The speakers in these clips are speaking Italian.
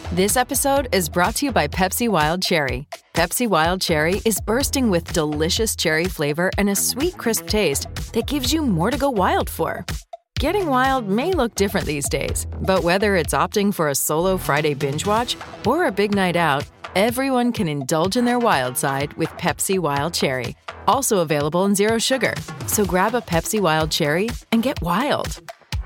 This episode is brought to you by Pepsi Wild Cherry. Pepsi Wild Cherry is bursting with delicious cherry flavor and a sweet, crisp taste that gives you more to go wild for. Getting wild may look different these days, but whether it's opting for a solo Friday binge watch or a big night out, everyone can indulge in their wild side with Pepsi Wild Cherry. Also available in Zero Sugar. So grab a Pepsi Wild Cherry and get wild.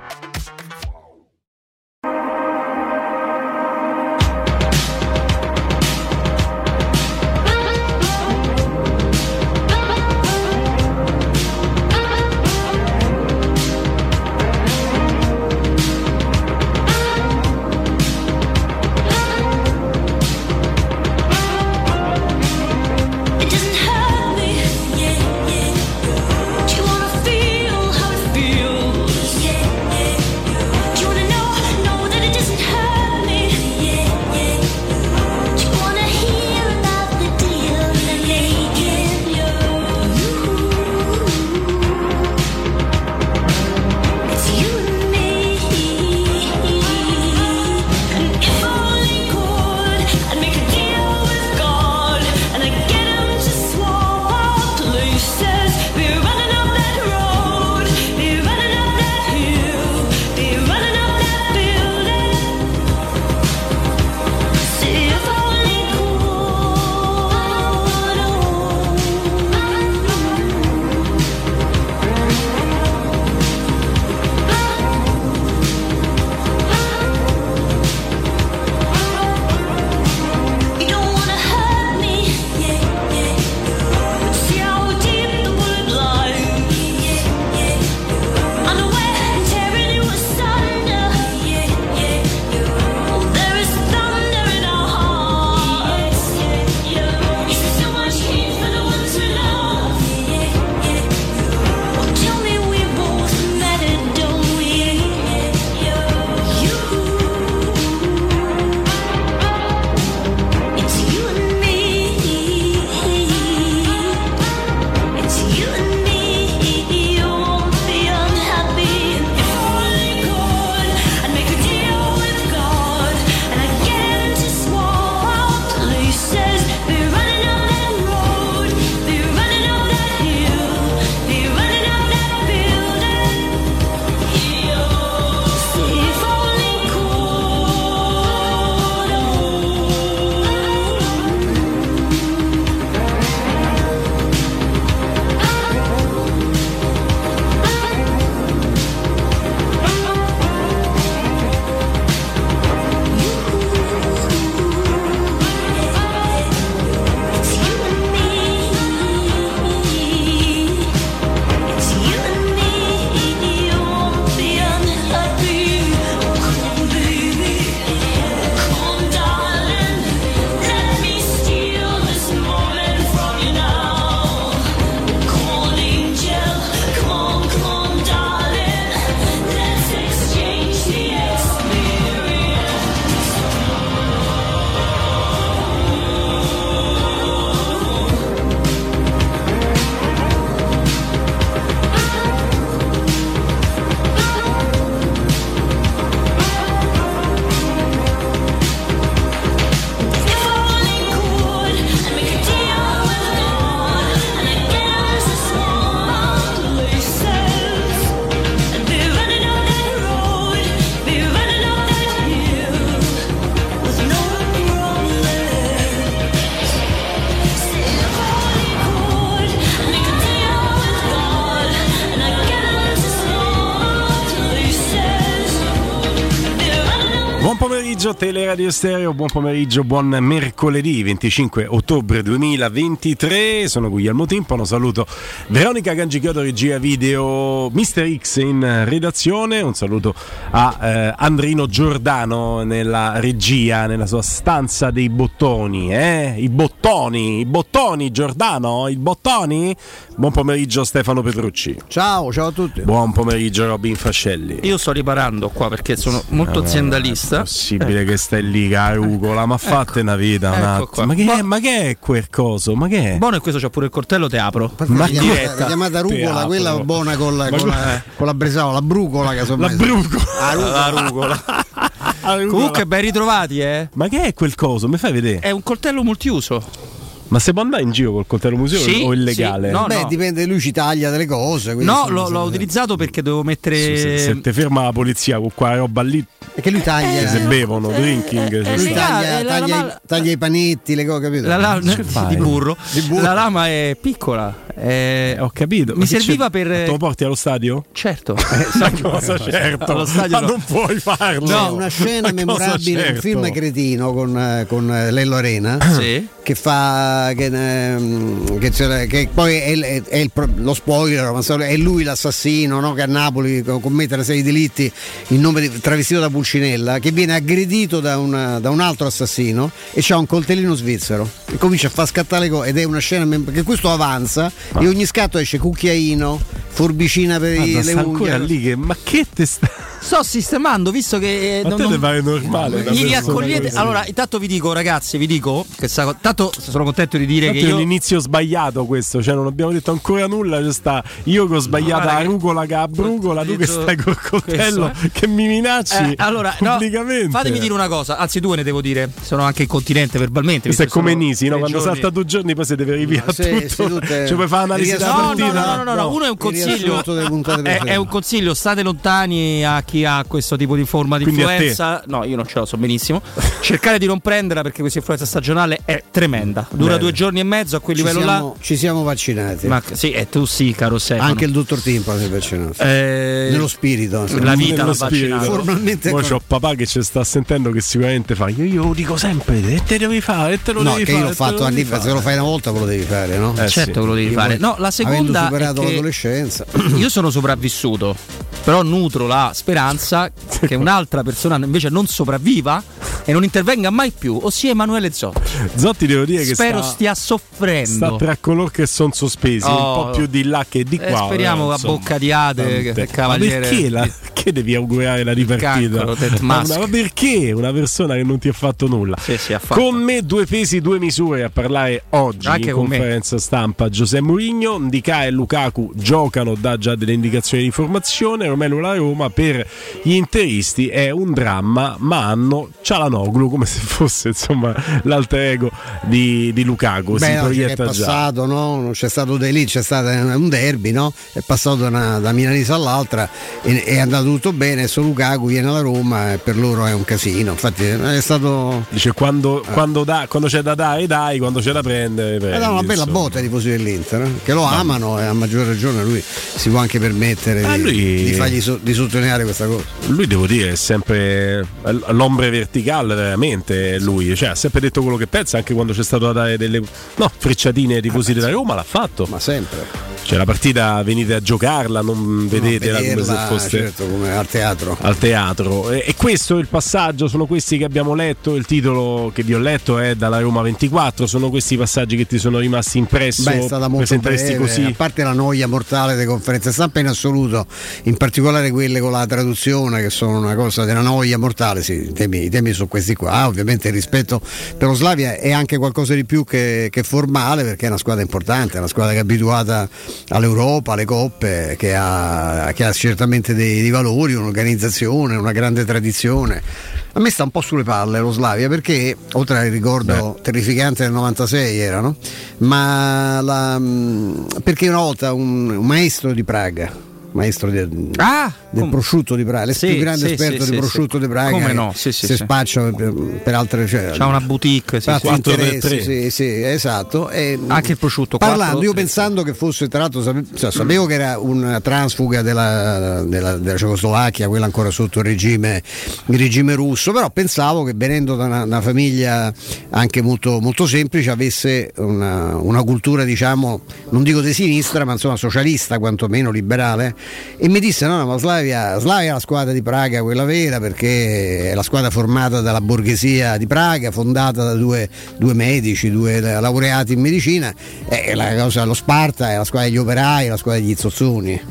Teleradio Stereo, buon pomeriggio, buon mercoledì 25 ottobre 2023. Sono Guglielmo Timpano, saluto Veronica Gangichiodo, regia video, Mister X in redazione, un saluto a Andrino Giordano nella regia, nella sua stanza dei bottoni, i bottoni Giordano, i bottoni. Buon pomeriggio Stefano Petrucci. Ciao a tutti. Buon pomeriggio Robin Fascelli. Io sto riparando qua perché sono molto aziendalista. È possibile che stai lì, carucola, ma fate una vita un attimo. Ma che è quel coso? Ma che è? Buono, e questo c'ha pure il coltello, te apro. Ma la chiamata rucola, quella buona con la bresaola, la brucola che la rucola. Comunque ben ritrovati, Ma che è quel coso? Mi fai vedere? È un coltello multiuso. Ma se può andare in giro col coltello museo o è illegale? Sì. No, dipende, lui ci taglia delle cose. No, l'ho utilizzato perché dovevo mettere. Se te ferma la polizia con quella roba lì. Perché lui taglia. Se bevono, drinking. Lui taglia i panetti, le cose, capito? Di burro. La lama è piccola. Ho capito. Mi serviva per. Te lo porti allo stadio? Certo. Cosa certo? Allo stadio ma non puoi farlo. C'è una scena memorabile, un film cretino con Lello Arena. Sì. Che fa che poi è lo spoiler, ma è lui l'assassino, no? Che a Napoli commette una serie di delitti in nome travestito da Pulcinella, che viene aggredito da un altro assassino e c'ha un coltellino svizzero e comincia a far scattare le cose, ed è una scena che questo avanza e ogni scatto esce cucchiaino, forbicina per le unghie. Lì ma che te sto sistemando, visto che ma te pare normale. Mi riaccogliete. Allora, intanto vi dico, ragazzi, tanto sono contento di dire che è un inizio sbagliato questo, cioè non abbiamo detto ancora nulla, c'è sta io che ho sbagliato la rucola che a brugola, tu che stai col coltello che mi minacci allora, pubblicamente. No, fatemi dire una cosa, anzi due ne devo dire, sono anche incontinente verbalmente. Questo è come Nisi, no? Quando salta 2 giorni poi si deve ripiare tutto. Cioè puoi fare analisi della partita. No, uno è un consiglio. È un consiglio, state lontani a chi ha questo tipo di forma di influenza. No, io non ce l'ho, so benissimo. Cercare di non prenderla perché questa influenza stagionale è tremenda. Dura 2 giorni e mezzo, a quel livello là. Ci siamo vaccinati. Ma sì, e tu sì, caro Stefano. Anche il dottor Timpa si è vaccinato. Nello spirito. La vita l'ha vaccinato. Formalmente. Poi c'ho papà che ci sta sentendo che sicuramente fa. Io lo dico sempre, e te devi fare, e te lo devi fare. Io l'ho fatto anni fa, se lo fai una volta lo devi fare, no? Certo che lo devi fare. No, la seconda. Avendo superato l'adolescenza. Io sono sopravvissuto, però nutro la speranza che un'altra persona invece non sopravviva e non intervenga mai più, ossia Emanuele Zotti. Zotti devo dire che spero stia soffrendo. Sta tra coloro che sono sospesi, un po' più di là che di qua. Speriamo a bocca di Ade che cavaliere. Ma perché devi augurare la ripartita? Ma perché una persona che non ti ha fatto nulla? Sì, ha fatto. Con me 2 pesi 2 misure a parlare oggi anche in conferenza stampa Giuseppe Mourinho. Ndicà e Lukaku giocano, dà già delle indicazioni di formazione. Romelu la Roma per gli interisti è un dramma, ma hanno Çalhanoğlu come se fosse insomma l'alter ego di Lukaku. Si proietta è passato, già. No? Non c'è stato dei lì, c'è stato un derby, no? È passato da milanese all'altra e è andato tutto bene. Adesso Lukaku viene alla Roma e per loro è un casino. Infatti è stato. Dice quando c'è da dare, dai, quando c'è da prendere. Prendi, una bella botta ai tifosi dell'Inter, che lo amano e a maggior ragione lui si può anche permettere di fargli di sottolineare questa cosa. Lui devo dire è sempre l'ombre verticale, veramente lui, cioè ha sempre detto quello che pensa, anche quando c'è stato da dare delle frecciatine ai tifosi della Roma l'ha fatto. Ma sempre. Cioè la partita venite a giocarla, non vedetela come se fosse certo, come al teatro. E questo è il passaggio, sono questi che abbiamo letto, il titolo che vi ho letto è dalla Roma 24, sono questi i passaggi che ti sono rimasti impresso. È stata molto breve, così. A parte la noia mortale delle conferenze stampa in assoluto, in particolare quelle con la traduzione che sono una cosa della noia mortale, sì, i temi sono questi qua. Ovviamente il rispetto per lo Slavia è anche qualcosa di più che formale, perché è una squadra importante, è una squadra che è abituata all'Europa, alle coppe, che ha certamente dei valori, un'organizzazione, una grande tradizione. A me sta un po' sulle palle lo Slavia, perché oltre al ricordo terrificante del 96 erano, ma perché una volta un maestro di Praga, del prosciutto di Praga, più grande esperto di prosciutto di Praga, come no? Si spaccia per altre, c'ha una boutique, sì, esatto. E anche il prosciutto parlando, io pensando che fosse, tra l'altro sapevo che era una transfuga della Cecoslovacchia, quella ancora sotto il regime russo, però pensavo che venendo da una famiglia anche molto, molto semplice avesse una cultura, diciamo, non dico di sinistra, ma insomma socialista, quantomeno liberale. E mi disse no, ma Slavia è la squadra di Praga, quella vera, perché è la squadra formata dalla borghesia di Praga, fondata da due medici, 2 laureati in medicina, e lo Sparta è la squadra degli operai, la squadra degli zozzoni.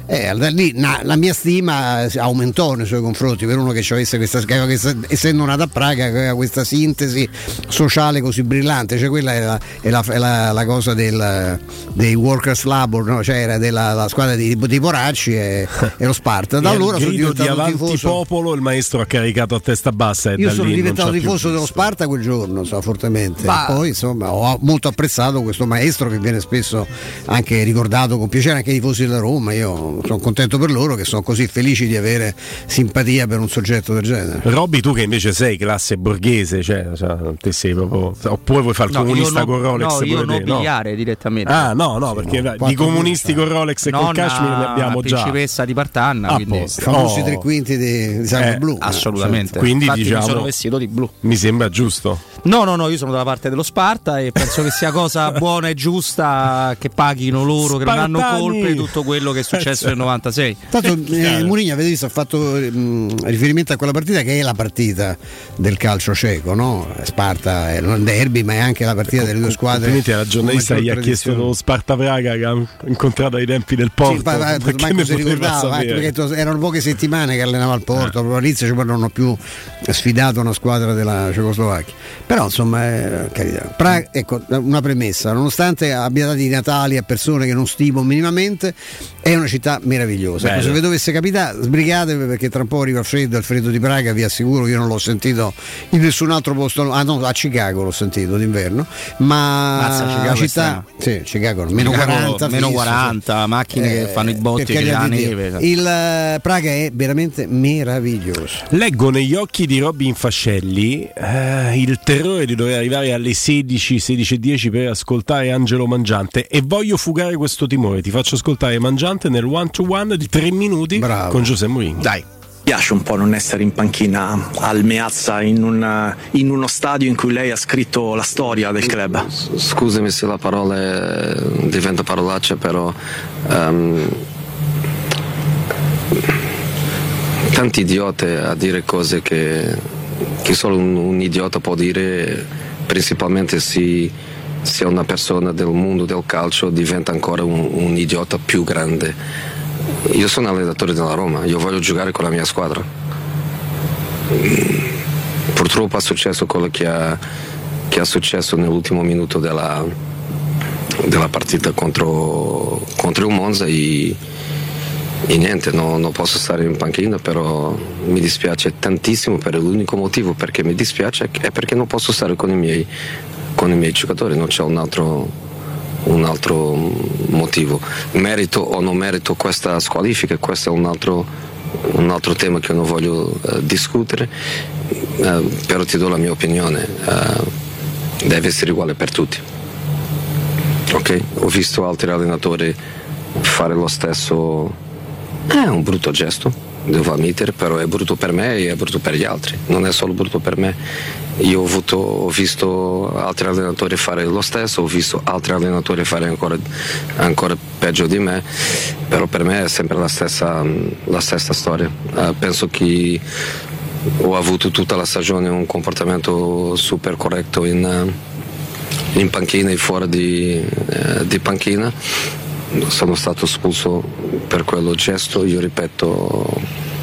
lì la mia stima aumentò nei suoi confronti, per uno che avesse essendo nato a Praga, che aveva questa sintesi sociale così brillante, cioè quella è la cosa dei workers labor, no? Cioè era la squadra di Poracci e lo Sparta. Da allora sono diventato di avanti tifoso. Popolo, il maestro ha caricato a testa bassa e io da sono lì diventato tifoso dello Sparta quel giorno, fortemente. Poi insomma ho molto apprezzato questo maestro che viene spesso anche ricordato con piacere, anche i tifosi della Roma. Io sono contento per loro che sono così felici di avere simpatia per un soggetto del genere. Robby, tu che invece sei classe borghese, cioè te sei proprio, oppure vuoi fare il comunista con Rolex? No, io nobiliare direttamente. No, perché di comunisti con Rolex e con Kashmir ne abbiamo già. Principessa di Partanna, quindi famosi 3/5 di sangue blu. Assolutamente. Certo. Quindi infatti diciamo, mi sono vestito di blu. Mi sembra giusto. No, io sono dalla parte dello Sparta e penso che sia cosa buona e giusta che paghino loro, Spartani, che non hanno colpe di tutto quello che è successo nel 96. Tanto Mourinho, avete visto, ha fatto riferimento a quella partita che è la partita del calcio ceco, no? Sparta è un derby, ma è anche la partita delle due squadre. Ovviamente la giornalista gli ha chiesto lo Sparta Praga che ha incontrato ai tempi del Porto. Manco si ricordava, perché erano poche settimane che allenava al Porto, proprio all'inizio poi non hanno più sfidato una squadra della Cecoslovacchia. Però insomma, carità. Praga, ecco, una premessa, nonostante abbia dati i Natali a persone che non stimo minimamente, è una città meravigliosa. Ecco, se vi dovesse capitare, sbrigatevi, perché tra un po' arriva il freddo di Praga, vi assicuro, io non l'ho sentito in nessun altro posto, a Chicago l'ho sentito d'inverno, ma la città, sì, Chicago meno 40, macchine che fanno i botti che la neve. Il Praga è veramente meraviglioso. Leggo negli occhi di Robby Infascelli il terrore di dover arrivare alle 16:10 per ascoltare Angelo Mangiante, e voglio fugare questo timore. Ti faccio ascoltare Mangiante nel 1-to-1 di 3 minuti. Bravo. Con Giuseppe Mourinho. Dai. Piace un po' non essere in panchina al Meazza in uno stadio in cui lei ha scritto la storia del club. Scusami se la parola diventa parolaccia, però tanti idiote a dire cose che solo un idiota può dire, principalmente se una persona del mondo del calcio diventa ancora un idiota più grande. Io sono allenatore della Roma, io voglio giocare con la mia squadra. Purtroppo è successo quello che è successo nell'ultimo minuto della partita contro il Monza e niente, non posso stare in panchina, però mi dispiace tantissimo, per l'unico motivo perché mi dispiace è perché non posso stare con i miei giocatori, non c'è un altro motivo. Merito o non merito questa squalifica, questo è un altro tema che non voglio discutere, però ti do la mia opinione, deve essere uguale per tutti. Ok? Ho visto altri allenatori fare lo stesso, è un brutto gesto, devo ammettere, però è brutto per me e è brutto per gli altri, non è solo brutto per me. Io ho visto altri allenatori fare lo stesso, ho visto altri allenatori fare ancora peggio di me, però per me è sempre la stessa storia. Penso che ho avuto tutta la stagione un comportamento super corretto in panchina e fuori di panchina. Sono stato espulso per quello gesto, io ripeto,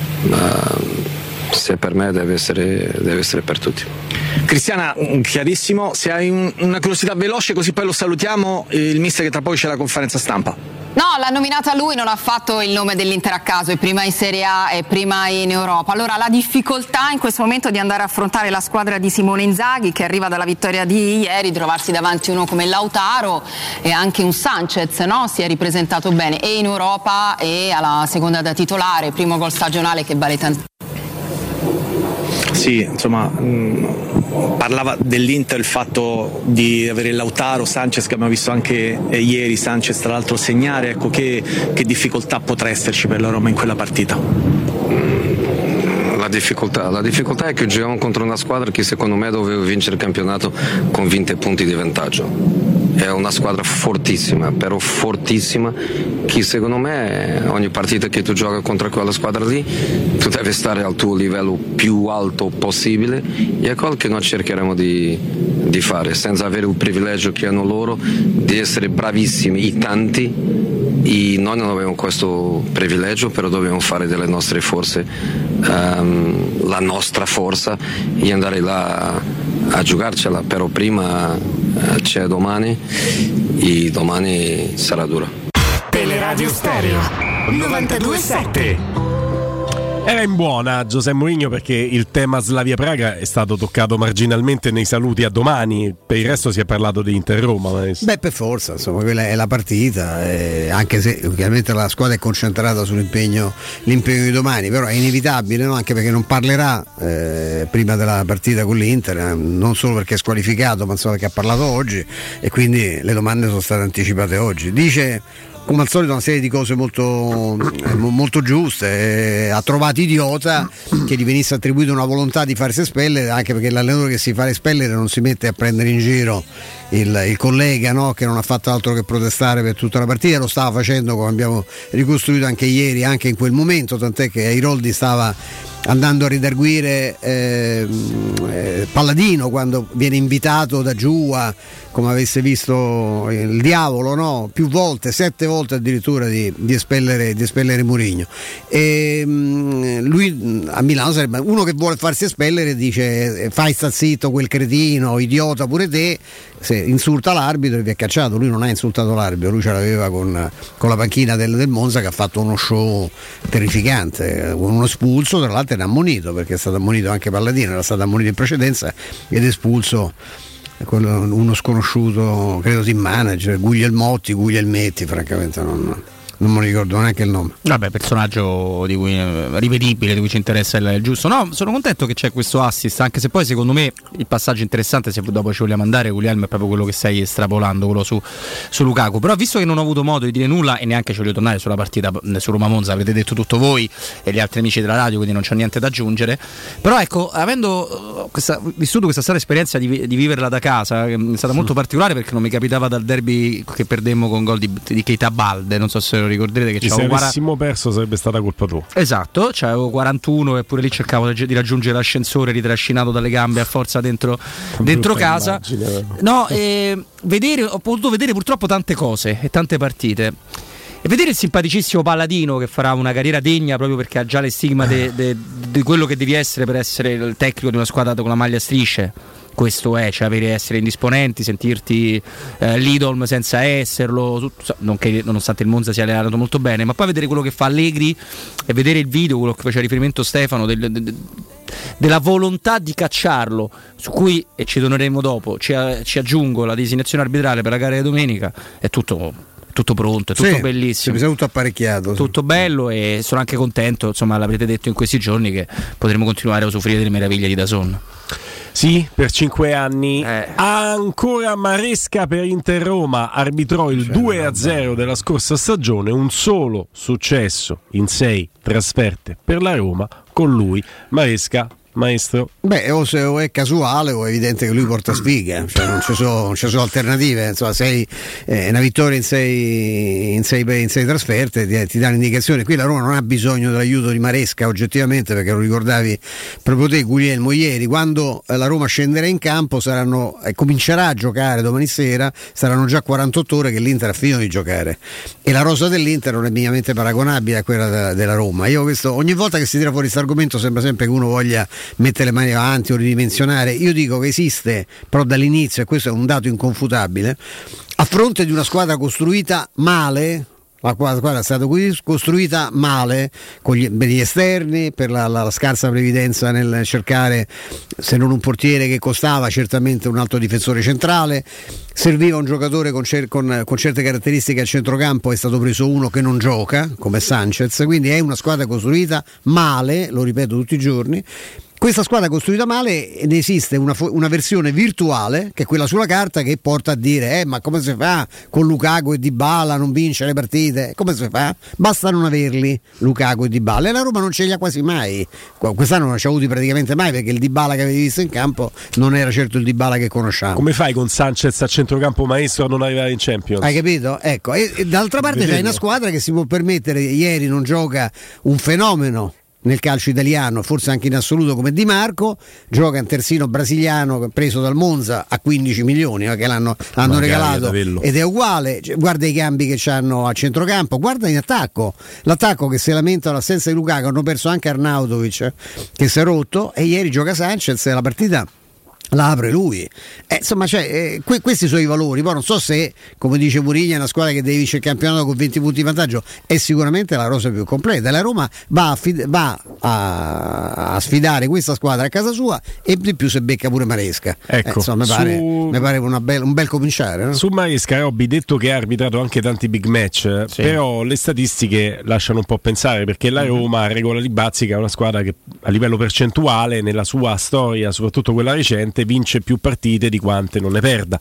se per me deve essere per tutti. Cristiana, chiarissimo, se hai una curiosità veloce così poi lo salutiamo, il mister che tra poco c'è la conferenza stampa. No, l'ha nominata lui, non ha fatto il nome dell'Inter a caso, è prima in Serie A e prima in Europa. Allora, la difficoltà in questo momento di andare a affrontare la squadra di Simone Inzaghi, che arriva dalla vittoria di ieri, trovarsi davanti uno come Lautaro e anche un Sanchez, no? Si è ripresentato bene e in Europa e alla seconda da titolare, primo gol stagionale che vale tanto. Sì, insomma, parlava dell'Inter il fatto di avere Lautaro, Sanchez, che abbiamo visto anche ieri, Sanchez tra l'altro segnare, ecco che difficoltà potrà esserci per la Roma in quella partita? La difficoltà è che giochiamo contro una squadra che secondo me doveva vincere il campionato con 20 punti di vantaggio. È una squadra fortissima, però fortissima, che secondo me ogni partita che tu giochi contro quella squadra lì tu devi stare al tuo livello più alto possibile, e è quello che noi cercheremo di fare, senza avere il privilegio che hanno loro di essere bravissimi i tanti e noi non abbiamo questo privilegio, però dobbiamo fare delle nostre forze la nostra forza e andare là a giocarcela, però prima c'è domani e domani sarà dura. Teleradio Stereo 92.7. Era in buona José Mourinho perché il tema Slavia Praga è stato toccato marginalmente nei saluti a domani, per il resto si è parlato di Inter-Roma. Beh, per forza, insomma, quella è la partita, anche se ovviamente la squadra è concentrata sull'impegno di domani, però è inevitabile, no? Anche perché non parlerà prima della partita con l'Inter, non solo perché è squalificato, ma insomma perché ha parlato oggi e quindi le domande sono state anticipate oggi. Dice come al solito una serie di cose molto giuste, ha trovato idiota che gli venisse attribuita una volontà di farsi espellere, anche perché l'allenatore che si fa espellere non si mette a prendere in giro il collega, no? Che non ha fatto altro che protestare per tutta la partita, lo stava facendo come abbiamo ricostruito anche ieri, anche in quel momento, tant'è che Airoldi stava andando a ridarguire Palladino quando viene invitato da Giua, come avesse visto il diavolo, no? Più volte, 7 volte addirittura di espellere Mourinho. E lui a Milano sarebbe uno che vuole farsi espellere, dice fai sta zitto quel cretino, idiota pure te, se insulta l'arbitro e vi è cacciato. Lui non ha insultato l'arbitro, lui ce l'aveva con la panchina del Monza, che ha fatto uno show terrificante, uno espulso, tra l'altro era ammonito, perché è stato ammonito anche Palladino, era stato ammonito in precedenza ed espulso uno sconosciuto, credo team manager, Guglielmetti, francamente non mi ricordo neanche il nome. Vabbè, personaggio di cui rivedibile, di cui ci interessa il giusto. No, sono contento che c'è questo assist, anche se poi secondo me il passaggio interessante, se dopo ci vogliamo andare, Guglielmo, è proprio quello che stai estrapolando, quello su Lukaku. Però visto che non ho avuto modo di dire nulla e neanche ci voglio tornare sulla partita su Roma Monza, avrete detto tutto voi e gli altri amici della radio, quindi non c'è niente da aggiungere. Però ecco, avendo vissuto questa stata esperienza di viverla da casa, che è stata molto particolare, perché non mi capitava dal derby che perdemmo con gol di Keita Balde, non so se lo ricorderete, che se avessimo perso sarebbe stata colpa tua. Esatto, c'avevo 41 e pure lì cercavo di raggiungere l'ascensore ritrascinato dalle gambe a forza dentro casa. No, ho potuto vedere purtroppo tante cose e tante partite. E vedere il simpaticissimo Palladino, che farà una carriera degna proprio perché ha già le stigma di quello che devi essere per essere il tecnico di una squadra con la maglia a strisce. Questo è, cioè essere indisponenti, sentirti l'idol senza esserlo, nonostante il Monza sia allenato molto bene, ma poi vedere quello che fa Allegri e vedere il video, quello che faceva riferimento Stefano, della volontà di cacciarlo, su cui, e ci torneremo dopo, ci aggiungo la designazione arbitrale per la gara di domenica, è tutto pronto, è tutto bellissimo, mi sa tutto apparecchiato, tutto bello, e sono anche contento, insomma, l'avrete detto in questi giorni, che potremo continuare a usufruire delle meraviglie di DAZN. Sì, per 5 anni. Ancora Maresca per Inter-Roma, arbitrò il 2-0 della scorsa stagione, un solo successo in 6 trasferte per la Roma, con lui Maresca. Maestro? Beh, o è casuale o è evidente che lui porta sfiga, cioè non ci sono alternative, insomma, una vittoria in sei trasferte ti dà un'indicazione. Qui la Roma non ha bisogno dell'aiuto di Maresca oggettivamente, perché lo ricordavi proprio te, Guglielmo, ieri, quando la Roma scenderà in campo comincerà a giocare domani sera, saranno già 48 ore che l'Inter ha finito di giocare e la rosa dell'Inter non è minimamente paragonabile a quella della Roma. Io ogni volta che si tira fuori questo argomento sembra sempre che uno voglia mettere le mani avanti o ridimensionare. Io dico che esiste, però dall'inizio, e questo è un dato inconfutabile, a fronte di una squadra costruita male, la squadra è stata costruita male con gli esterni, per la scarsa previdenza nel cercare, se non un portiere che costava, certamente un altro difensore centrale, serviva un giocatore con certe caratteristiche a centrocampo, è stato preso uno che non gioca come Sanchez, quindi è una squadra costruita male, lo ripeto tutti i giorni. Questa squadra costruita male, ne esiste una versione virtuale, che è quella sulla carta, che porta a dire ma come si fa con Lukaku e Dybala non vincere le partite? Come si fa? Basta non averli Lukaku e Dybala, e la Roma non ce li ha quasi mai, quest'anno non ci ha avuti praticamente mai, perché il Dybala che avevi visto in campo non era certo il Dybala che conosciamo. Come fai con Sanchez a centrocampo, Maestro, a non arrivare in Champions? Hai capito? Ecco, e d'altra parte c'è una squadra che si può permettere, ieri non gioca un fenomeno nel calcio italiano, forse anche in assoluto, come Di Marco, gioca in terzino brasiliano preso dal Monza a 15 milioni che hanno regalato, ed è uguale. Guarda i cambi che c'hanno a centrocampo, guarda in attacco, l'attacco che si lamenta l'assenza di Lukaku, hanno perso anche Arnautovic che si è rotto, e ieri gioca Sanchez e la partita la apre lui. Insomma, questi sono i valori. Poi non so se, come dice Muriglia, è una squadra che deve vincere il campionato con 20 punti di vantaggio, è sicuramente la rosa più completa. La Roma va a sfidare questa squadra a casa sua, e di più se becca pure Maresca. Ecco, mi pare un bel cominciare, no? Su Maresca, Robby, detto che ha arbitrato anche tanti big match, però le statistiche lasciano un po' pensare, perché la Roma, a regola di Bazzica, è una squadra che a livello percentuale nella sua storia, soprattutto quella recente, vince più partite di quante non ne perda.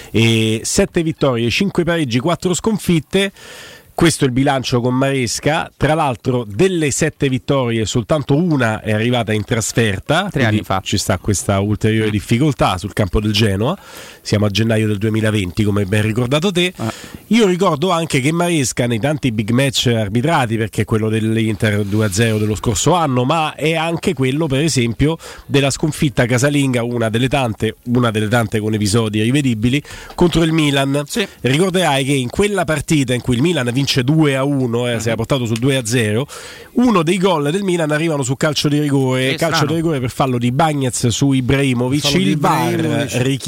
E 7 vittorie, 5 pareggi, 4 sconfitte. Questo è il bilancio con Maresca. Tra l'altro, delle 7 vittorie soltanto una è arrivata in trasferta, 3 anni fa. Ci sta questa ulteriore difficoltà sul campo del Genoa. Siamo a gennaio del 2020, come ben ricordato te. Io ricordo anche che Maresca, nei tanti big match arbitrati, perché è quello dell'Inter 2-0 dello scorso anno, ma è anche quello, per esempio, della sconfitta casalinga, una delle tante con episodi rivedibili, contro il Milan. Ricorderai che in quella partita in cui il Milan vince 2-1, si era portato sul 2-0, uno dei gol del Milan arrivano su calcio di rigore, di rigore per fallo di Bagnez su Ibrahimovic, il VAR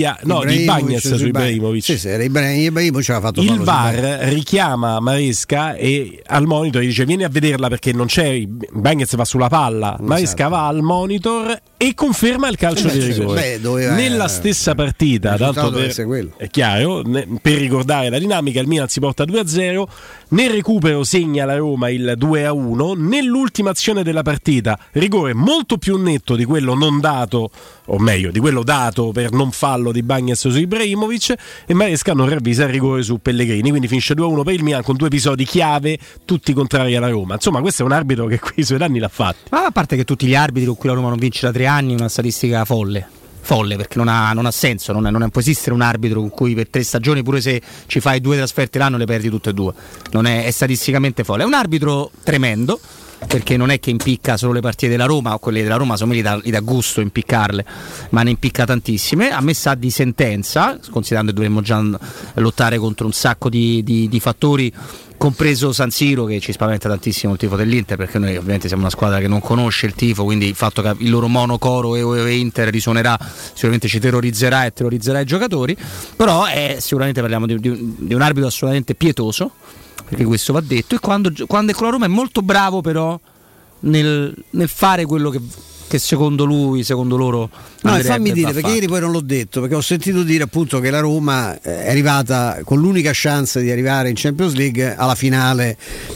di Bagnez su Ibrahimovic. Ibrahimovic aveva fatto il VAR richiama Maresca e al monitor gli dice: vieni a vederla perché non c'è, Bagnez va sulla palla, Maresca va al monitor e conferma il calcio di rigore. Nella stessa partita, tanto è chiaro, per ricordare la dinamica, il Milan si porta 2-0, nel recupero segna la Roma il 2-1, nell'ultima azione della partita rigore molto più netto di quello non dato, o meglio di quello dato per non fallo di Bagnez su Ibrahimovic, e Maresca non ravvisa il rigore su Pellegrini, quindi finisce 2-1 per il Milan con 2 episodi chiave tutti contrari alla Roma. Insomma, questo è un arbitro che qui i suoi danni l'ha fatti. Ma a parte che tutti gli arbitri con cui la Roma non vince da 3 anni, una statistica folle, perché non ha senso, non può esistere un arbitro con cui per 3 stagioni, pure se ci fai 2 trasferte l'anno, le perdi tutte e 2. Non è statisticamente folle. È un arbitro tremendo, perché non è che impicca solo le partite della Roma, o quelle della Roma sono gli dà gusto impiccarle, ma ne impicca tantissime. A me sa di sentenza, considerando che dovremmo già lottare contro un sacco di fattori, compreso San Siro, che ci spaventa tantissimo il tifo dell'Inter, perché noi ovviamente siamo una squadra che non conosce il tifo, quindi il fatto che il loro monocoro e Inter risuonerà sicuramente ci terrorizzerà i giocatori. Però sicuramente parliamo di un arbitro assolutamente pietoso, perché questo va detto, e quando è con la Roma è molto bravo però nel fare quello che secondo loro no, e fammi dire, perché ieri poi non l'ho detto, perché ho sentito dire appunto che la Roma è arrivata con l'unica chance di arrivare in Champions League alla finale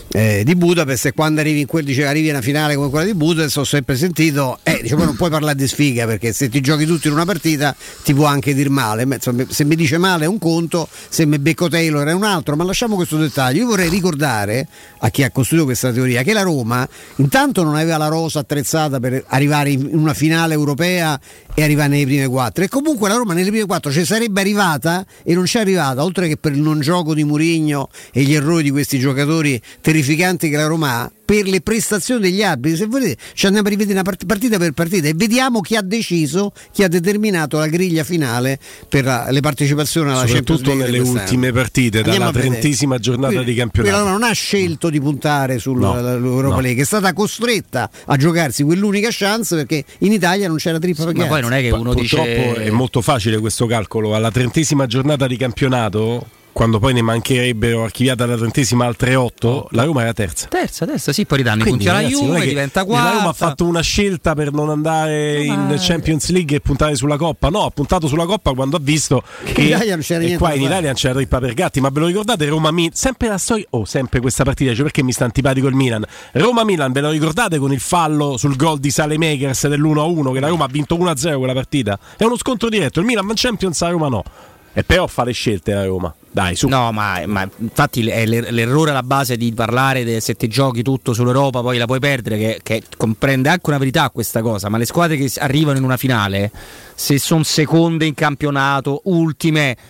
di Budapest, e quando arrivi in una finale come quella di Budapest ho sempre sentito poi non puoi parlare di sfiga, perché se ti giochi tutto in una partita ti può anche dir male. Se mi dice male è un conto, se mi becco Taylor è un altro, ma lasciamo questo dettaglio. Io vorrei ricordare a chi ha costruito questa teoria che la Roma intanto non aveva la rosa attrezzata per arrivare in una finale europea e arrivare nelle prime 4, e comunque la Roma nelle prime 4 ci sarebbe arrivata e non c'è arrivata, oltre che per il non gioco di Mourinho e gli errori di questi giocatori terrificanti che la Roma ha, per le prestazioni degli arbitri. Se volete ci andiamo a rivedere partita per partita e vediamo chi ha deciso, chi ha determinato la griglia finale per le partecipazioni alla Champions League, soprattutto nelle ultime partite, dalla 30ª giornata di campionato. La Roma non ha scelto di puntare sull'Europa League, è stata costretta a giocarsi quell'unica chance, perché in Italia non c'era trippa per ma poi non è che uno purtroppo dice è molto facile questo calcolo. Alla 30ª giornata di campionato, quando poi ne mancherebbero archiviata la 30ª altre 8, la Roma era terza, sì, poi ridanno i punti alla Juve, diventa quarta. La Roma ha fatto una scelta per non andare in Champions League e puntare sulla Coppa. No, ha puntato sulla Coppa quando ha visto che in Italia non c'era trippa per gatti. Ma ve lo ricordate Roma-Milan? Sempre la storia, sempre questa partita, perché mi sta antipatico il Milan. Roma-Milan, ve lo ricordate con il fallo sul gol di Saelemaekers dell'1-1, che la Roma ha vinto 1-0 quella partita? È uno scontro diretto, il Milan va in Champions, la Roma no. E però fa le scelte la Roma. Dai, su. No, ma infatti è l'errore alla base di parlare se ti giochi tutto sull'Europa poi la puoi perdere, che comprende anche una verità questa cosa. Ma le squadre che arrivano in una finale, se sono seconde in campionato, ultime,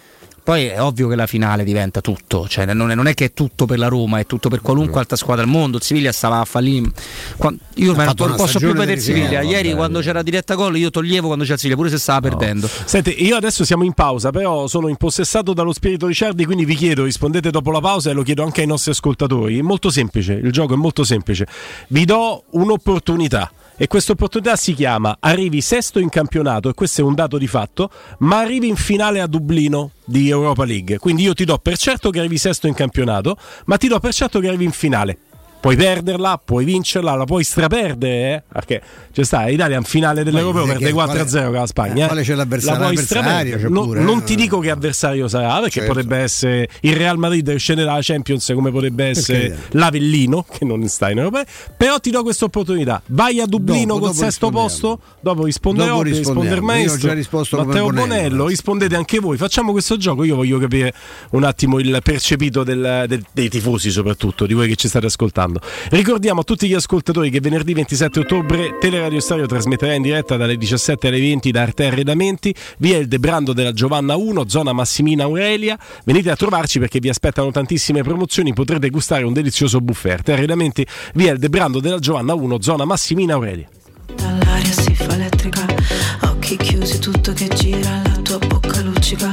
poi è ovvio che la finale diventa tutto, cioè non è che è tutto per la Roma, è tutto per qualunque altra squadra al mondo. Il Siviglia stava a fallire. Io non posso più vedere Siviglia. Ieri quando c'era diretta gol io toglievo quando c'era il Siviglia, pure se stava perdendo. Senti, io adesso siamo in pausa, però sono impossessato dallo spirito Ricciardi, quindi vi chiedo, rispondete dopo la pausa e lo chiedo anche ai nostri ascoltatori. È molto semplice, il gioco è molto semplice. Vi do un'opportunità. E questa opportunità si chiama: arrivi sesto in campionato, e questo è un dato di fatto, ma arrivi in finale a Dublino di Europa League. Quindi io ti do per certo che arrivi sesto in campionato, ma ti do per certo che arrivi in finale. Puoi perderla, puoi vincerla, la puoi straperdere, perché c'è sta l'Italia in finale dell'Europeo, perde 4-0 con la Spagna. Quale c'è l'avversario? Non ti dico che avversario sarà, perché potrebbe essere il Real Madrid che scende dalla Champions, come potrebbe essere l'Avellino, che non sta in Europeo. Però ti do questa opportunità: vai a Dublino col sesto posto, dopo risponderò, risponder Maestro, Matteo Bonello, rispondete anche voi. Facciamo questo gioco. Io voglio capire un attimo il percepito dei tifosi, soprattutto di voi che ci state ascoltando. Ricordiamo a tutti gli ascoltatori che venerdì 27 ottobre Teleradio Stereo trasmetterà in diretta dalle 17 alle 20 da Arte Arredamenti, via il Debrando della Giovanna 1, zona Massimina Aurelia. Venite a trovarci perché vi aspettano tantissime promozioni, potrete gustare un delizioso buffet. Arte Arredamenti, via il Debrando della Giovanna 1, zona Massimina Aurelia. Dall'aria si fa elettrica, occhi chiusi, tutto che gira, la tua bocca luccica.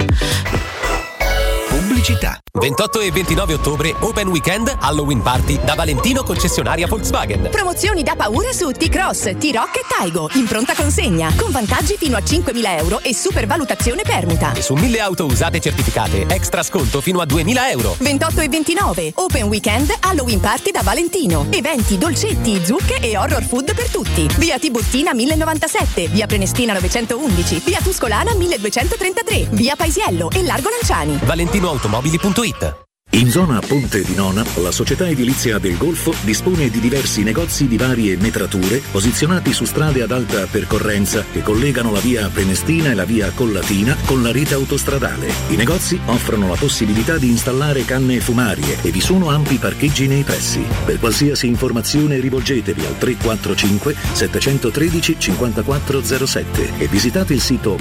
Pubblicità. 28 e 29 ottobre Open Weekend Halloween Party da Valentino concessionaria Volkswagen. Promozioni da paura su T-Cross, T-Rock e Taigo in pronta consegna, con vantaggi fino a 5.000 euro e supervalutazione permuta. E su 1.000 auto usate certificate extra sconto fino a 2.000 euro. 28 e 29 Open Weekend Halloween Party da Valentino. Eventi, dolcetti, zucche e horror food per tutti. Via Tiburtina 1097, via Prenestina 911, via Tuscolana 1233, via Paisiello e Largo Lanciani. ValentinoAutomobili.it. In zona Ponte di Nona, la società edilizia del Golfo dispone di diversi negozi di varie metrature posizionati su strade ad alta percorrenza che collegano la via Prenestina e la via Collatina con la rete autostradale. I negozi offrono la possibilità di installare canne fumarie e vi sono ampi parcheggi nei pressi. Per qualsiasi informazione rivolgetevi al 345 713 5407 e visitate il sito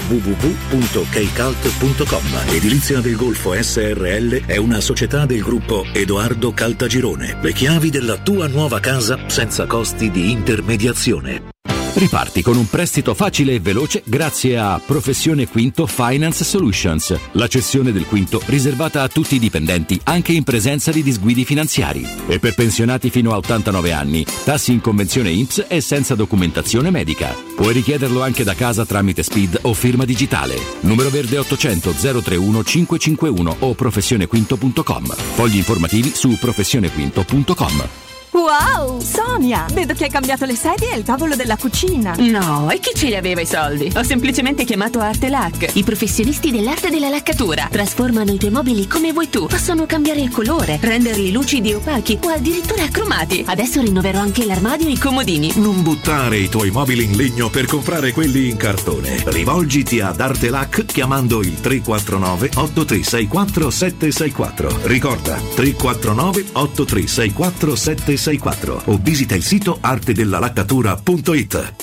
www.keicalt.com. Edilizia del Golfo SRL è una società del gruppo Edoardo Caltagirone. Le chiavi della tua nuova casa senza costi di intermediazione. Riparti con un prestito facile e veloce grazie a Professione Quinto Finance Solutions, la cessione del quinto riservata a tutti i dipendenti anche in presenza di disguidi finanziari, e per pensionati fino a 89 anni, tassi in convenzione INPS e senza documentazione medica. Puoi richiederlo anche da casa tramite SPID o firma digitale. Numero verde 800 031 551 o professionequinto.com. Fogli informativi su professionequinto.com. Wow, Sonia, vedo che hai cambiato le sedie e il tavolo della cucina. No, e chi ce li aveva i soldi? Ho semplicemente chiamato Artelac, i professionisti dell'arte della laccatura. Trasformano i tuoi mobili come vuoi tu. Possono cambiare il colore, renderli lucidi e opachi o addirittura cromati. Adesso rinnoverò anche l'armadio e i comodini. Non buttare i tuoi mobili in legno per comprare quelli in cartone. Rivolgiti ad Artelac chiamando il 349 8364 764. Ricorda, 349 8364 764 o visita il sito artedellalaccatura.it.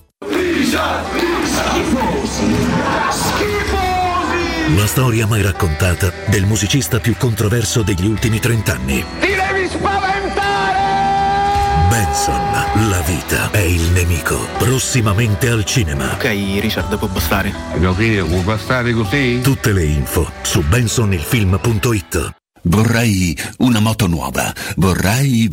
La storia mai raccontata del musicista più controverso degli ultimi 30 anni. Ti devi spaventare! Benson, la vita è il nemico. Prossimamente al cinema. Ok, Richard, può bastare. Mio figlio, può bastare così? Tutte le info su bensonilfilm.it. Vorrei una moto nuova. Vorrei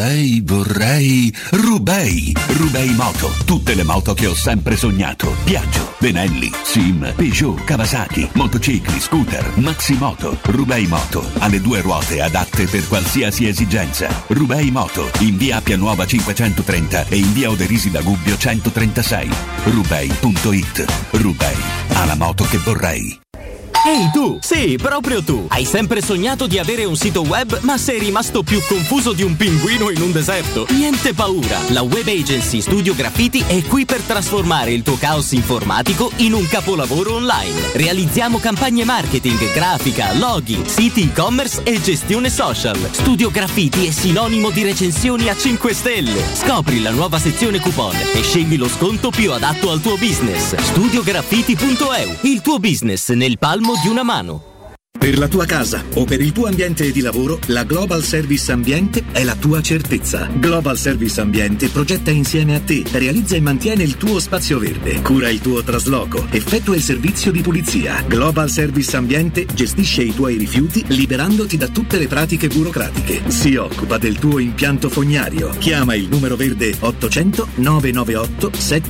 Rubei Moto. Tutte le moto che ho sempre sognato. Piaggio, Benelli, Sim, Peugeot, Kawasaki, motocicli, scooter, Maximoto. Rubei Moto ha le due ruote adatte per qualsiasi esigenza. Rubei Moto in via Appia Nuova 530 e in via Oderisi da Gubbio 136. Rubei.it. Rubei ha la moto che vorrei. Ehi tu! Sì, proprio tu! Hai sempre sognato di avere un sito web, ma sei rimasto più confuso di un pinguino in un deserto? Niente paura! La web agency Studio Graffiti è qui per trasformare il tuo caos informatico in un capolavoro online. Realizziamo campagne marketing, grafica, loghi, siti e-commerce e gestione social. Studio Graffiti è sinonimo di recensioni a 5 stelle. Scopri la nuova sezione coupon e scegli lo sconto più adatto al tuo business. Studiograffiti.eu, il tuo business nel palmo di una mano. Per la tua casa o per il tuo ambiente di lavoro, la Global Service Ambiente è la tua certezza. Global Service Ambiente progetta insieme a te, realizza e mantiene il tuo spazio verde, cura il tuo trasloco, effettua il servizio di pulizia. Global Service Ambiente gestisce i tuoi rifiuti liberandoti da tutte le pratiche burocratiche. Si occupa del tuo impianto fognario. Chiama il numero verde 800 998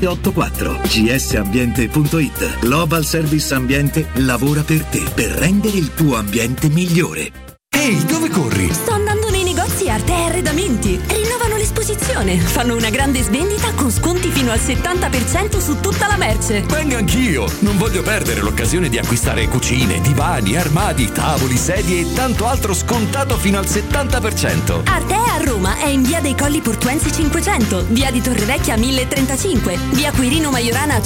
784. gsambiente.it. Global Service Ambiente lavora per te, per rendere il tuo ambiente migliore. Ehi, dove corri? Sto andando nei negozi Arte e Arredamenti. Rinnovano l'esposizione. Fanno una grande svendita con sconti fino al 70% su tutta la merce. Vengo anch'io. Non voglio perdere l'occasione di acquistare cucine, divani, armadi, tavoli, sedie e tanto altro scontato fino al 70%. Arte a Roma è in via dei Colli Portuensi 500, via di Torrevecchia 1035, via Quirino Maiorana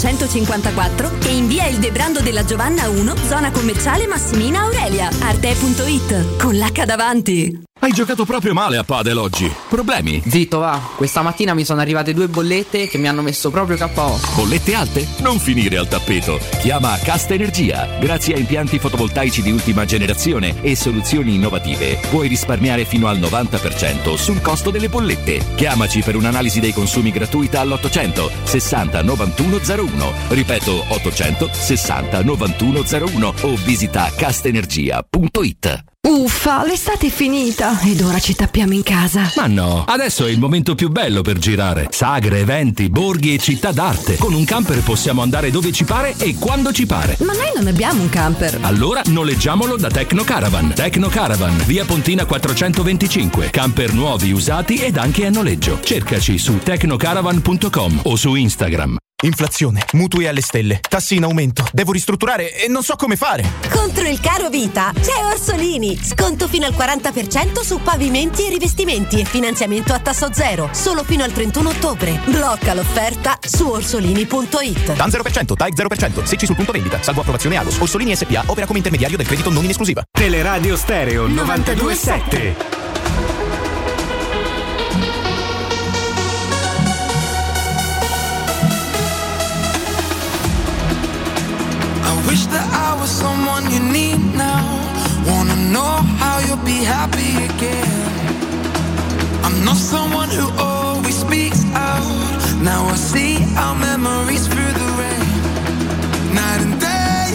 154 e in via Il Debrando della Giovanna 1, zona commerciale Massimina Aurelia. Arte.it con l'H davanti. Hai giocato proprio male a padel oggi. Problemi? Zitto va, questa mattina mi sono arrivate 2 bollette che mi hanno messo proprio KO. Bollette alte? Non finire al tappeto. Chiama Casta Energia. Grazie a impianti fotovoltaici di ultima generazione e soluzioni innovative puoi risparmiare fino al 90% sul costo delle bollette. Chiamaci per un'analisi dei consumi gratuita all'800 60 91 01. Ripeto, 800 60 91 01 o visita castenergia.it. Uffa, l'estate è finita ed ora ci tappiamo in casa. Ma no, adesso è il momento più bello per girare. Sagre, eventi, borghi e città d'arte. Con un camper possiamo andare dove ci pare e quando ci pare. Ma noi non abbiamo un camper. Allora noleggiamolo da Tecno Caravan. Tecno Caravan, via Pontina 425. Camper nuovi, usati ed anche a noleggio. Cercaci su tecnocaravan.com o su Instagram. Inflazione, mutui alle stelle, tassi in aumento, devo ristrutturare e non so come fare. Contro il caro vita c'è Orsolini, sconto fino al 40% su pavimenti e rivestimenti e finanziamento a tasso zero, solo fino al 31 ottobre. Blocca l'offerta su orsolini.it. TAN 0%, TAIC 0%, secci sul punto vendita, salvo approvazione Agos. Orsolini SPA opera come intermediario del credito non in esclusiva. Teleradio Stereo 92.7. Wish that I was someone you need now. Wanna know how you'll be happy again. I'm not someone who always speaks out. Now I see our memories through the rain. Night and day,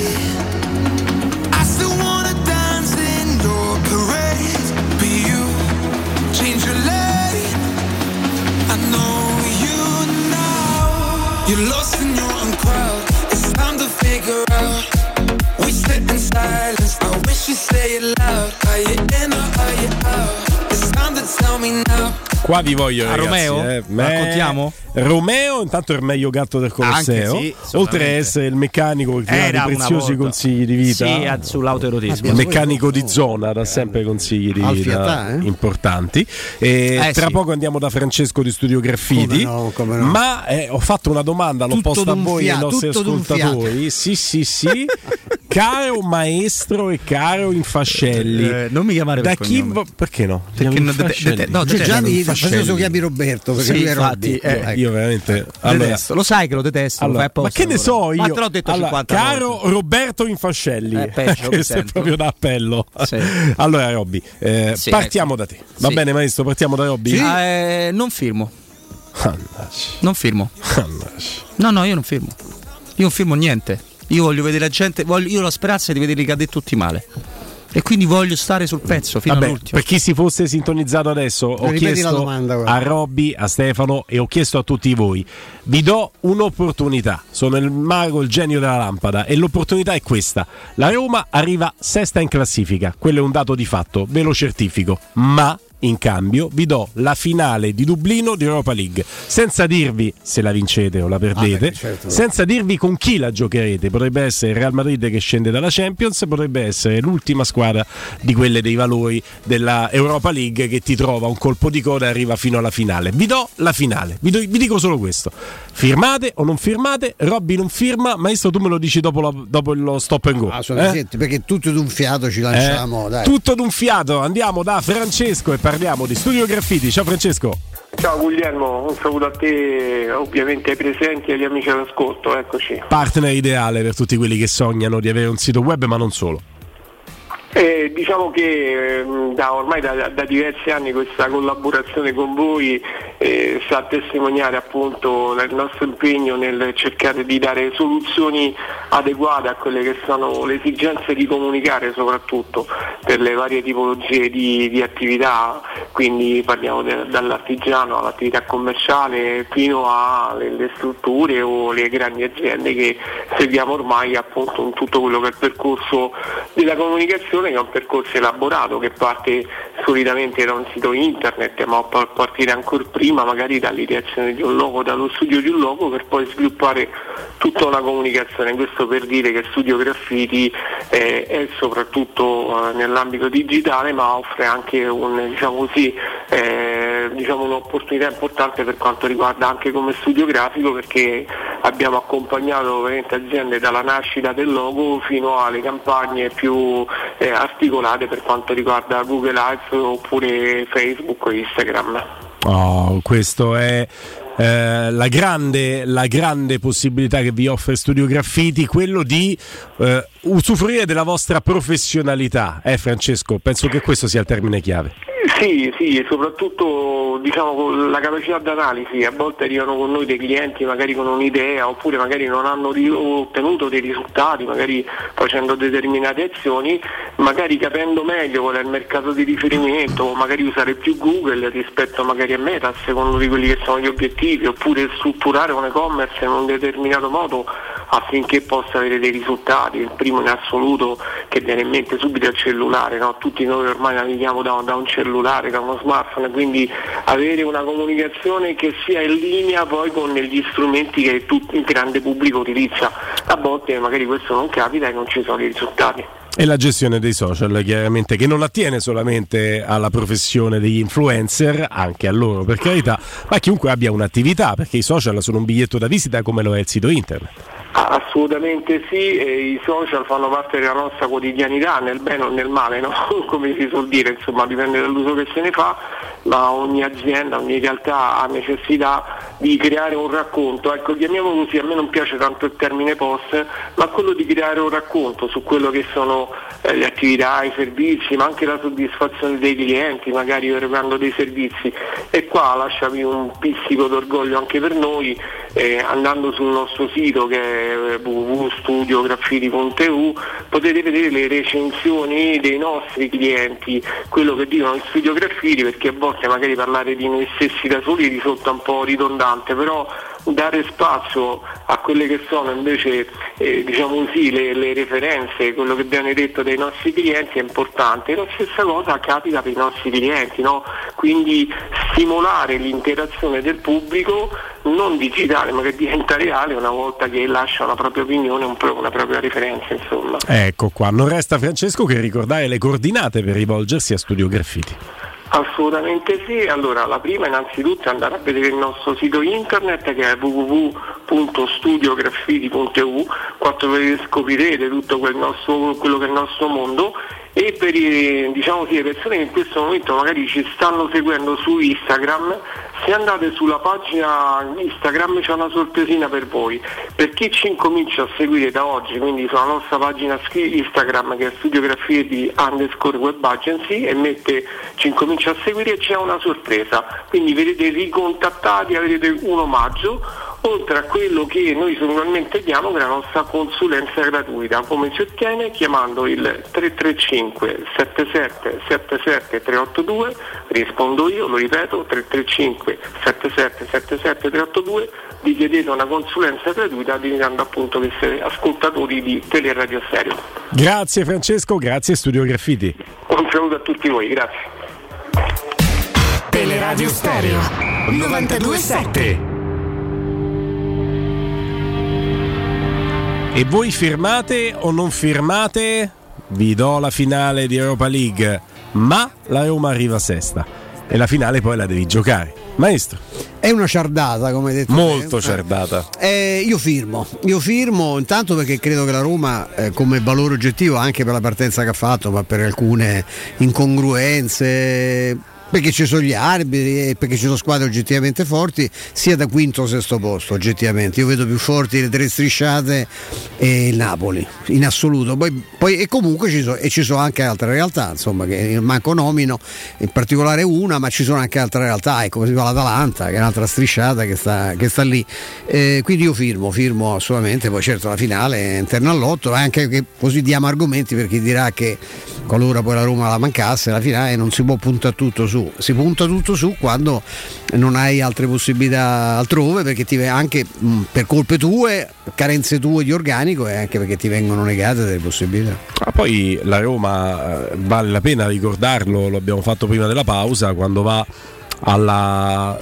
I still wanna dance in your parade. But you change your lane. I know you now. You're lost in your own crowd. It's time to figure out. We sit in silence. I wish you'd say it loud. Are you in or are you out? It's time to tell me now. Qua vi voglio, ragazzi. Romeo? Raccontiamo? Romeo, intanto è il meglio gatto del Colosseo. Sì, oltre a essere il meccanico che dà dei preziosi consigli di vita. Sì, sull'autoerotismo. Il meccanico di zona dà sempre consigli di vita importanti. Tra poco andiamo da Francesco di Studio Graffiti. Come no. Ma ho fatto una domanda, l'ho posta a voi ai nostri ascoltatori. Sì. Caro maestro e caro Infascelli, non mi chiamare da chi perché no? Perché Gianni lo chiami Roberto perché lui è infatti, io veramente lo sai che lo detesto. Allora, ma che ne so io? Ma te l'ho detto 50 caro volte. Roberto Infascelli, questo è proprio da appello. Sì. Allora Robby, partiamo da te. Va bene maestro, partiamo da Robby? Sì. Non firmo. Non firmo. No, io non firmo. Io non firmo niente. Io voglio vedere la gente, io ho la speranza di vederli cadere tutti male. E quindi voglio stare sul pezzo fino all'ultimo. Per chi si fosse sintonizzato adesso, ho chiesto a Robby, a Stefano e ho chiesto a tutti voi. Vi do un'opportunità. Sono il mago, il genio della lampada e l'opportunità è questa. La Roma arriva sesta in classifica. Quello è un dato di fatto, ve lo certifico. Ma in cambio vi do la finale di Dublino di Europa League, senza dirvi se la vincete o la perdete, senza dirvi con chi la giocherete. Potrebbe essere il Real Madrid che scende dalla Champions, potrebbe essere l'ultima squadra di quelle dei valori della Europa League che ti trova un colpo di coda e arriva fino alla finale. Vi do la finale, vi dico solo questo: firmate o non firmate. Robby non firma, maestro tu me lo dici dopo lo stop and go. Perché tutto d'un fiato ci lanciamo, dai. Tutto d'un fiato, andiamo da Francesco e parliamo di Studio Graffiti. Ciao Francesco. Ciao Guglielmo, un saluto a te, ovviamente ai presenti e agli amici all'ascolto, eccoci. Partner ideale per tutti quelli che sognano di avere un sito web, ma non solo. Diciamo che ormai da diversi anni questa collaborazione con voi sta a testimoniare appunto il nostro impegno nel cercare di dare soluzioni adeguate a quelle che sono le esigenze di comunicare, soprattutto per le varie tipologie di attività, quindi parliamo dall'artigiano all'attività commerciale fino alle strutture o le grandi aziende che seguiamo ormai appunto in tutto quello che è il percorso della comunicazione, che è un percorso elaborato che parte solitamente da un sito internet, ma può partire ancora prima magari dall'ideazione di un logo, dallo studio di un logo, per poi sviluppare tutta una comunicazione. Questo per dire che Studio Graffiti è soprattutto nell'ambito digitale, ma offre anche un'opportunità importante per quanto riguarda anche come studio grafico, perché abbiamo accompagnato veramente aziende dalla nascita del logo fino alle campagne più articolate per quanto riguarda Google Ads oppure Facebook o Instagram. Questo è la grande possibilità che vi offre Studio Graffiti, quello di usufruire della vostra professionalità. Francesco, penso che questo sia il termine chiave. Sì, soprattutto con la capacità d'analisi. A volte arrivano con noi dei clienti magari con un'idea, oppure magari non hanno ottenuto dei risultati, magari facendo determinate azioni, magari capendo meglio qual è il mercato di riferimento, o magari usare più Google rispetto magari a Meta, a secondo di quelli che sono gli obiettivi, oppure strutturare un e-commerce in un determinato modo affinché possa avere dei risultati. Il primo in assoluto che viene in mente subito è il cellulare, no? Tutti noi ormai navighiamo da un cellulare, da uno smartphone, quindi avere una comunicazione che sia in linea poi con gli strumenti che tutto il grande pubblico utilizza. A volte magari questo non capita e non ci sono i risultati. E la gestione dei social, chiaramente, che non attiene solamente alla professione degli influencer, anche a loro per carità, ma chiunque abbia un'attività, perché i social sono un biglietto da visita come lo è il sito internet. Assolutamente sì, i social fanno parte della nostra quotidianità, nel bene o nel male, no? Come si suol dire, insomma, dipende dall'uso che se ne fa, ma ogni azienda, ogni realtà ha necessità di creare un racconto. Ecco, chiamiamolo così, a me non piace tanto il termine post, ma quello di creare un racconto su quello che sono le attività, i servizi, ma anche la soddisfazione dei clienti, magari erogando dei servizi. E qua lasciami un pizzico d'orgoglio anche per noi, andando sul nostro sito che è www.studiograffiti.eu, potete vedere le recensioni dei nostri clienti, quello che dicono in Studio Graffiti, perché a volte magari parlare di noi stessi da soli risulta un po' ridondante, però dare spazio a quelle che sono invece le referenze, quello che viene detto dai nostri clienti è importante. E la stessa cosa capita per i nostri clienti, no? Quindi stimolare l'interazione del pubblico, non digitale ma che diventa reale una volta che lascia la propria opinione, una propria referenza, insomma. Ecco qua, non resta, Francesco, che ricordare le coordinate per rivolgersi a Studio Graffiti. Assolutamente sì. Allora, la prima innanzitutto è andare a vedere il nostro sito internet che è www.studiograffiti.eu, quando scoprirete tutto quello che è il nostro mondo. E per le persone che in questo momento magari ci stanno seguendo su Instagram, se andate sulla pagina Instagram c'è una sorpresina per voi. Per chi ci incomincia a seguire da oggi, quindi sulla nostra pagina Instagram che è studiograffiti_web_agency, e ci incomincia a seguire, c'è una sorpresa, quindi verrete ricontattati, avrete un omaggio, oltre a quello che noi normalmente diamo, che è la nostra consulenza gratuita. Come si ottiene? Chiamando il 335 77 77 382, rispondo io, lo ripeto, 335 77 77 382, vi chiedete una consulenza gratuita diventando appunto che siete ascoltatori di Teleradio Stereo. Grazie Francesco, grazie Studio Graffiti. Un saluto a tutti voi, grazie. Teleradio Stereo 92.7. E voi firmate o non firmate? Vi do la finale di Europa League, ma la Roma arriva sesta e la finale poi la devi giocare. Maestro, è una ciardata, come hai detto. Molto ciardata. Io firmo intanto perché credo che la Roma come valore oggettivo, anche per la partenza che ha fatto, ma per alcune incongruenze, perché ci sono gli arbitri e perché ci sono squadre oggettivamente forti, sia da quinto o sesto posto. Oggettivamente io vedo più forti le tre strisciate e il Napoli in assoluto. Poi e comunque ci sono anche altre realtà, insomma, che manco nomino, in particolare una, ma ci sono anche altre realtà, e come si fa l'Atalanta, che è un'altra strisciata che sta lì. Quindi io firmo assolutamente. Poi certo la finale è interna all'otto, anche che così diamo argomenti per chi dirà che qualora poi la Roma la mancasse la finale non si può puntare tutto su. Si punta tutto su quando non hai altre possibilità altrove, perché anche per colpe tue, carenze tue di organico, e anche perché ti vengono negate delle possibilità. Poi la Roma, vale la pena ricordarlo, lo abbiamo fatto prima della pausa, quando va alla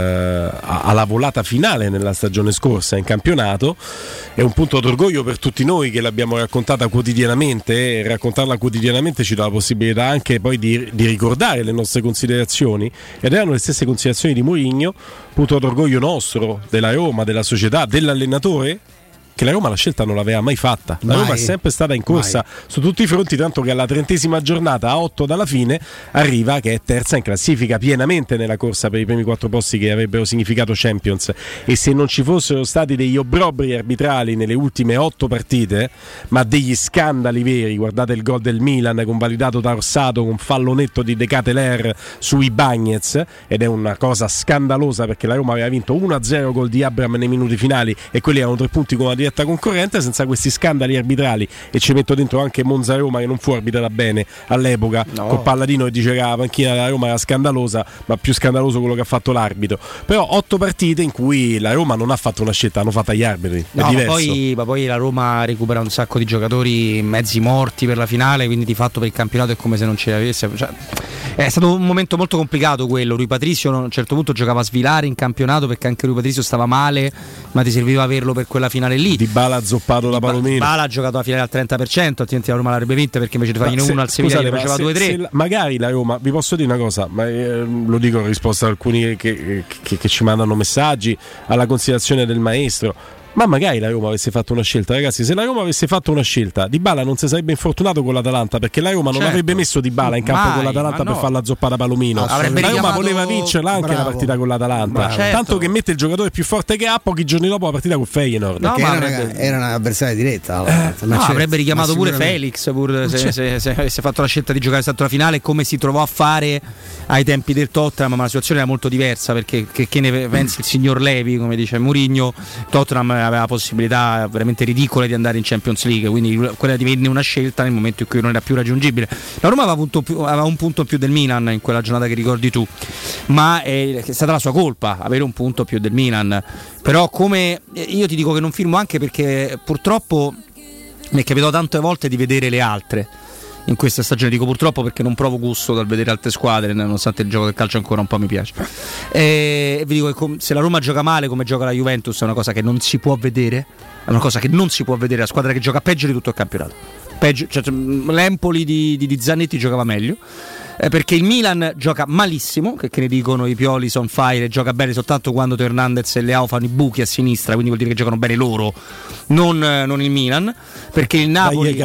volata finale nella stagione scorsa in campionato, è un punto d'orgoglio per tutti noi che l'abbiamo raccontata quotidianamente, e raccontarla quotidianamente ci dà la possibilità anche poi di ricordare le nostre considerazioni, ed erano le stesse considerazioni di Mourinho, punto d'orgoglio nostro, della Roma, della società, dell'allenatore, che la Roma la scelta non l'aveva mai fatta. La Roma è sempre stata in corsa su tutti i fronti, tanto che alla 30ª giornata, a 8 dalla fine, arriva che è terza in classifica, pienamente nella corsa per i primi 4 posti che avrebbero significato Champions. E se non ci fossero stati degli obbrobri arbitrali nelle ultime 8 partite, ma degli scandali veri, guardate il gol del Milan convalidato da Orsato con fallo netto di De Ketelaere sui Bagnez, ed è una cosa scandalosa perché la Roma aveva vinto 1-0 gol di Abraham nei minuti finali, e quelli erano 3 punti con una diretta concorrente, senza questi scandali arbitrali. E ci metto dentro anche Monza Roma, che non fu arbitrata bene all'epoca, col Palladino che dice che la panchina della Roma era scandalosa, ma più scandaloso quello che ha fatto l'arbitro. Però 8 partite in cui la Roma non ha fatto una scelta, hanno fatto gli arbitri. Ma poi la Roma recupera un sacco di giocatori mezzi morti per la finale, quindi di fatto per il campionato è come se non ce l'avesse. È stato un momento molto complicato quello. Rui Patricio a un certo punto giocava a svilare in campionato, perché anche Rui Patricio stava male, ma ti serviva averlo per quella finale lì. Dybala zoppato da Palomino. Dybala ha giocato la finale al 30%, altrimenti la Roma l'avrebbe vinta, perché invece di fargliene uno al Sevilla ne faceva 2-3. Magari la Roma, vi posso dire una cosa, ma lo dico in risposta a alcuni che ci mandano messaggi, alla considerazione del maestro. Ma magari la Roma avesse fatto una scelta, ragazzi. Se la Roma avesse fatto una scelta, Dybala non si sarebbe infortunato con l'Atalanta, perché la Roma non avrebbe messo Dybala in campo con l'Atalanta per fare la zoppata Palomino. La Roma voleva vincerla anche la partita con l'Atalanta, tanto che mette il giocatore più forte che ha pochi giorni dopo la partita con Feyenoord. Era un'avversaria diretta. Avrebbe richiamato pure Felix, se avesse fatto la scelta di giocare tanto la finale, come si trovò a fare ai tempi del Tottenham. Ma la situazione era molto diversa, perché che ne pensi il signor Levi, come dice Mourinho, Tottenham aveva possibilità veramente ridicole di andare in Champions League, quindi quella divenne una scelta nel momento in cui non era più raggiungibile. La Roma aveva un punto più del Milan in quella giornata che ricordi tu, ma è stata la sua colpa avere un punto più del Milan. Però come io ti dico che non firmo, anche perché purtroppo mi è capitato tante volte di vedere le altre in questa stagione. Dico purtroppo perché non provo gusto dal vedere altre squadre, nonostante il gioco del calcio ancora un po' mi piace. E vi dico che se la Roma gioca male come gioca la Juventus, è una cosa che non si può vedere. È una cosa che non si può vedere. La squadra che gioca peggio di tutto il campionato. Peggio, cioè, l'Empoli di Zanetti giocava meglio. Perché il Milan gioca malissimo, che ne dicono i Pioli, sono fire, gioca bene soltanto quando Teo Hernandez e Leao fanno i buchi a sinistra, quindi vuol dire che giocano bene loro, non il Milan. Perché il Napoli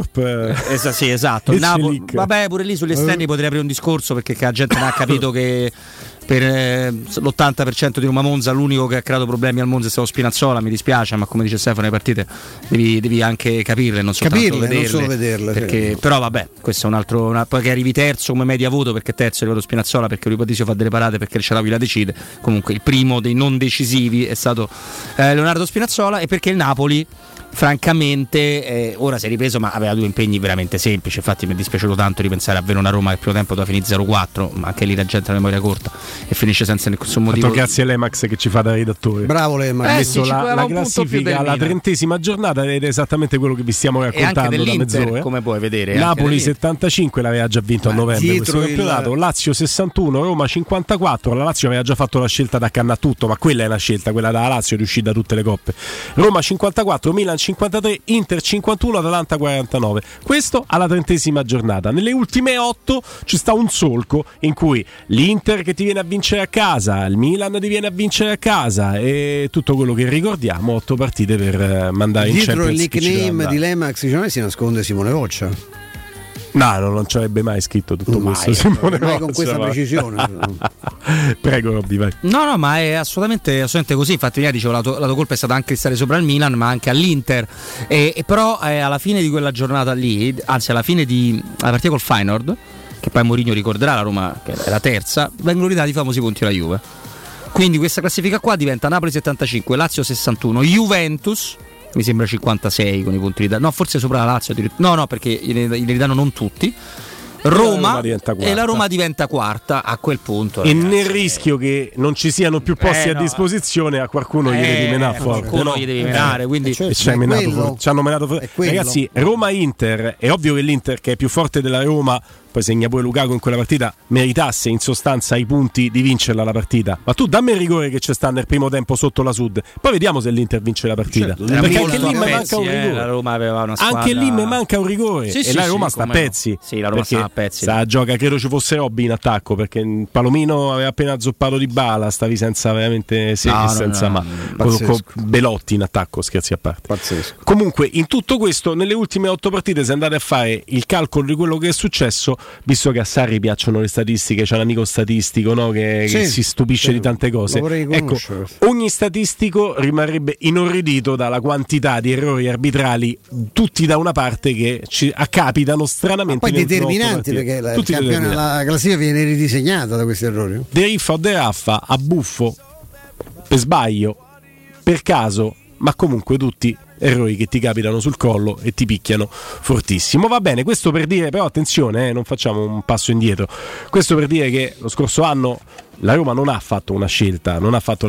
sì, esatto, il Napoli, vabbè, pure lì sugli esterni potrei aprire un discorso, perché la gente non ha capito che per l'80% di Roma Monza l'unico che ha creato problemi al Monza è stato Spinazzola. Mi dispiace, ma come dice Stefano, le partite devi anche capirle, non soltanto vederle, perché, però vabbè, questo è un altro, poi che arrivi terzo come media voto, perché terzo è arrivato Spinazzola, perché Rui Patricio fa delle parate, perché il Sharawi la decide. Comunque il primo dei non decisivi è stato Leonardo Spinazzola, e perché il Napoli francamente ora si è ripreso, ma aveva 2 impegni veramente semplici. Infatti mi è dispiaciuto tanto di pensare a Verona-Roma, che il primo tempo doveva finire 0-4, ma anche lì la gente ha la memoria corta e finisce senza nessun motivo. Grazie a Lemax che ci fa da redattore. Bravo Lemax. Ha messo la classifica alla 30ª giornata, ed è esattamente quello che vi stiamo raccontando da mezz'ora. Come puoi vedere, Napoli 75, l'aveva già vinto a novembre questo campionato. Lazio 61, Roma 54. La Lazio aveva già fatto la scelta da canna a tutto, ma quella è una scelta, quella della Lazio, di uscire da tutte le coppe. Roma 54, Milan 53, Inter 51, Atalanta 49. Questo alla 30ª giornata. Nelle ultime 8 ci sta un solco in cui l'Inter che ti viene a vincere a casa, il Milan ti viene a vincere a casa, e tutto quello che ricordiamo. 8 partite per mandare in Champions League. Dietro il nickname di Lemax, si nasconde Simone Voccia. No, non ci avrebbe mai scritto tutto questo Simone Mozza, con questa precisione. Prego Robby, vai. No, ma è assolutamente così. Infatti ieri dicevo, la tua colpa è stata anche di stare sopra il Milan, ma anche all'Inter, e però alla fine di quella giornata lì, anzi alla fine della partita col Feyenoord, che poi Mourinho ricorderà, la Roma che era terza, vengono ridati i famosi punti alla Juve. Quindi questa classifica qua diventa Napoli 75, Lazio 61, Juventus mi sembra 56 con i punti di no, forse sopra la Lazio, no, perché li ridanno non tutti. Roma e la Roma diventa quarta a quel punto. E nel rischio che non ci siano più posti a disposizione, a qualcuno gli devi menare forte. Qualcuno gli devi menare, quindi ci hanno menato forte. Ragazzi, Roma-Inter, è ovvio che l'Inter, che è più forte della Roma, poi segna pure Lukaku in quella partita, meritasse in sostanza i punti di vincerla la partita. Ma tu dammi il rigore che c'è sta nel primo tempo sotto la Sud, poi vediamo se l'Inter vince la partita. Certo, perché anche lì mi manca un rigore. La Roma aveva una squadra... Anche lì mi manca un rigore. Sì, e la Roma sta a pezzi. Sì, la Roma sta a pezzi. Gioca, credo ci fosse Robby in attacco, perché Palomino aveva appena zoppato di bala, stavi senza veramente con Belotti in attacco, scherzi a parte. Pazzesco. Comunque in tutto questo, nelle ultime 8 partite, se andate a fare il calcolo di quello che è successo, visto che a Sarri piacciono le statistiche, c'è un amico statistico, no, che si stupisce di tante cose, ecco, ogni statistico rimarrebbe inorridito dalla quantità di errori arbitrali, tutti da una parte, che ci capitano stranamente. Ma poi determinanti, perché la classifica viene ridisegnata da questi errori. De riffa o de raffa, a buffo, per sbaglio, per caso, ma comunque tutti errori che ti capitano sul collo e ti picchiano fortissimo. Va bene, questo per dire, però attenzione, non facciamo un passo indietro, questo per dire che lo scorso anno la Roma non ha fatto la scelta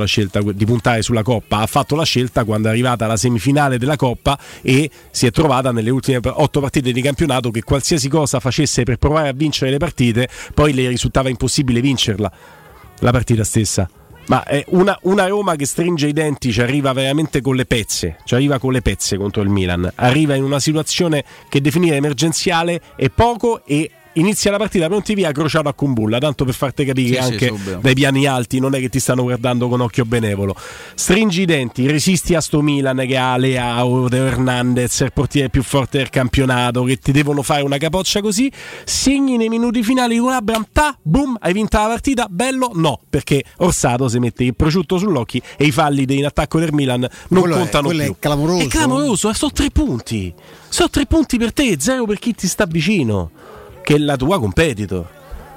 di puntare sulla Coppa, ha fatto la scelta quando è arrivata alla semifinale della Coppa e si è trovata nelle ultime 8 partite di campionato che qualsiasi cosa facesse per provare a vincere le partite, poi le risultava impossibile vincerla la partita stessa. Ma è una Roma che stringe i denti, ci arriva veramente con le pezze, contro il Milan, arriva in una situazione che definire emergenziale è poco e inizia la partita pronti via crociato a Kumbulla, tanto per farti capire che anche dai piani alti non è che ti stanno guardando con occhio benevolo. Stringi i denti, resisti a sto Milan che ha Leao, Teo Hernandez, il portiere più forte del campionato, che ti devono fare una capoccia così, segni nei minuti finali con Abraham, boom, hai vinto la partita, bello? No, perché Orsato si mette il prosciutto sull'occhio e i falli in attacco del Milan non contano più. È clamoroso, sono 3 punti, per te, 0 per chi ti sta vicino, che è la tua competitor.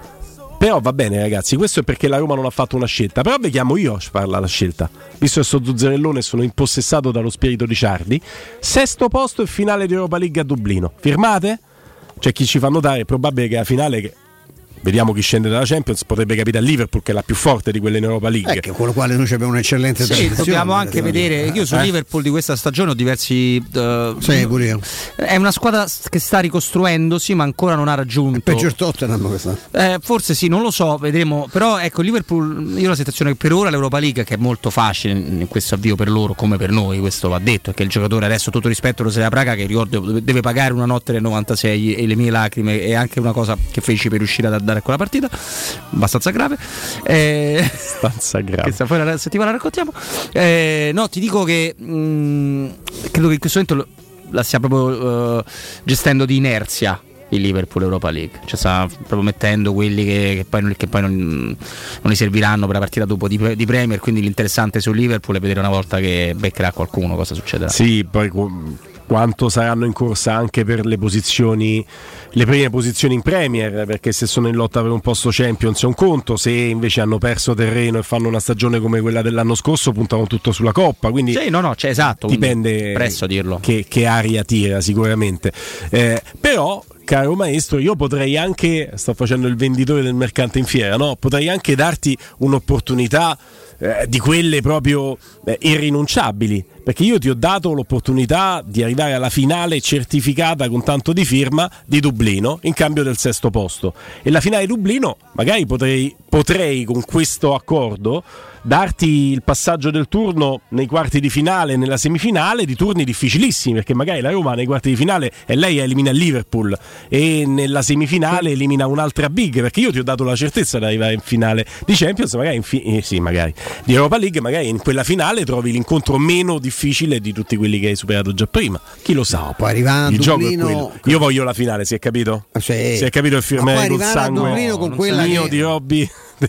Però va bene ragazzi, questo è perché la Roma non ha fatto una scelta, però vediamo io parla la scelta, visto che sto zuzzerellone, sono impossessato dallo spirito di Ciardi. 6° posto e finale di Europa League a Dublino, firmate? C'è chi ci fa notare, è probabile che la finale, che vediamo chi scende dalla Champions, potrebbe capitare a Liverpool, che è la più forte di quelle in Europa League, con la quale noi abbiamo un'eccellente tradizione. Dobbiamo anche vedere, io su Liverpool di questa stagione ho diversi pure io. È una squadra che sta ricostruendosi, ma ancora non ha raggiunto peggio Tottenham questa. Forse sì, non lo so, vedremo. Però ecco, Liverpool, io ho la sensazione che per ora l'Europa League, che è molto facile in questo avvio per loro come per noi, questo va detto, è che il giocatore adesso, tutto rispetto lo Slavia Praga, che ricordo deve pagare una notte del 96 e le mie lacrime, è anche una cosa che feci per riuscire ad andare a quella partita, abbastanza grave, questa poi la settimana la raccontiamo. No, ti dico che credo che in questo momento la stia proprio gestendo di inerzia il Liverpool Europa League, cioè sta proprio mettendo quelli che poi non li serviranno per la partita dopo di Premier, quindi l'interessante sul Liverpool è vedere una volta che beccherà qualcuno cosa succederà. Sì, poi quanto saranno in corsa anche per le prime posizioni in Premier, perché se sono in lotta per un posto Champions è un conto, se invece hanno perso terreno e fanno una stagione come quella dell'anno scorso puntano tutto sulla Coppa, quindi c'è esatto, dipende presto a dirlo che aria tira sicuramente, però caro maestro, io potrei anche, sto facendo il venditore del mercante in fiera, no? Potrei anche darti un'opportunità di quelle proprio irrinunciabili, perché io ti ho dato l'opportunità di arrivare alla finale certificata con tanto di firma di Dublino in cambio del 6° posto, e la finale di Dublino magari potrei con questo accordo darti il passaggio del turno nei quarti di finale e nella semifinale, di turni difficilissimi, perché magari la Roma nei quarti di finale e lei elimina il Liverpool e nella semifinale elimina un'altra big, perché io ti ho dato la certezza di arrivare in finale di Champions, magari magari di Europa League, magari in quella finale trovi l'incontro meno difficile difficile di tutti quelli che hai superato già prima. Chi lo sa? No, poi arrivando il gioco è quello. Io voglio la finale, si è capito? Si è capito il firmare col sangue con quella mio di Robby.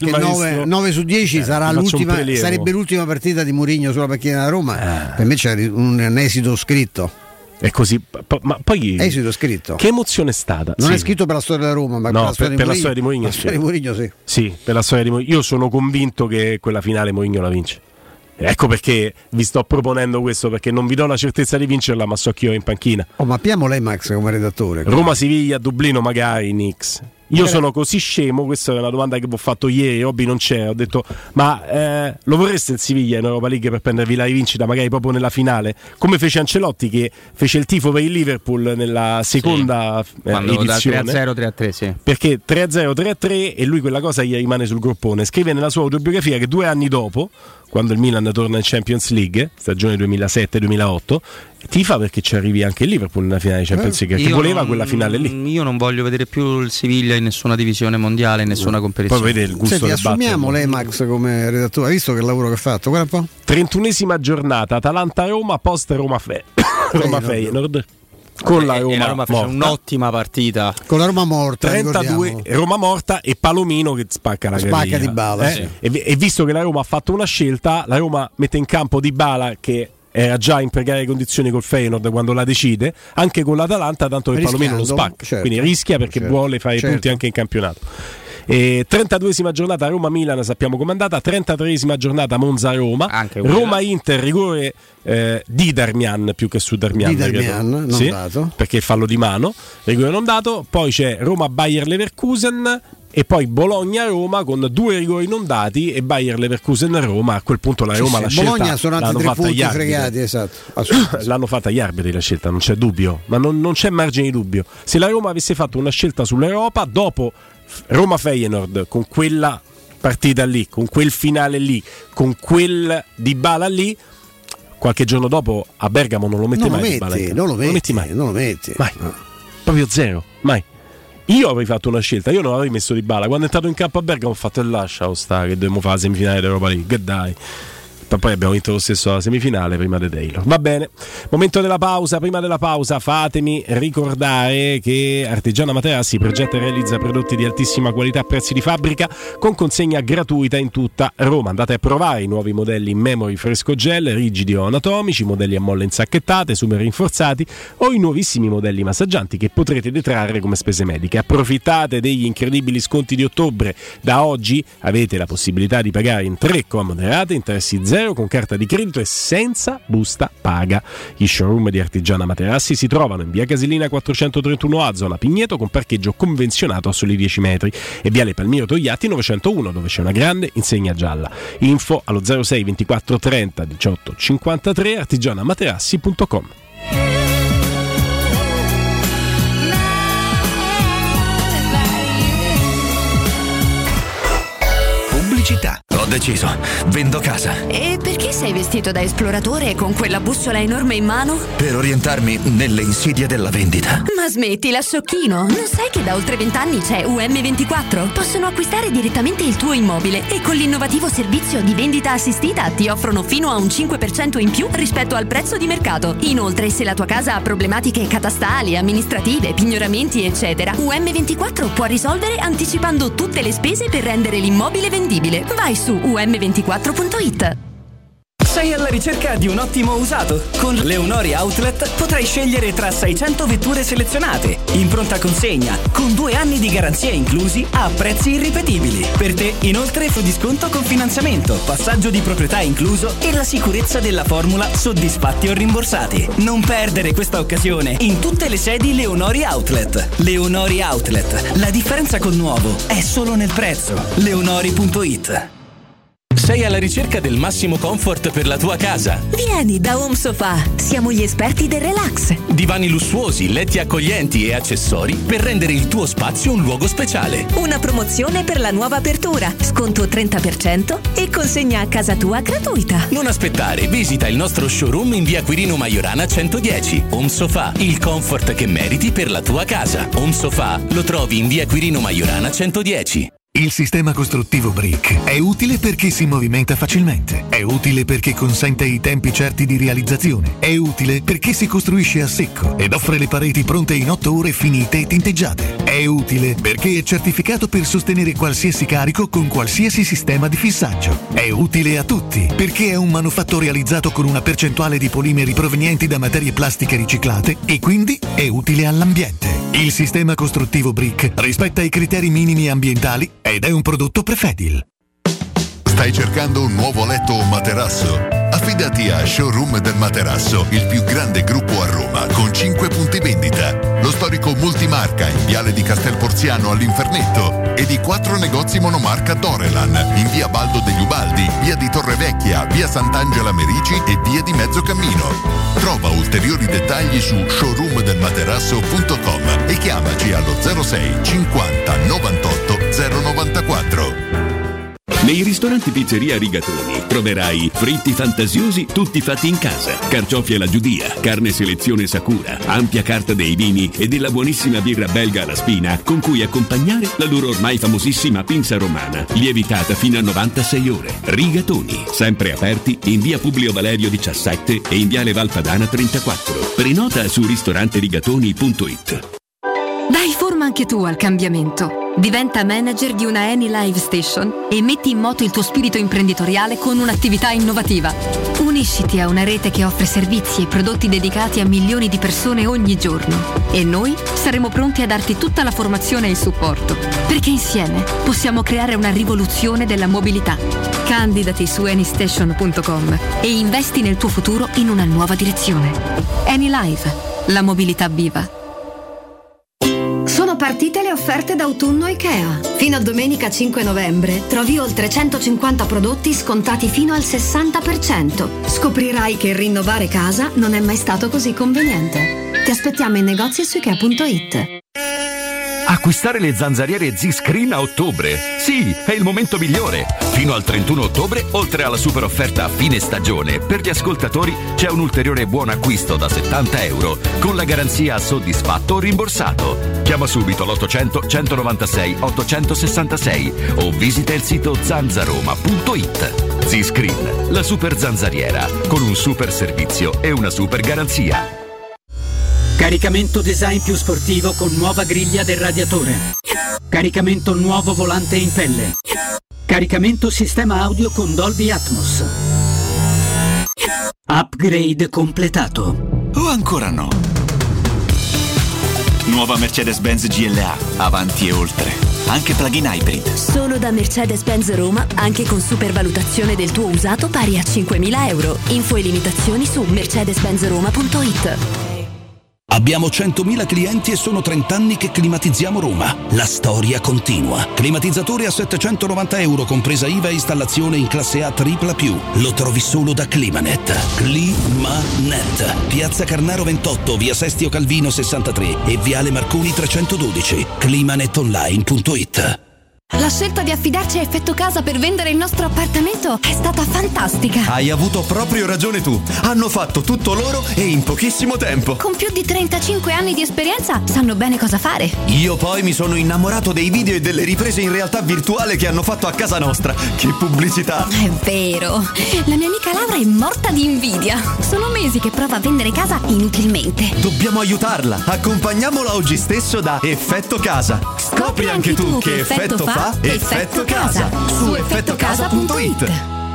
9 su 10 sarà sarebbe l'ultima partita di Mourinho sulla panchina della Roma. Per me c'è un esito scritto. È così, ma poi esito scritto. Che emozione è stata? Non è scritto per la storia della Roma, ma per la storia di Mourinho. La storia di Mourinho, sì. Sì, per la storia di Mourinho. Io sono convinto che quella finale Mourinho la vince. Ecco perché vi sto proponendo questo, perché non vi do la certezza di vincerla, ma so che io in panchina. Ma appiamo lei, Max, come redattore. Roma-Siviglia, Dublino, magari Knicks. Io sono così scemo, questa è una domanda che vi ho fatto ieri, Robby non c'è, ho detto ma lo vorreste il Siviglia in Europa League per prendervi la rivincita magari proprio nella finale? Come fece Ancelotti che fece il tifo per il Liverpool nella seconda edizione. Da 3-0, 3-3, sì. Perché 3-0, 3-3 e lui quella cosa gli rimane sul groppone. Scrive nella sua autobiografia che 2 anni dopo, quando il Milan torna in Champions League, stagione 2007-2008, tifa perché ci arrivi anche il Liverpool nella finale di Champions League, che voleva quella finale lì. Io non voglio vedere più il Siviglia in nessuna divisione mondiale, in nessuna competizione. Poi vede il gusto del assumiamo lei, Max, come redattore. Hai visto che lavoro che ha fatto? Guarda un po'. 31esima giornata, Atalanta-Roma, post Roma-Feyenoord. Con la Roma fece un'ottima partita. Con la Roma morta. 32 Roma morta e Palomino che spacca la spacca Dybala, sì. E visto che la Roma ha fatto una scelta, la Roma mette in campo Dybala che era già in precarie condizioni col Feyenoord quando la decide, anche con l'Atalanta, tanto che Palomino lo spacca, certo. Quindi rischia perché vuole fare i punti anche in campionato. 32esima giornata Roma-Milan, sappiamo com'è andata. 33esima giornata Monza-Roma, Roma-Inter, rigore di Darmian più che su Darmian, non dato, perché il fallo di mano, rigore non dato. Poi c'è Roma-Bayer Leverkusen e poi Bologna-Roma con 2 rigori non dati e Bayer Leverkusen-Roma. A quel punto la Roma la scelta Bologna sono altri 3 punti fregati, esatto. L'hanno fatta gli arbitri la scelta, non c'è dubbio, ma non c'è margine di dubbio. Se la Roma avesse fatto una scelta sull'Europa dopo Roma-Feyenoord, con quella partita lì, con quel finale lì, con quel Dybala lì, qualche giorno dopo a Bergamo non lo metti mai. Non lo metti mai. Proprio zero, mai. Io avrei fatto una scelta, io non avrei messo Dybala. Quando è entrato in campo a Bergamo ho fatto il lascia sta che dobbiamo fare la semifinale d'Europa League, dai. Poi abbiamo vinto lo stesso la semifinale prima di Taylor. Va bene, momento della pausa. Prima della pausa fatemi ricordare che Artigiana Materassi progetta e realizza prodotti di altissima qualità a prezzi di fabbrica con consegna gratuita in tutta Roma. Andate a provare i nuovi modelli in memory fresco gel, rigidi o anatomici, modelli a molle insacchettate, super rinforzati o i nuovissimi modelli massaggianti che potrete detrarre come spese mediche. Approfittate degli incredibili sconti di ottobre. Da oggi avete la possibilità di pagare in 3 comode rate, interessi 0 con carta di credito e senza busta paga. Gli showroom di Artigiana Materassi si trovano in via Casilina 431A, zona Pigneto, con parcheggio convenzionato a soli 10 metri, e viale Palmiro Togliatti 901, dove c'è una grande insegna gialla. Info allo 06 24 30 18 53 artigianamaterassi.com. Ho deciso, vendo casa. E perché sei vestito da esploratore con quella bussola enorme in mano? Per orientarmi nelle insidie della vendita. Ma smettila, sciocchino. Non sai che da oltre 20 anni c'è UM24? Possono acquistare direttamente il tuo immobile e con l'innovativo servizio di vendita assistita ti offrono fino a un 5% in più rispetto al prezzo di mercato. Inoltre, se la tua casa ha problematiche catastali, amministrative, pignoramenti, eccetera, UM24 può risolvere anticipando tutte le spese per rendere l'immobile vendibile. Vai su um24.it. Sei alla ricerca di un ottimo usato? Con Leonori Outlet potrai scegliere tra 600 vetture selezionate, in pronta consegna, con 2 anni di garanzia inclusi a prezzi irripetibili. Per te, inoltre, fu disconto con finanziamento, passaggio di proprietà incluso e la sicurezza della formula soddisfatti o rimborsati. Non perdere questa occasione in tutte le sedi Leonori Outlet. Leonori Outlet, la differenza col nuovo è solo nel prezzo. Leonori.it. Sei alla ricerca del massimo comfort per la tua casa? Vieni da Home Sofa, siamo gli esperti del relax. Divani lussuosi, letti accoglienti e accessori per rendere il tuo spazio un luogo speciale. Una promozione per la nuova apertura, sconto 30% e consegna a casa tua gratuita. Non aspettare, visita il nostro showroom in via Quirino Maiorana 110. Home Sofa, il comfort che meriti per la tua casa. Home Sofa lo trovi in via Quirino Maiorana 110. Il sistema costruttivo Brick è utile perché si movimenta facilmente, è utile perché consente i tempi certi di realizzazione, è utile perché si costruisce a secco ed offre le pareti pronte in 8 ore finite e tinteggiate, è utile perché è certificato per sostenere qualsiasi carico con qualsiasi sistema di fissaggio, è utile a tutti perché è un manufatto realizzato con una percentuale di polimeri provenienti da materie plastiche riciclate e quindi è utile all'ambiente. Il sistema costruttivo Brick rispetta i criteri minimi ambientali ed è un prodotto Prefedil. Stai cercando un nuovo letto o materasso? Affidati a Showroom del Materasso, il più grande gruppo a Roma, con 5 punti vendita. Lo storico multimarca in Viale di Castel Porziano all'Infernetto e di 4 negozi monomarca Dorelan in Via Baldo degli Ubaldi, Via di Torrevecchia, Via Sant'Angela Merici e Via di Mezzocammino. Trova ulteriori dettagli su showroomdelmaterasso.com e chiamaci allo 06 50 98 094. Nei ristoranti Pizzeria Rigatoni troverai fritti fantasiosi tutti fatti in casa, carciofi alla giudia, carne selezione Sakura, ampia carta dei vini e della buonissima birra belga alla spina con cui accompagnare la loro ormai famosissima pinza romana, lievitata fino a 96 ore. Rigatoni, sempre aperti in via Publio Valerio 17 e in viale Valpadana 34. Prenota su ristoranterigatoni.it. Dai forma anche tu al cambiamento. Diventa manager di una Eni Live Station e metti in moto il tuo spirito imprenditoriale con un'attività innovativa. Unisciti a una rete che offre servizi e prodotti dedicati a milioni di persone ogni giorno. E noi saremo pronti a darti tutta la formazione e il supporto, perché insieme possiamo creare una rivoluzione della mobilità. Candidati su enystation.com e investi nel tuo futuro in una nuova direzione. Eni Live, la mobilità viva. Sono partite le offerte d'autunno IKEA. Fino a domenica 5 novembre trovi oltre 150 prodotti scontati fino al 60%. Scoprirai che rinnovare casa non è mai stato così conveniente. Ti aspettiamo in negozi su IKEA.it. Acquistare le zanzariere Z-Screen a ottobre. Sì, è il momento migliore. Fino al 31 ottobre, oltre alla super offerta a fine stagione, per gli ascoltatori c'è un ulteriore buon acquisto da €70 con la garanzia soddisfatto o rimborsato. Chiama subito l'800 196 866 o visita il sito zanzaroma.it. Z-Screen, la super zanzariera, con un super servizio e una super garanzia. Caricamento design più sportivo con nuova griglia del radiatore. Caricamento nuovo volante in pelle. Caricamento sistema audio con Dolby Atmos. Upgrade completato. O ancora no? Nuova Mercedes-Benz GLA, avanti e oltre. Anche plug-in hybrid. Solo da Mercedes-Benz Roma, anche con supervalutazione del tuo usato pari a €5.000. Info e limitazioni su mercedes-benzroma.it. Abbiamo 100.000 clienti e sono 30 anni che climatizziamo Roma. La storia continua. Climatizzatore a €790, compresa IVA e installazione in classe A tripla+. Lo trovi solo da Climanet. Climanet. Piazza Carnaro 28, via Sestio Calvino 63 e viale Marconi 312. climanetonline.it. La scelta di affidarci a Effetto Casa per vendere il nostro appartamento è stata fantastica. Hai avuto proprio ragione tu. Hanno fatto tutto loro e in pochissimo tempo. Con più di 35 anni di esperienza sanno bene cosa fare. Io poi mi sono innamorato dei video e delle riprese in realtà virtuale che hanno fatto a casa nostra. Che pubblicità! È vero. La mia amica Laura è morta di invidia. Sono mesi che prova a vendere casa inutilmente. Dobbiamo aiutarla. Accompagniamola oggi stesso da Effetto Casa. Scopri anche tu che effetto fa Effetto Casa su effettocasa.it.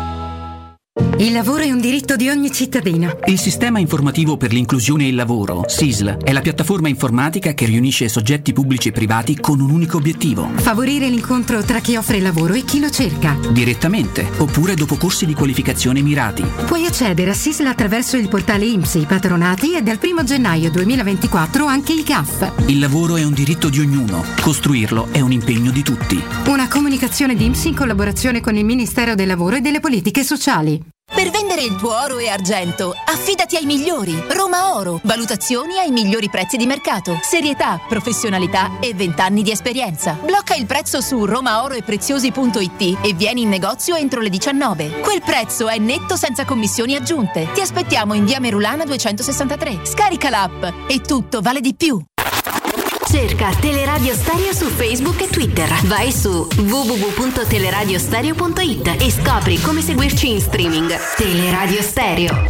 Il lavoro è un diritto di ogni cittadino. Il Sistema Informativo per l'Inclusione e il Lavoro, SISL, è la piattaforma informatica che riunisce soggetti pubblici e privati con un unico obiettivo: favorire l'incontro tra chi offre il lavoro e chi lo cerca. Direttamente, oppure dopo corsi di qualificazione mirati. Puoi accedere a SISL attraverso il portale INPS, i patronati e dal 1 gennaio 2024 anche il GAF. Il lavoro è un diritto di ognuno. Costruirlo è un impegno di tutti. Una comunicazione di INPS in collaborazione con il Ministero del Lavoro e delle Politiche Sociali. Per vendere il tuo oro e argento, affidati ai migliori. Roma Oro. Valutazioni ai migliori prezzi di mercato. Serietà, professionalità e 20 anni di esperienza. Blocca il prezzo su romaoroepreziosi.it e vieni in negozio entro le 19. Quel prezzo è netto senza commissioni aggiunte. Ti aspettiamo in via Merulana 263. Scarica l'app e tutto vale di più. Cerca Teleradio Stereo su Facebook e Twitter. Vai su www.teleradiostereo.it e scopri come seguirci in streaming. Teleradio Stereo.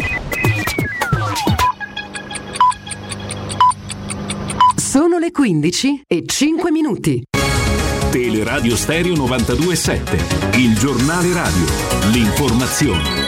Sono le 15:05. Teleradio Stereo 92.7, il giornale radio, l'informazione.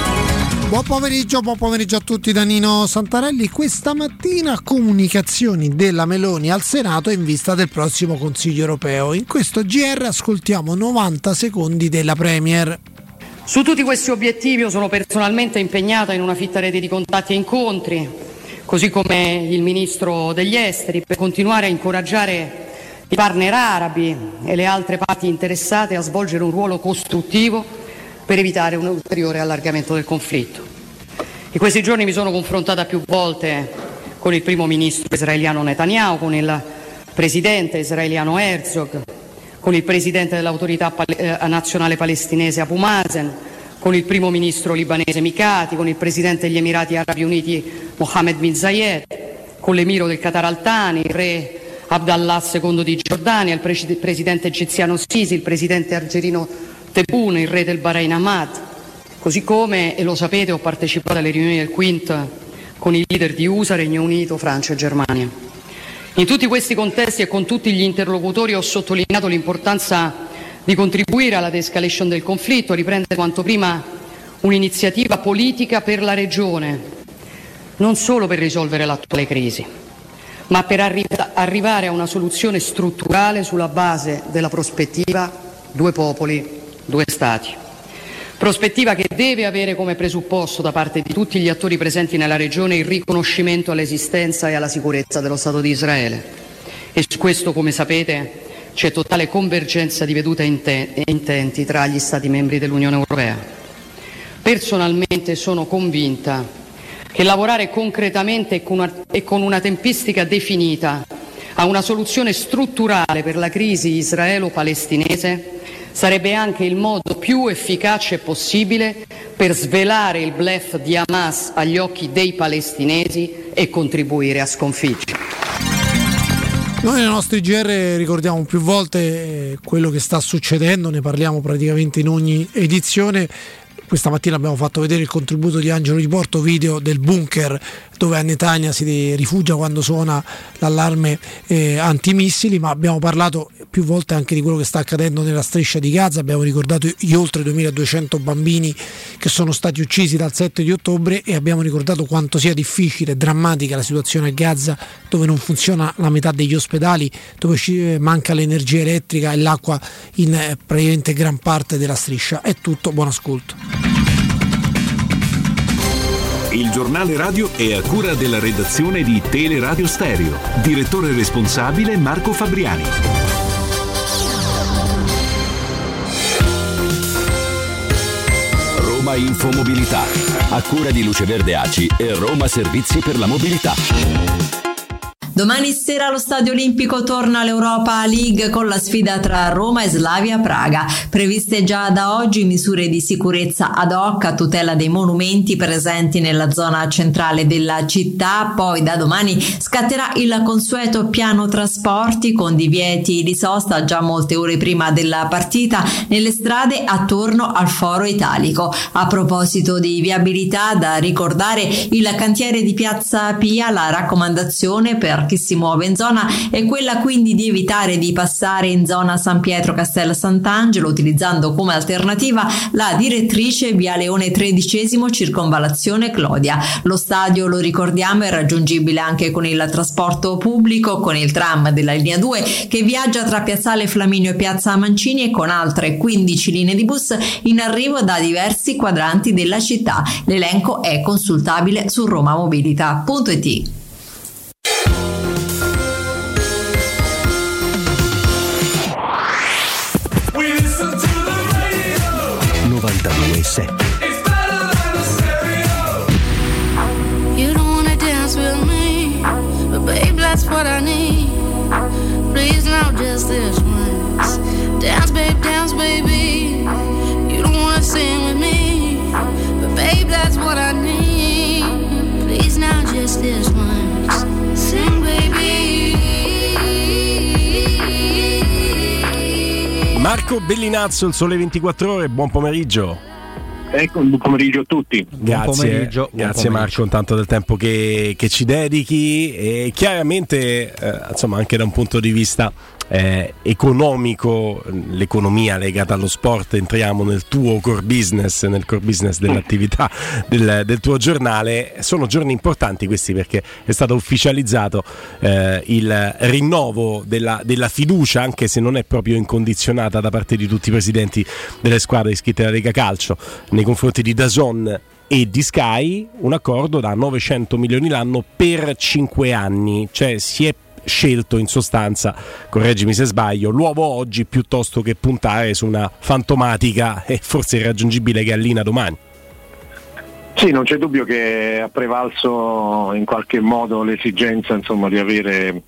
Buon pomeriggio a tutti da Nino Santarelli. Questa mattina comunicazioni della Meloni al Senato in vista del prossimo Consiglio europeo. In questo GR ascoltiamo 90 secondi della Premier. Su tutti questi obiettivi io sono personalmente impegnata in una fitta rete di contatti e incontri, così come il Ministro degli Esteri, per continuare a incoraggiare i partner arabi e le altre parti interessate a svolgere un ruolo costruttivo per evitare un ulteriore allargamento del conflitto. In questi giorni mi sono confrontata più volte con il primo ministro israeliano Netanyahu, con il presidente israeliano Herzog, con il presidente dell'autorità nazionale palestinese Abu Mazen, con il primo ministro libanese Mikati, con il presidente degli Emirati Arabi Uniti Mohammed bin Zayed, con l'emiro del Qatar Al Thani, il re Abdallah II di Giordania, il presidente egiziano Sisi, il presidente algerino Tebboune, il re del Bahrain Ahmad, così come, e lo sapete, ho partecipato alle riunioni del Quint con i leader di USA, Regno Unito, Francia e Germania. In tutti questi contesti e con tutti gli interlocutori ho sottolineato l'importanza di contribuire alla de-escalation del conflitto, a riprendere quanto prima un'iniziativa politica per la regione, non solo per risolvere l'attuale crisi, ma per arrivare a una soluzione strutturale sulla base della prospettiva due popoli, due Stati. Prospettiva che deve avere come presupposto da parte di tutti gli attori presenti nella regione il riconoscimento all'esistenza e alla sicurezza dello Stato di Israele. E su questo, come sapete, c'è totale convergenza di vedute e intenti tra gli Stati membri dell'Unione Europea. Personalmente sono convinta che lavorare concretamente e con una tempistica definita a una soluzione strutturale per la crisi israelo-palestinese sarebbe anche il modo più efficace possibile per svelare il bluff di Hamas agli occhi dei palestinesi e contribuire a sconfiggerlo. Noi nei nostri GR ricordiamo più volte quello che sta succedendo, ne parliamo praticamente in ogni edizione. Questa mattina abbiamo fatto vedere il contributo di Angelo Di Porto, video del bunker dove a Netanya si rifugia quando suona l'allarme antimissili, ma abbiamo parlato più volte anche di quello che sta accadendo nella striscia di Gaza. Abbiamo ricordato gli oltre 2200 bambini che sono stati uccisi dal 7 di ottobre e abbiamo ricordato quanto sia difficile e drammatica la situazione a Gaza, dove non funziona la metà degli ospedali, dove manca l'energia elettrica e l'acqua in praticamente gran parte della striscia. È tutto, buon ascolto. Il giornale radio è a cura della redazione di Teleradio Stereo. Direttore responsabile Marco Fabriani. Roma Infomobilità, a cura di Luce Verde ACI e Roma Servizi per la Mobilità. Domani sera allo Stadio Olimpico torna l'Europa League con la sfida tra Roma e Slavia Praga. Previste già da oggi misure di sicurezza ad hoc a tutela dei monumenti presenti nella zona centrale della città. Poi da domani scatterà il consueto piano trasporti con divieti di sosta già molte ore prima della partita nelle strade attorno al Foro Italico. A proposito di viabilità, da ricordare il cantiere di Piazza Pia, la raccomandazione per chi si muove in zona è quella quindi di evitare di passare in zona San Pietro Castel Sant'Angelo utilizzando come alternativa la direttrice via Leone XIII circonvallazione Clodia. Lo stadio, lo ricordiamo, è raggiungibile anche con il trasporto pubblico, con il tram della linea 2 che viaggia tra Piazzale Flaminio e Piazza Mancini e con altre 15 linee di bus in arrivo da diversi quadranti della città. L'elenco è consultabile su romamobilità.it. 92.7. You don't wanna dance with me, but babe, that's what I need. Please now, just this once. Dance, baby. You don't wanna sing with me, but babe, that's what I need. Please now, just this once. Sing, baby. Marco Bellinazzo, il Sole 24 Ore, buon pomeriggio. Ecco, buon pomeriggio a tutti. Grazie Marco, intanto del tempo che ci dedichi, e chiaramente insomma anche da un punto di vista economico, l'economia legata allo sport, entriamo nel tuo core business, nel core business dell'attività del tuo giornale. Sono giorni importanti questi, perché è stato ufficializzato il rinnovo della fiducia, anche se non è proprio incondizionata, da parte di tutti i presidenti delle squadre iscritte alla Lega Calcio nei confronti di DAZN e di Sky, un accordo da 900 milioni l'anno per 5 anni, cioè si è scelto in sostanza, correggimi se sbaglio, l'uovo oggi piuttosto che puntare su una fantomatica e forse irraggiungibile gallina domani. Sì, non c'è dubbio che ha prevalso in qualche modo l'esigenza, insomma, di avere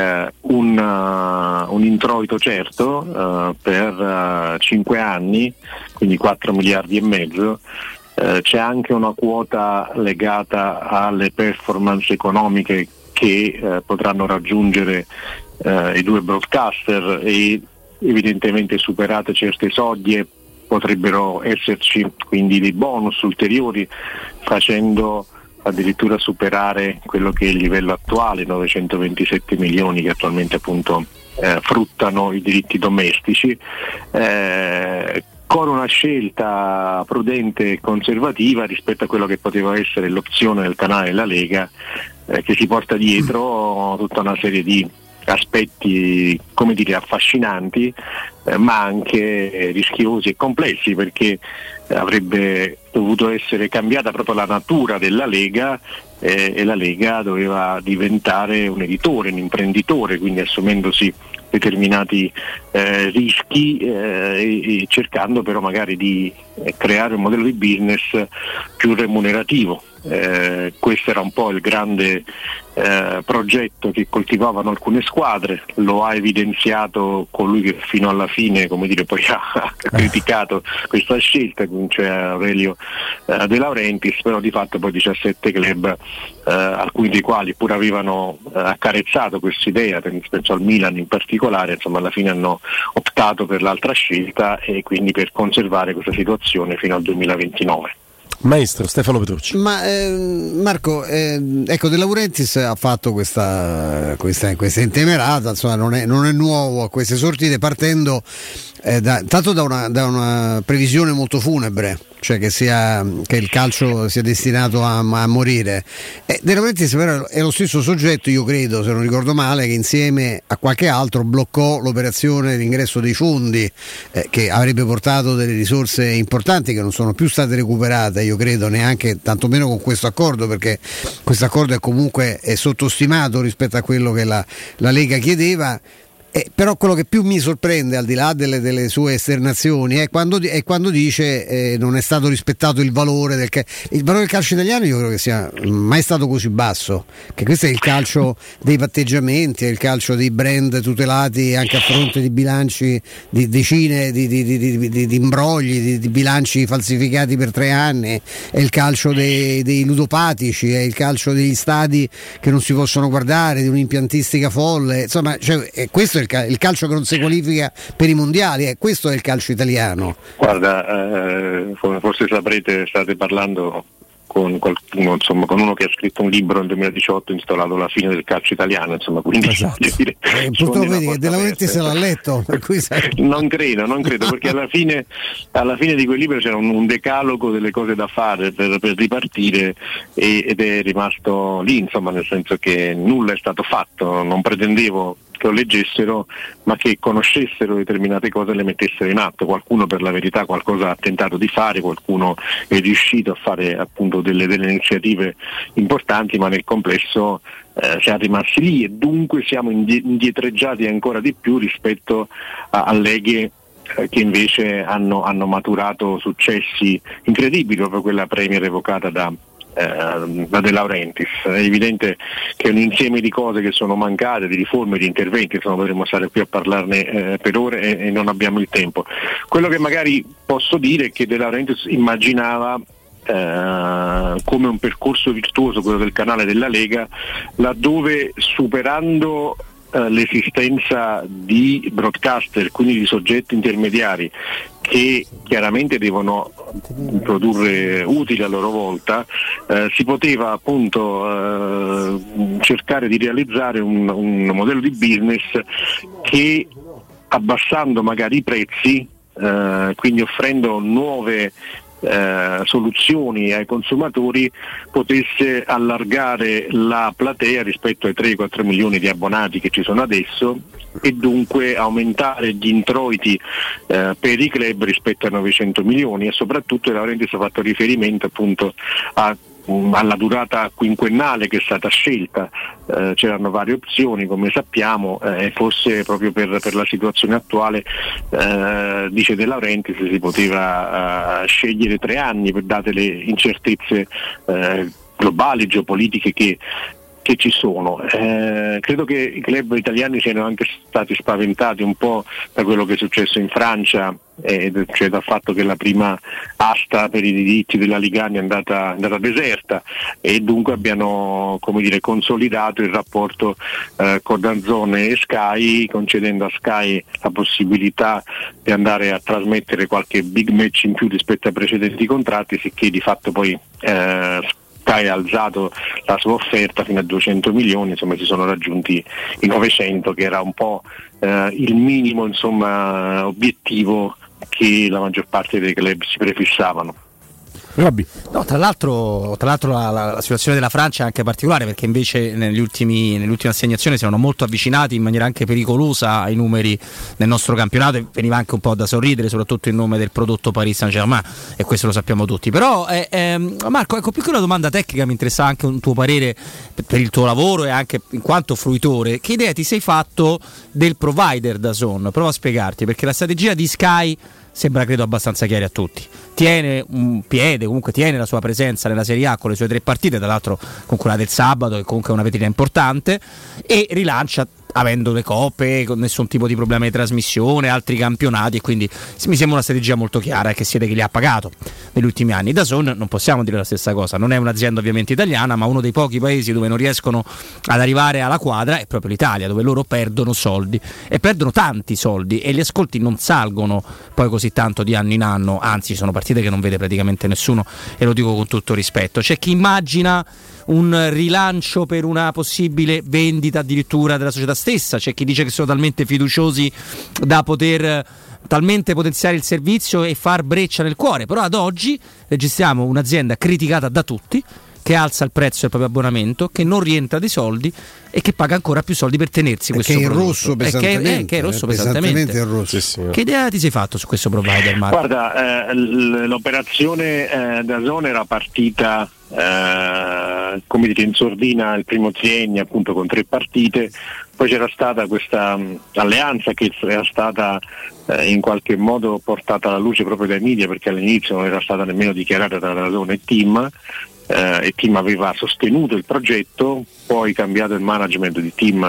un introito certo per 5 anni, quindi 4 miliardi e mezzo. C'è anche una quota legata alle performance economiche che potranno raggiungere i due broadcaster, e evidentemente superate certe soglie potrebbero esserci quindi dei bonus ulteriori, facendo addirittura superare quello che è il livello attuale, 927 milioni che attualmente appunto fruttano i diritti domestici, con una scelta prudente e conservativa rispetto a quello che poteva essere l'opzione del canale della Lega, che si porta dietro tutta una serie di aspetti, come dire, affascinanti, ma anche rischiosi e complessi, perché avrebbe dovuto essere cambiata proprio la natura della Lega, e la Lega doveva diventare un editore, un imprenditore, quindi assumendosi determinati rischi e cercando però magari di creare un modello di business più remunerativo. Questo era un po' il grande progetto che coltivavano alcune squadre, lo ha evidenziato colui che fino alla fine, come dire, poi ha criticato questa scelta, cioè Aurelio De Laurentiis, però di fatto poi 17 club, alcuni dei quali pur avevano accarezzato questa idea, penso al Milan in particolare, insomma alla fine hanno optato per l'altra scelta e quindi per conservare questa situazione fino al 2029. Maestro Stefano Petrucci. Ma Marco, ecco, De Laurentiis ha fatto questa intemerata, insomma non è nuovo a queste sortite, partendo tanto da una previsione molto funebre, cioè che il calcio sia destinato a morire. De Laurentiis però è lo stesso soggetto, io credo, se non ricordo male, che insieme a qualche altro bloccò l'operazione di ingresso dei fondi, che avrebbe portato delle risorse importanti che non sono più state recuperate, io credo, neanche tantomeno con questo accordo, perché questo accordo è comunque sottostimato rispetto a quello che la Lega chiedeva. Però quello che più mi sorprende, al di là delle sue esternazioni, è quando dice non è stato rispettato il valore del calcio italiano. Io credo che sia mai stato così basso, che questo è il calcio dei patteggiamenti, è il calcio dei brand tutelati anche a fronte di bilanci di decine di imbrogli, di bilanci falsificati per 3 anni, è il calcio dei ludopatici, è il calcio degli stadi che non si possono guardare, di un'impiantistica folle, insomma, cioè, questo è il calcio che non si qualifica per i mondiali, questo è il calcio italiano. Guarda, forse saprete, state parlando con qualcuno, insomma, con uno che ha scritto un libro nel 2018 intitolato La fine del calcio italiano, insomma, quindi esatto. Purtroppo vedi che De Laurentiis se l'ha letto, per cui non credo, perché alla fine di quel libro c'era un decalogo delle cose da fare per ripartire, ed è rimasto lì, insomma, nel senso che nulla è stato fatto. Non pretendevo che lo leggessero, ma che conoscessero determinate cose e le mettessero in atto. Qualcuno, per la verità, qualcosa ha tentato di fare, qualcuno è riuscito a fare appunto delle iniziative importanti, ma nel complesso siamo rimasti lì, e dunque siamo indietreggiati ancora di più rispetto a leghe che invece hanno maturato successi incredibili, proprio quella Premier evocata da De Laurentiis. È evidente che è un insieme di cose che sono mancate, di riforme, di interventi, insomma potremmo stare qui a parlarne per ore e non abbiamo il tempo. Quello che magari posso dire è che De Laurentiis immaginava come un percorso virtuoso quello del canale della Lega, laddove superando l'esistenza di broadcaster, quindi di soggetti intermediari che chiaramente devono produrre utili a loro volta, si poteva appunto cercare di realizzare un modello di business che, abbassando magari i prezzi, quindi offrendo nuove soluzioni ai consumatori, potesse allargare la platea rispetto ai 3-4 milioni di abbonati che ci sono adesso e dunque aumentare gli introiti per i club rispetto ai 900 milioni, e soprattutto De Laurentiis ha fatto riferimento appunto alla durata quinquennale che è stata scelta. C'erano varie opzioni, come sappiamo, e forse proprio per la situazione attuale, dice De Laurentiis, si poteva scegliere 3 anni, date le incertezze globali, geopolitiche che ci sono. Credo che i club italiani siano anche stati spaventati un po' da quello che è successo in Francia, cioè dal fatto che la prima asta per i diritti della Ligani è andata deserta, e dunque abbiano, come dire, consolidato il rapporto con DAZN e Sky, concedendo a Sky la possibilità di andare a trasmettere qualche big match in più rispetto ai precedenti contratti, sicché di fatto poi Sky ha alzato la sua offerta fino a 200 milioni, insomma si sono raggiunti i 900, che era un po' il minimo, insomma, obiettivo che la maggior parte dei club si prefissavano. Robby. No, tra l'altro la situazione della Francia è anche particolare, perché invece nelle ultime assegnazioni si erano molto avvicinati in maniera anche pericolosa ai numeri del nostro campionato, e veniva anche un po' da sorridere, soprattutto in nome del prodotto Paris Saint-Germain, e questo lo sappiamo tutti. Però Marco, ecco, più che una domanda tecnica, mi interessa anche un tuo parere per il tuo lavoro e anche in quanto fruitore. Che idea ti sei fatto del provider DAZN? Prova a spiegarti, perché la strategia di Sky sembra, credo, abbastanza chiara a tutti. Tiene un piede, comunque tiene la sua presenza nella Serie A con le sue 3 partite, tra l'altro con quella del sabato, che comunque è una vetrina importante, e rilancia avendo le coppe, con nessun tipo di problema di trasmissione, altri campionati, e quindi mi sembra una strategia molto chiara, che siete che li ha pagato negli ultimi anni. DAZN non possiamo dire la stessa cosa, non è un'azienda ovviamente italiana, ma uno dei pochi paesi dove non riescono ad arrivare alla quadra è proprio l'Italia, dove loro perdono soldi, e perdono tanti soldi, e gli ascolti non salgono poi così tanto di anno in anno, anzi sono partite che non vede praticamente nessuno, e lo dico con tutto rispetto. C'è chi immagina un rilancio per una possibile vendita addirittura della società stessa, c'è chi dice che sono talmente fiduciosi da poter talmente potenziare il servizio e far breccia nel cuore. Però ad oggi registriamo un'azienda criticata da tutti, che alza il prezzo del proprio abbonamento, che non rientra dei soldi e che paga ancora più soldi per tenersi questo prodotto. Che è rosso pesantemente. Rosso. Che idea ti sei fatto su questo provider, Marco? Guarda, l'operazione DAZN era partita come dire in sordina il primo triennio, appunto con 3 partite, poi c'era stata questa alleanza che era stata in qualche modo portata alla luce proprio dai media, perché all'inizio non era stata nemmeno dichiarata tra DAZN e TIM, e TIM aveva sostenuto il progetto, poi cambiato il management di TIM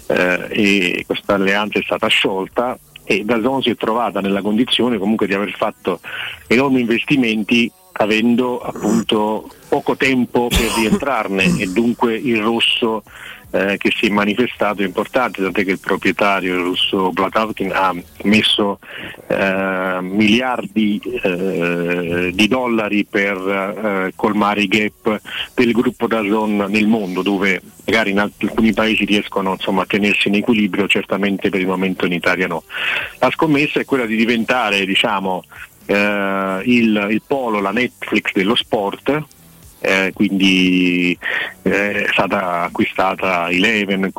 e questa alleanza è stata sciolta, e DAZN si è trovata nella condizione comunque di aver fatto enormi investimenti avendo appunto poco tempo per rientrarne, e dunque il rosso che si è manifestato è importante, tant'è che il proprietario, il russo Blatovkin, ha messo miliardi di dollari per colmare i gap del gruppo DAZN nel mondo, dove magari in alcuni paesi riescono, insomma, a tenersi in equilibrio, certamente per il momento in Italia no. La scommessa è quella di diventare, diciamo, il polo, la Netflix dello sport. Quindi è stata acquistata Eleven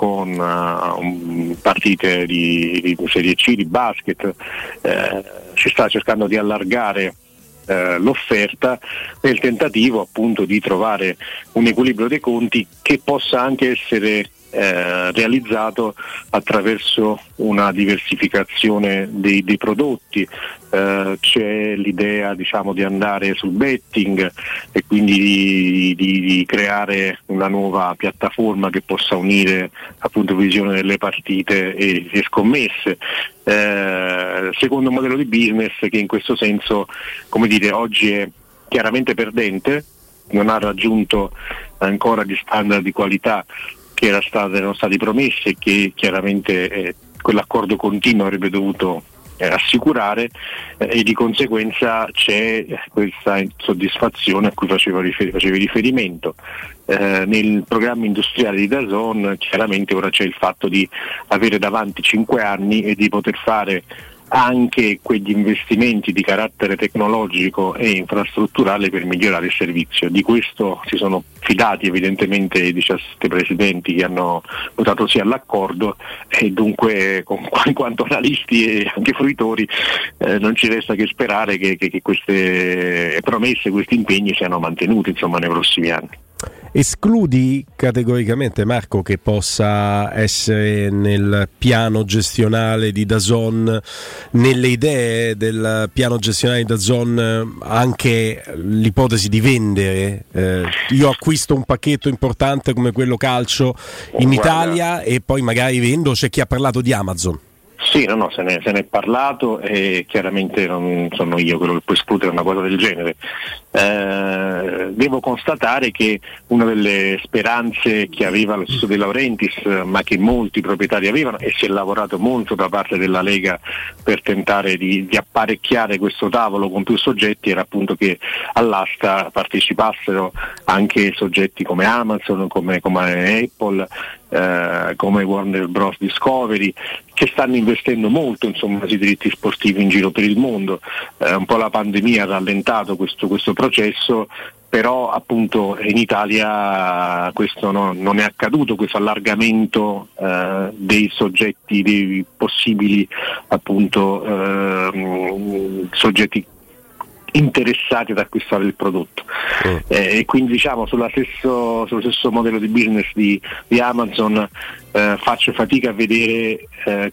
con partite di Serie C, di basket, si sta cercando di allargare l'offerta nel tentativo appunto di trovare un equilibrio dei conti che possa anche essere realizzato attraverso una diversificazione dei prodotti. C'è l'idea, diciamo, di andare sul betting e quindi di creare una nuova piattaforma che possa unire appunto visione delle partite e scommesse. Secondo modello di business che in questo senso, come dire, oggi è chiaramente perdente, non ha raggiunto ancora gli standard di qualità che erano stati promessi e che chiaramente quell'accordo continuo avrebbe dovuto assicurare, e di conseguenza c'è questa insoddisfazione a cui facevi riferimento. Nel programma industriale di DAZN chiaramente ora c'è il fatto di avere davanti 5 anni e di poter fare anche quegli investimenti di carattere tecnologico e infrastrutturale per migliorare il servizio. Di questo si sono fidati evidentemente i 17 presidenti che hanno votato sì all'accordo, e dunque in quanto analisti e anche fruitori non ci resta che sperare che queste promesse, questi impegni siano mantenuti nei prossimi anni. Escludi categoricamente, Marco, che possa essere nel piano gestionale di DAZN, nelle idee del piano gestionale di DAZN, anche l'ipotesi di vendere? Io acquisto un pacchetto importante come quello calcio in Italia e poi magari vendo. C'è chi ha parlato di Amazon. Sì, se ne è parlato, e chiaramente non sono io quello che può escludere una cosa del genere. Devo constatare che una delle speranze che aveva lo stesso De Laurentiis, ma che molti proprietari avevano, e si è lavorato molto da parte della Lega per tentare di apparecchiare questo tavolo con più soggetti, era appunto che all'asta partecipassero anche soggetti come Amazon, come Apple, come Warner Bros. Discovery, che stanno investendo molto sui diritti sportivi in giro per il mondo. Un po' la pandemia ha rallentato questo processo, però appunto in Italia questo non è accaduto, questo allargamento dei soggetti, dei possibili appunto soggetti interessati ad acquistare il prodotto, e quindi sullo stesso modello di business di Amazon faccio fatica a vedere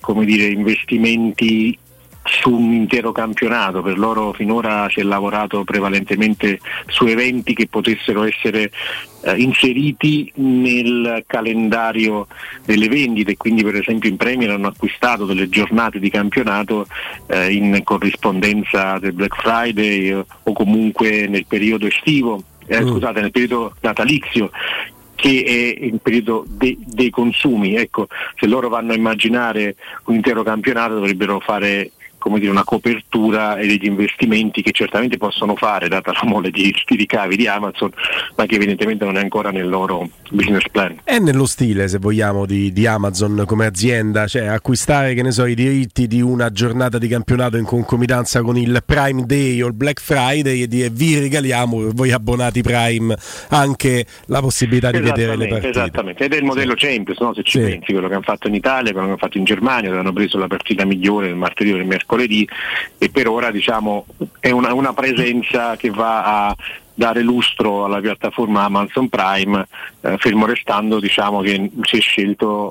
investimenti su un intero campionato. Per loro finora si è lavorato prevalentemente su eventi che potessero essere inseriti nel calendario delle vendite, quindi per esempio in Premier hanno acquistato delle giornate di campionato in corrispondenza del Black Friday o comunque nel periodo estivo, nel periodo natalizio, che è il periodo dei consumi. Ecco, se loro vanno a immaginare un intero campionato dovrebbero fare una copertura e degli investimenti che certamente possono fare, data la mole di ricavi di Amazon, ma che evidentemente non è ancora nel loro business plan. È nello stile, se vogliamo, di Amazon come azienda, cioè acquistare i diritti di una giornata di campionato in concomitanza con il Prime Day o il Black Friday e dire vi regaliamo, voi abbonati Prime, anche la possibilità di vedere le partite. Esattamente, ed è il modello Champions, no? Se ci pensi, quello che hanno fatto in Italia, quello che hanno fatto in Germania, dove hanno preso la partita migliore il martedì o il mercoledì, e per ora è una presenza che va a dare lustro alla piattaforma Amazon Prime, fermo restando che si è scelto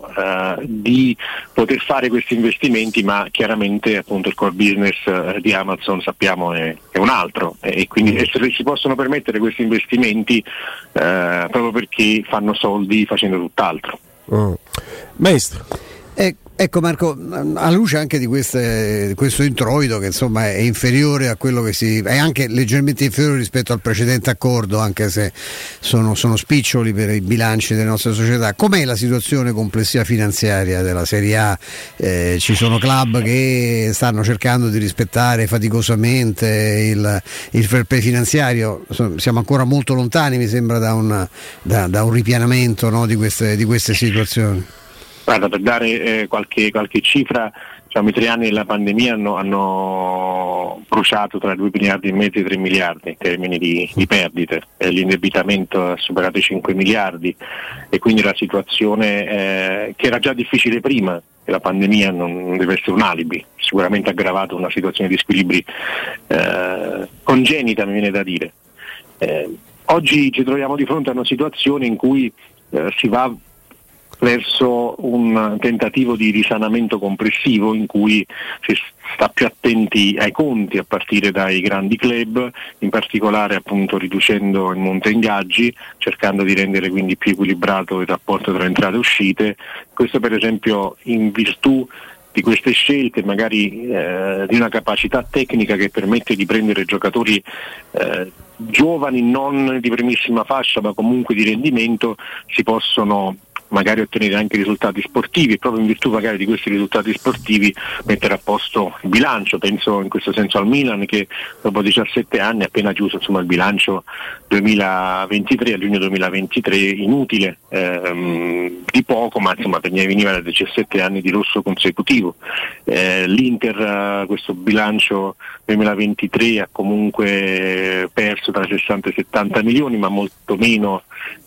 di poter fare questi investimenti, ma chiaramente appunto il core business di Amazon sappiamo è un altro, e quindi si possono permettere questi investimenti proprio perché fanno soldi facendo tutt'altro. Maestro. Ecco Marco, alla luce anche di questo introito che insomma è inferiore a quello è anche leggermente inferiore rispetto al precedente accordo, anche se sono spiccioli per i bilanci delle nostre società, com'è la situazione complessiva finanziaria della Serie A? Ci sono club che stanno cercando di rispettare faticosamente il fair play finanziario, siamo ancora molto lontani, mi sembra, da un ripianamento, no, di queste situazioni. Guarda, per dare qualche cifra, i 3 anni della pandemia hanno bruciato tra 2 miliardi e mezzo e 3 miliardi in termini di perdite, l'indebitamento ha superato i 5 miliardi, e quindi la situazione che era già difficile prima, e la pandemia non deve essere un alibi, sicuramente ha aggravato una situazione di squilibri congenita, mi viene da dire. Oggi ci troviamo di fronte a una situazione in cui si va verso un tentativo di risanamento complessivo in cui si sta più attenti ai conti a partire dai grandi club, in particolare appunto riducendo il monte ingaggi, cercando di rendere quindi più equilibrato il rapporto tra entrate e uscite. Questo per esempio in virtù di queste scelte, magari di una capacità tecnica che permette di prendere giocatori giovani, non di primissima fascia ma comunque di rendimento, si possono magari ottenere anche risultati sportivi e proprio in virtù magari di questi risultati sportivi mettere a posto il bilancio. Penso in questo senso al Milan che dopo 17 anni ha appena chiuso il bilancio 2023, a giugno 2023, inutile, di poco, ma veniva da 17 anni di rosso consecutivo. L'Inter questo bilancio 2023 ha comunque perso tra 60 e 70 milioni, ma molto meno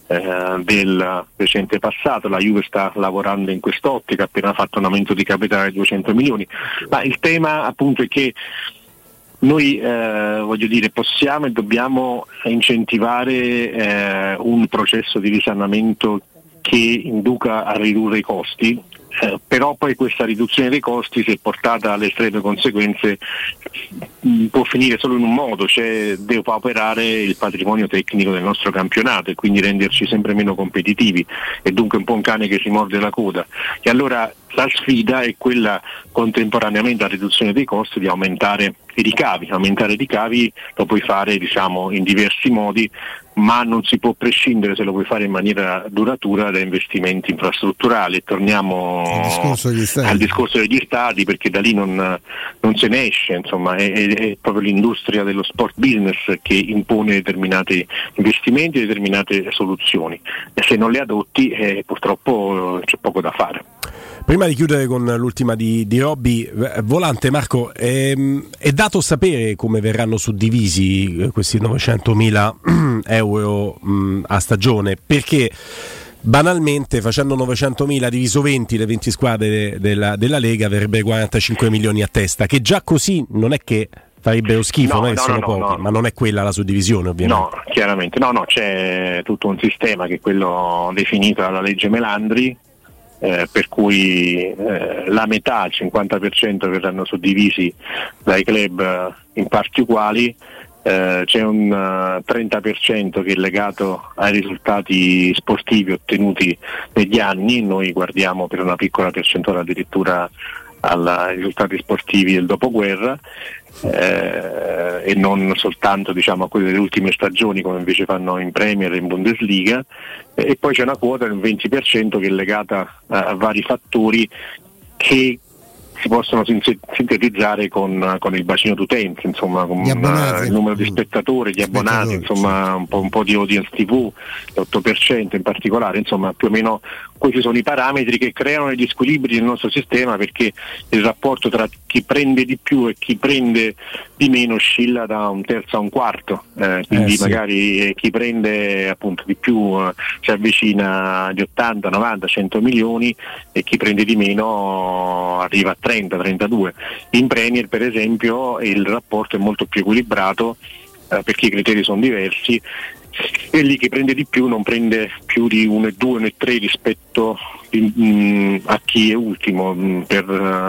del recente passato. La Juve sta lavorando in quest'ottica, ha appena fatto un aumento di capitale di 200 milioni, ma il tema appunto è che noi possiamo e dobbiamo incentivare un processo di risanamento che induca a ridurre i costi, però poi questa riduzione dei costi, se portata alle estreme conseguenze, può finire solo in un modo, cioè depauperare il patrimonio tecnico del nostro campionato e quindi renderci sempre meno competitivi, e dunque un po' un cane che si morde la coda. E allora la sfida è quella, contemporaneamente alla riduzione dei costi, di aumentare i ricavi. Aumentare i ricavi lo puoi fare in diversi modi, ma non si può prescindere, se lo puoi fare in maniera duratura, da investimenti infrastrutturali. Torniamo al discorso degli stadi, perché da lì non se ne esce, è proprio l'industria dello sport business che impone determinati investimenti e determinate soluzioni, e se non le adotti purtroppo c'è poco da fare. Prima di chiudere con l'ultima di Robby, Volante, Marco, è dato sapere come verranno suddivisi questi 900.000 euro a stagione? Perché banalmente, facendo 900.000 diviso 20, le 20 squadre della Lega, avrebbe 45 milioni a testa, che già così non è che farebbero schifo, sono pochi, ma non è quella la suddivisione, ovviamente. No, chiaramente c'è tutto un sistema che è quello definito dalla legge Melandri, per cui la metà, il 50%, verranno suddivisi dai club in parti uguali. C'è un 30% che è legato ai risultati sportivi ottenuti negli anni. Noi guardiamo per una piccola percentuale addirittura ai risultati sportivi del dopoguerra, e non soltanto a quelli delle ultime stagioni, come invece fanno in Premier e in Bundesliga. E poi c'è una quota del 20% che è legata a vari fattori che si possono sintetizzare con il bacino d'utenza, con il numero di spettatori, di abbonati, un po' di audience TV, l'8% in particolare. Più o meno questi sono i parametri che creano gli squilibri del nostro sistema, perché il rapporto tra chi prende di più e chi prende di meno oscilla da un terzo a un quarto, quindi magari chi prende appunto di più si avvicina di 80, 90, 100 milioni, e chi prende di meno arriva a 30, 32. In Premier, per esempio, il rapporto è molto più equilibrato, perché i criteri sono diversi, e lì chi prende di più non prende più di 1,2, 1,3 rispetto a chi è ultimo. Per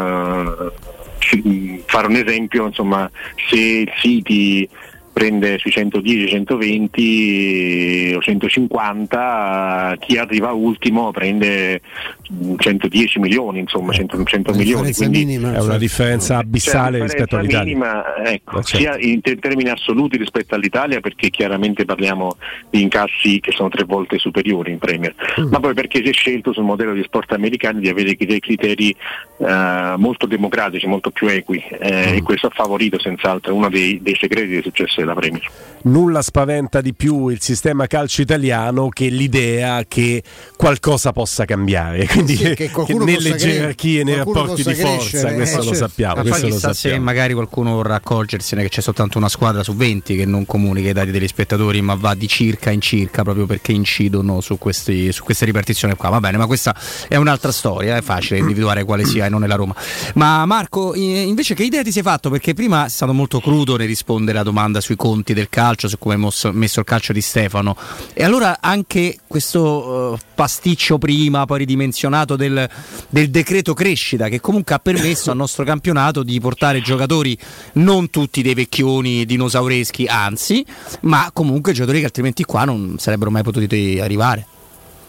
fare un esempio, se il City prende sui 110, 120 o 150, chi arriva ultimo prende 110 milioni, 100 milioni, quindi è una differenza abissale rispetto all'Italia. Minima, sia in termini assoluti rispetto all'Italia, perché chiaramente parliamo di incassi che sono 3 volte superiori in Premier, ma poi perché si è scelto sul modello di sport americani di avere dei criteri molto democratici, molto più equi, e questo ha favorito senz'altro uno dei segreti del successo della Premier. Nulla spaventa di più il sistema calcio italiano che l'idea che qualcosa possa cambiare, quindi che nelle gerarchie, nei rapporti di forza, questo lo sappiamo. Ma chissà se magari qualcuno vorrà accorgersene che c'è soltanto una squadra su 20 che non comunica i dati degli spettatori, ma va di circa in circa, proprio perché incidono su queste ripartizioni qua. Va bene, ma questa è un'altra storia, è facile individuare quale sia e non è la Roma. Ma Marco, invece che idea ti sei fatto? Perché prima sei stato molto crudo nel rispondere alla domanda sui conti del calcio, su come è messo il calcio di Stefano, e allora anche questo pasticcio prima poi ridimensionato del decreto crescita, che comunque ha permesso al nostro campionato di portare giocatori non tutti dei vecchioni dinosaureschi, anzi, ma comunque giocatori che altrimenti qua non sarebbero mai potuti arrivare.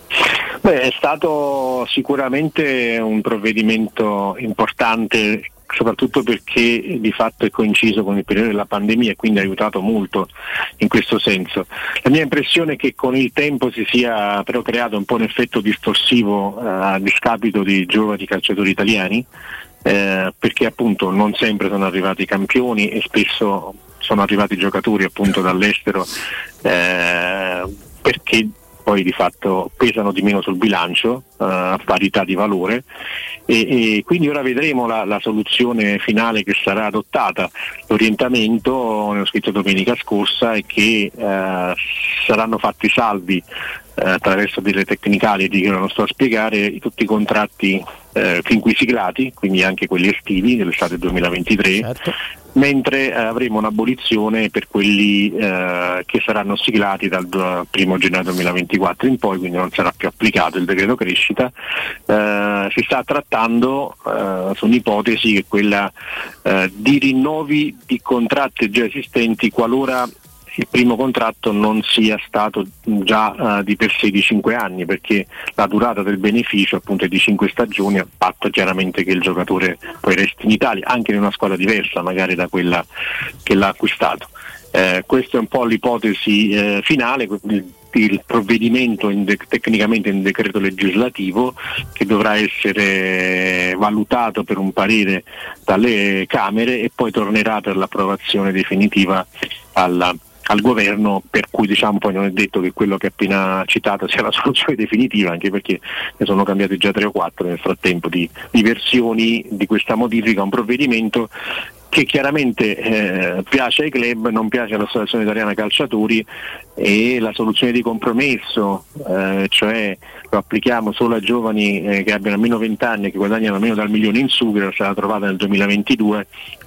È stato sicuramente un provvedimento importante soprattutto perché di fatto è coinciso con il periodo della pandemia e quindi ha aiutato molto in questo senso. La mia impressione è che con il tempo si sia però creato un po' un effetto distorsivo a discapito di giovani calciatori italiani, perché appunto non sempre sono arrivati campioni e spesso sono arrivati giocatori appunto dall'estero, perché poi di fatto pesano di meno sul bilancio a parità di valore, e quindi ora vedremo la soluzione finale che sarà adottata. L'orientamento, ne ho scritto domenica scorsa, è che saranno fatti salvi attraverso delle tecnicali che non sto a spiegare tutti i contratti fin qui siglati, quindi anche quelli estivi dell'estate 2023, certo. Mentre avremo un'abolizione per quelli che saranno siglati dal 1 gennaio 2024 in poi, quindi non sarà più applicato il decreto crescita. Si sta trattando su un'ipotesi che è quella di rinnovi di contratti già esistenti qualora il primo contratto non sia stato già di per sé di 5 anni, perché la durata del beneficio appunto è di 5 stagioni, a patto chiaramente che il giocatore poi resti in Italia, anche in una squadra diversa magari da quella che l'ha acquistato. Questa è un po' l'ipotesi finale, il provvedimento tecnicamente in decreto legislativo che dovrà essere valutato per un parere dalle Camere e poi tornerà per l'approvazione definitiva al governo, per cui diciamo poi non è detto che quello che ho appena citato sia la soluzione definitiva, anche perché ne sono cambiati già 3 o 4 nel frattempo di versioni di questa modifica, un provvedimento che chiaramente piace ai club, non piace all'Associazione Italiana Calciatori, e la soluzione di compromesso, cioè lo applichiamo solo a giovani che abbiano almeno 20 anni e che guadagnano almeno dal 1 milione in su, che sarà trovata nel 2022,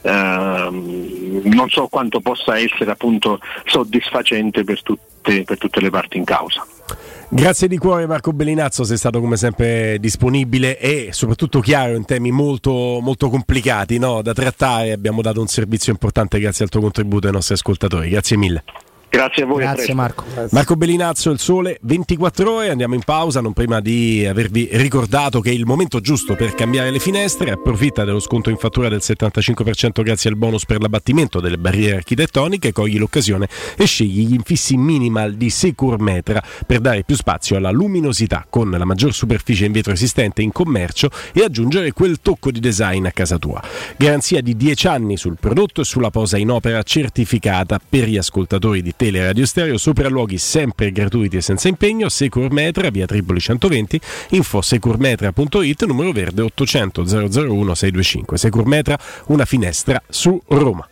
non so quanto possa essere appunto soddisfacente per tutte le parti in causa. Grazie di cuore Marco Bellinazzo, sei stato come sempre disponibile e soprattutto chiaro in temi molto, molto complicati, no? Da trattare. Abbiamo dato un servizio importante grazie al tuo contributo ai nostri ascoltatori, grazie mille. Grazie a voi. Grazie Marco. Marco Bellinazzo, Il Sole 24 ore, andiamo in pausa, non prima di avervi ricordato che è il momento giusto per cambiare le finestre. Approfitta dello sconto in fattura del 75% grazie al bonus per l'abbattimento delle barriere architettoniche, cogli l'occasione e scegli gli infissi minimal di Securmetra per dare più spazio alla luminosità con la maggior superficie in vetro esistente in commercio e aggiungere quel tocco di design a casa tua. Garanzia di 10 anni sul prodotto e sulla posa in opera certificata per gli ascoltatori di Radio Stereo, sopralluoghi sempre gratuiti e senza impegno. Securmetra, via Tripoli 120, info securmetra.it, numero verde 800 001 625. Securmetra, una finestra su Roma.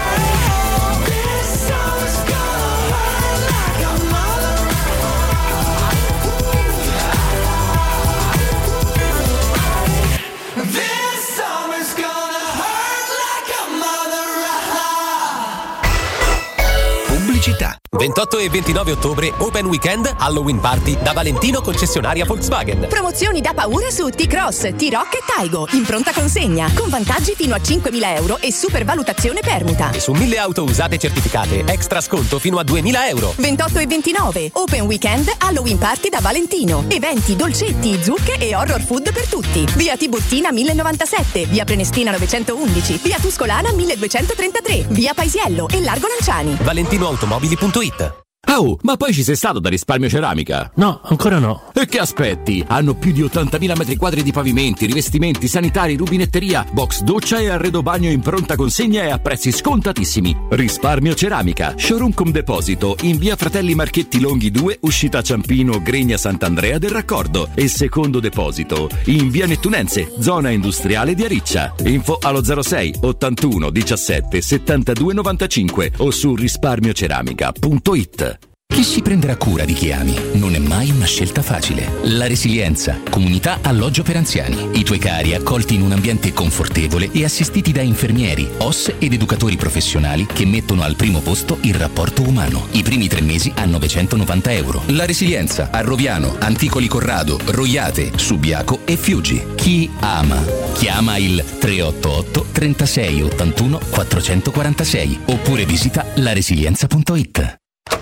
Pubblicità. 28 e 29 ottobre Open Weekend Halloween Party da Valentino concessionaria Volkswagen. Promozioni da paura su T-Cross, T-Rock e Taigo in pronta consegna con vantaggi fino a 5.000 euro e supervalutazione permuta. E su 1.000 auto usate certificate extra sconto fino a 2.000 euro. 28 e 29 Open Weekend Halloween Party da Valentino. Eventi, dolcetti, zucche e horror food per tutti. Via Tiburtina 1097, via Prenestina 911, via Tuscolana 1233, via Paisiello e Largo Lanciani. ValentinoAutomobili.it. Oh, ma poi ci sei stato da Risparmio Ceramica? No, ancora no. E che aspetti? Hanno più di 80.000 metri quadri di pavimenti, rivestimenti, sanitari, rubinetteria, box doccia e arredo bagno in pronta consegna e a prezzi scontatissimi. Risparmio Ceramica, showroom con deposito in via Fratelli Marchetti Longhi 2, uscita Ciampino, Gregna Sant'Andrea del Raccordo, e secondo deposito in via Nettunense, zona industriale di Ariccia. Info allo 06 81 17 72 95 o su risparmioceramica.it. Chi si prenderà cura di chi ami? Non è mai una scelta facile. La Resilienza, comunità alloggio per anziani. I tuoi cari accolti in un ambiente confortevole e assistiti da infermieri, OS ed educatori professionali che mettono al primo posto il rapporto umano. I primi 3 mesi a 990 euro. La Resilienza, a Roviano, Anticoli Corrado, Roiate, Subiaco e Fiuggi. Chi ama? Chiama il 388 36 81 446 oppure visita laresilienza.it.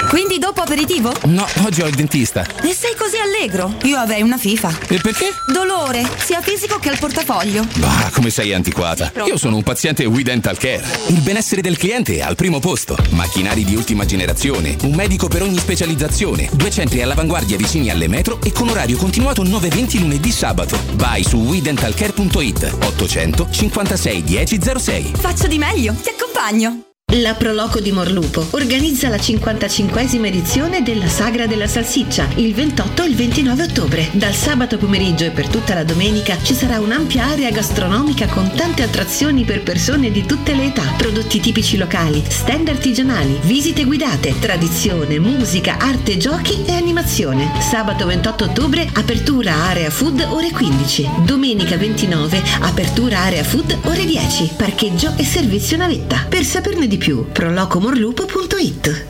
Quindi dopo aperitivo? No, oggi ho il dentista. E sei così allegro? Io avrei una FIFA. E perché? Dolore, sia fisico che al portafoglio. Bah, come sei antiquata. Io sono un paziente We Dental Care. Il benessere del cliente è al primo posto. Macchinari di ultima generazione, un medico per ogni specializzazione, 2 centri all'avanguardia vicini alle metro e con orario continuato 9-20 lunedì sabato. Vai su WeDentalCare.it 800 56 1006. Faccio di meglio, ti accompagno. La Proloco di Morlupo organizza la 55esima edizione della Sagra della Salsiccia il 28 e il 29 ottobre. Dal sabato pomeriggio e per tutta la domenica ci sarà un'ampia area gastronomica con tante attrazioni per persone di tutte le età, prodotti tipici locali, stand artigianali, visite guidate, tradizione, musica, arte, giochi e animazione. Sabato 28 ottobre apertura area food ore 15. Domenica 29 apertura area food ore 10. Parcheggio e servizio navetta. Per saperne di più, prolocomorlupo.it.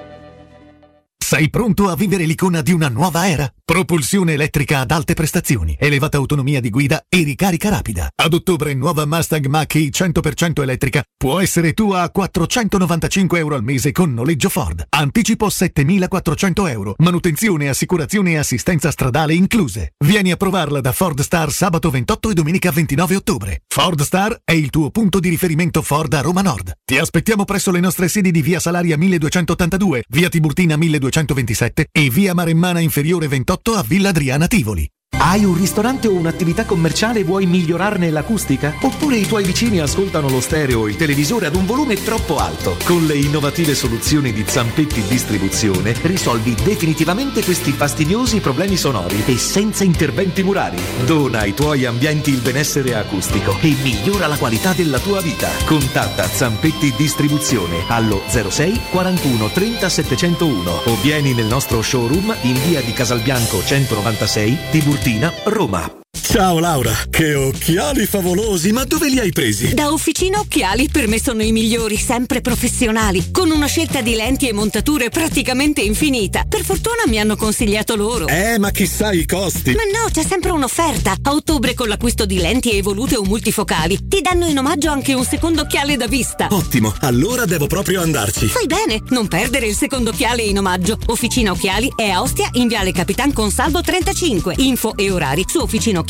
Sei pronto a vivere l'icona di una nuova era? Propulsione elettrica ad alte prestazioni, elevata autonomia di guida e ricarica rapida. Ad ottobre nuova Mustang Mach-E 100% elettrica può essere tua a €495 al mese con noleggio Ford. Anticipo €7.400. Manutenzione, assicurazione e assistenza stradale incluse. Vieni a provarla da Ford Star sabato 28 e domenica 29 ottobre. Ford Star è il tuo punto di riferimento Ford a Roma Nord. Ti aspettiamo presso le nostre sedi di via Salaria 1282, via Tiburtina 1227 e via Maremmana Inferiore 28 a Villa Adriana Tivoli. Hai un ristorante o un'attività commerciale e vuoi migliorarne l'acustica? Oppure i tuoi vicini ascoltano lo stereo o il televisore ad un volume troppo alto? Con le innovative soluzioni di Zampetti Distribuzione risolvi definitivamente questi fastidiosi problemi sonori e senza interventi murari. Dona ai tuoi ambienti il benessere acustico e migliora la qualità della tua vita. Contatta Zampetti Distribuzione allo 06 41 30 701 o vieni nel nostro showroom in via di Casalbianco 196 Tiburtina, Roma. Ciao Laura, che occhiali favolosi, ma dove li hai presi? Da Officina Occhiali, per me sono i migliori, sempre professionali, con una scelta di lenti e montature praticamente infinita. Per fortuna mi hanno consigliato loro. Ma chissà i costi. Ma no, c'è sempre un'offerta. A ottobre con l'acquisto di lenti evolute o multifocali ti danno in omaggio anche un secondo occhiale da vista. Ottimo, allora devo proprio andarci. Fai bene, non perdere il secondo occhiale in omaggio. Officina Occhiali è a Ostia in viale Capitan Consalvo 35. Info e orari su officinaocchiali.it.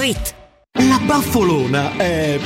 La Baffolona è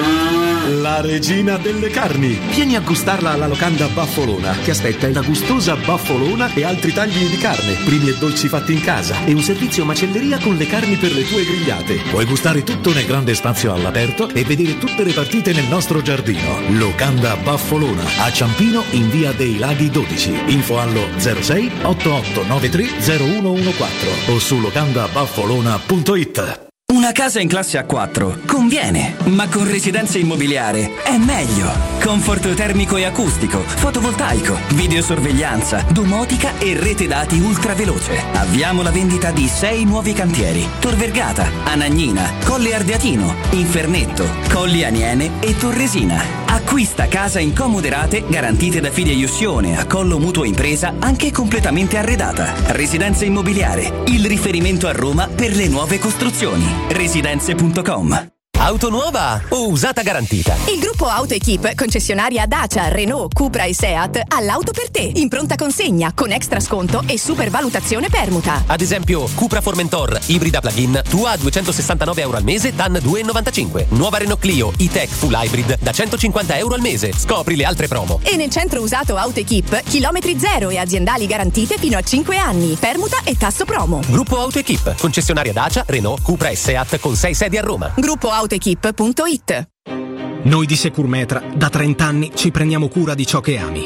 la regina delle carni. Vieni a gustarla alla locanda Baffolona. Ti aspetta una gustosa baffolona e altri tagli di carne, primi e dolci fatti in casa e un servizio macelleria con le carni per le tue grigliate. Puoi gustare tutto nel grande spazio all'aperto e vedere tutte le partite nel nostro giardino. Locanda Baffolona a Ciampino in via dei Laghi 12. Info allo 06 8893 0114 o su locandabaffolona.it. Una casa in classe A4 conviene, ma con Residenza Immobiliare è meglio. Conforto termico e acustico, fotovoltaico, videosorveglianza, domotica e rete dati ultraveloce. Avviamo la vendita di 6 nuovi cantieri: Tor Vergata, Anagnina, Colle Ardeatino, Infernetto, Colli Aniene e Torresina. Acquista casa in comode rate garantite da Fideiussione, Accollo Mutuo Impresa, anche completamente arredata. Residenza Immobiliare, il riferimento a Roma per le nuove costruzioni. Residenze.com. Auto nuova o usata garantita? Il gruppo AutoEquip, concessionaria Dacia, Renault, Cupra e Seat, ha l'auto per te, in pronta consegna, con extra sconto e supervalutazione permuta. Ad esempio, Cupra Formentor, ibrida plug-in, tua a €269 al mese, TAN 2,95. Nuova Renault Clio, e-Tech Full Hybrid, da €150 al mese. Scopri le altre promo. E nel centro usato AutoEquip, chilometri zero e aziendali garantite fino a 5 anni, permuta e tasso promo. Gruppo AutoEquip, concessionaria Dacia, Renault, Cupra e Seat con 6 sedi a Roma. Gruppo AutoEquip.it. Noi di Securmetra da 30 anni ci prendiamo cura di ciò che ami.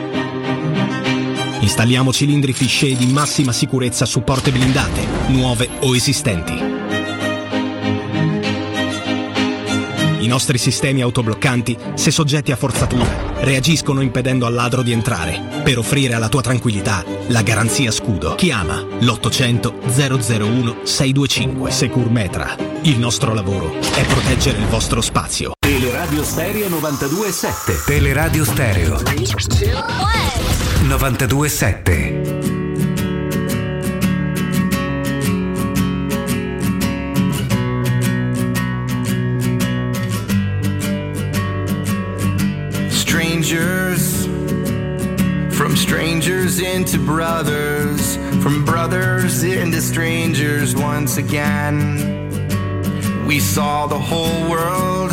Installiamo cilindri Fichet di massima sicurezza su porte blindate, nuove o esistenti. I nostri sistemi autobloccanti, se soggetti a forzatura, reagiscono impedendo al ladro di entrare, per offrire alla tua tranquillità la garanzia scudo. Chiama l'800 001 625. Securmetra. Il nostro lavoro è proteggere il vostro spazio. Teleradio Stereo 92.7. Teleradio Stereo 92.7. Strangers from strangers into brothers, from brothers into strangers once again. We saw the whole world,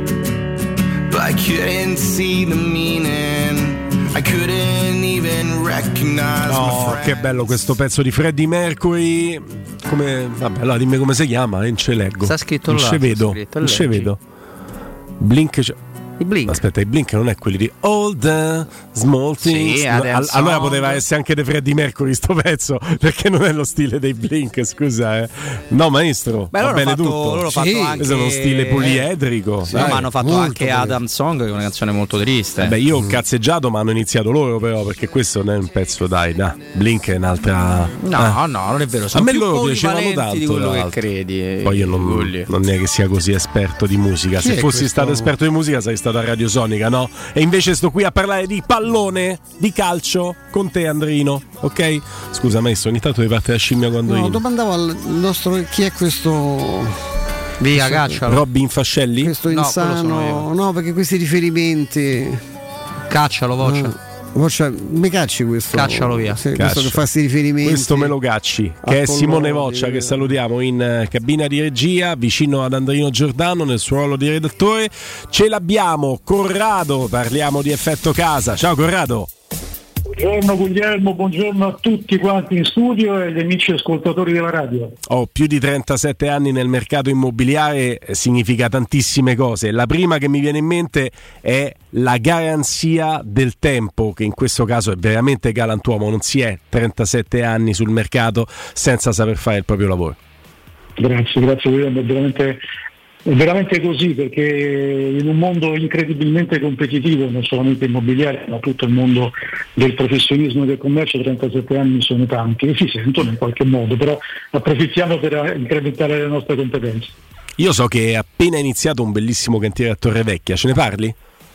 but I couldn't see the meaning. I couldn't even recognize my friend. Che bello questo pezzo di Freddie Mercury. Come, vabbè, allora dimmi come si chiama, non ce leggo. Sta scritto non là. Ce vedo. Non ce vedo. Blink. I Blink. Aspetta, i Blink non è quelli di All the Small Things. Sì, allora poteva essere anche di Freddie Mercury sto pezzo, perché non è lo stile dei Blink, scusa. No, maestro, beh, va bene fatto, tutto. Loro sì, fatto anche... questo è uno stile poliedrico. Sì, ma hanno fatto anche Adam Song, che è una canzone molto triste. Beh, io ho cazzeggiato, ma hanno iniziato loro però, perché questo non è un pezzo, dai. Blink è un'altra... No, non è vero. Sono a me più loro piacevano tanto di quello che credi. Poi io non è che sia così esperto di musica. Se fossi stato esperto di musica sarei stato a Radio Sonica, no? E invece sto qui a parlare di pallone, di calcio con te, Andrino, ok? Scusa maestro, ogni tanto devi parte la scimmia quando io domandavo al nostro chi è questo via caccialo Robin Fascelli? Questo insano, no, perché questi riferimenti caccialo Voccia, mi cacci questo? Caccialo via. Sì, questo che fa sti riferimenti. Questo me lo cacci, che è Simone Voccia, che salutiamo in cabina di regia, vicino ad Andrino Giordano nel suo ruolo di redattore. Ce l'abbiamo, Corrado, parliamo di Effetto Casa. Ciao Corrado. Buongiorno Guglielmo, buongiorno a tutti quanti in studio e agli amici ascoltatori della radio. Ho più di 37 anni nel mercato immobiliare, significa tantissime cose. La prima che mi viene in mente è la garanzia del tempo, che in questo caso è veramente galantuomo, non si è 37 anni sul mercato senza saper fare il proprio lavoro. Grazie Guglielmo, è veramente così, perché in un mondo incredibilmente competitivo, non solamente immobiliare ma tutto il mondo del professionismo e del commercio, 37 anni sono tanti e si sentono in qualche modo, però approfittiamo per incrementare le nostre competenze. Io so che è appena iniziato un bellissimo cantiere a Torrevecchia, ce ne parli?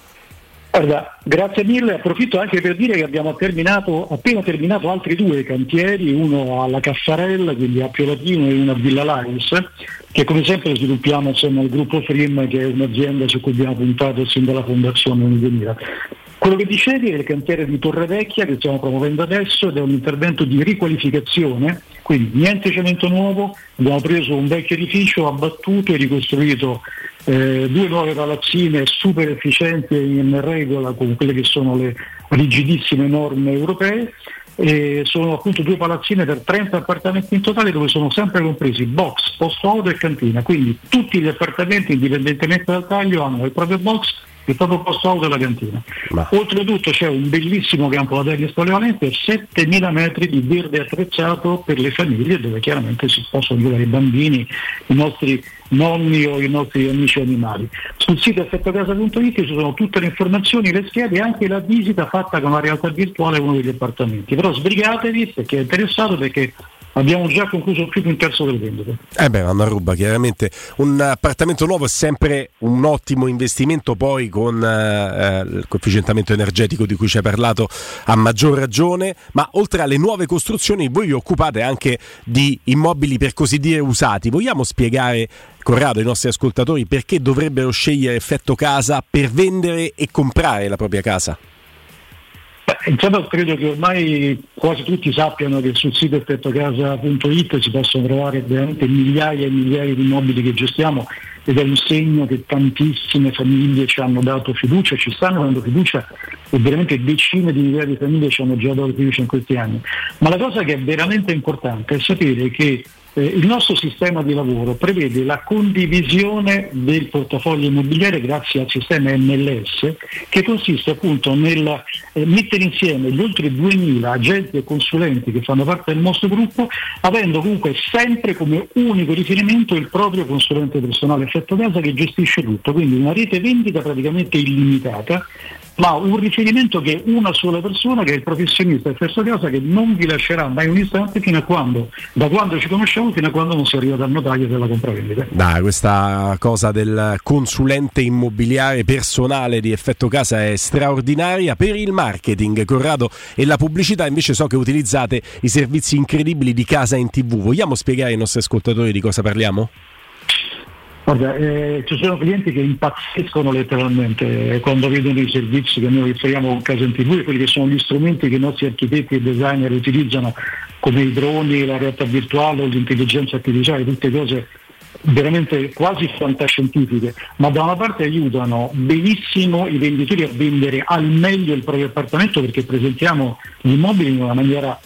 Guarda, grazie mille, approfitto anche per dire che abbiamo appena terminato altri 2 cantieri, uno alla Caffarella, quindi a Piolatino, e uno a Villa Lais, che come sempre sviluppiamo insieme al gruppo Frim, che è un'azienda su cui abbiamo puntato sin dalla fondazione nel 2000. Quello che dicevi è il cantiere di Torrevecchia che stiamo promuovendo adesso ed è un intervento di riqualificazione, quindi niente cemento nuovo, abbiamo preso un vecchio edificio, abbattuto e ricostruito 2 nuove palazzine super efficienti e in regola con quelle che sono le rigidissime norme europee. E sono appunto 2 palazzine per 30 appartamenti in totale, dove sono sempre compresi box, post auto e cantina, quindi tutti gli appartamenti indipendentemente dal taglio hanno il proprio box, il proprio post auto e la cantina. Oltretutto c'è un bellissimo campo da tennis polivalente e 7.000 metri di verde attrezzato per le famiglie, dove chiaramente si possono giocare i bambini, i nostri nonni o i nostri amici animali. Sul sito effettocasa.it ci sono tutte le informazioni, le schede e anche la visita fatta con la realtà virtuale a uno degli appartamenti. Però sbrigatevi se chi è interessato, perché abbiamo già concluso più di un terzo delle vendite. Vanno a ruba, chiaramente. Un appartamento nuovo è sempre un ottimo investimento, poi con il coefficientamento energetico di cui ci hai parlato a maggior ragione, ma oltre alle nuove costruzioni voi vi occupate anche di immobili per così dire usati. Vogliamo spiegare, Corrado, ai nostri ascoltatori perché dovrebbero scegliere Effetto Casa per vendere e comprare la propria casa? Intanto credo che ormai quasi tutti sappiano che sul sito effettocasa.it si possono trovare veramente migliaia e migliaia di immobili che gestiamo, ed è un segno che tantissime famiglie ci hanno dato fiducia, ci stanno dando fiducia, e veramente decine di migliaia di famiglie ci hanno già dato fiducia in questi anni. Ma la cosa che è veramente importante è sapere che il nostro sistema di lavoro prevede la condivisione del portafoglio immobiliare grazie al sistema MLS, che consiste appunto nel mettere insieme gli oltre 2.000 agenti e consulenti che fanno parte del nostro gruppo, avendo comunque sempre come unico riferimento il proprio consulente personale Effetto Casa, che gestisce tutto, quindi una rete vendita praticamente illimitata, ma un riferimento che è una sola persona, che è il professionista Effetto Casa, che non vi lascerà mai un istante fino a quando, da quando ci conosciamo fino a quando non si arriva dal notaio della compravendita. Questa cosa del consulente immobiliare personale di Effetto Casa è straordinaria. Per il marketing, Corrado, e la pubblicità invece so che utilizzate i servizi incredibili di Casa in TV. Vogliamo spiegare ai nostri ascoltatori di cosa parliamo? Guarda, ci sono clienti che impazziscono letteralmente quando vedono i servizi che noi offriamo con Casa in TV, quelli che sono gli strumenti che i nostri architetti e designer utilizzano, come i droni, la realtà virtuale o l'intelligenza artificiale, tutte cose veramente quasi fantascientifiche, ma da una parte aiutano benissimo i venditori a vendere al meglio il proprio appartamento, perché presentiamo gli immobili in una maniera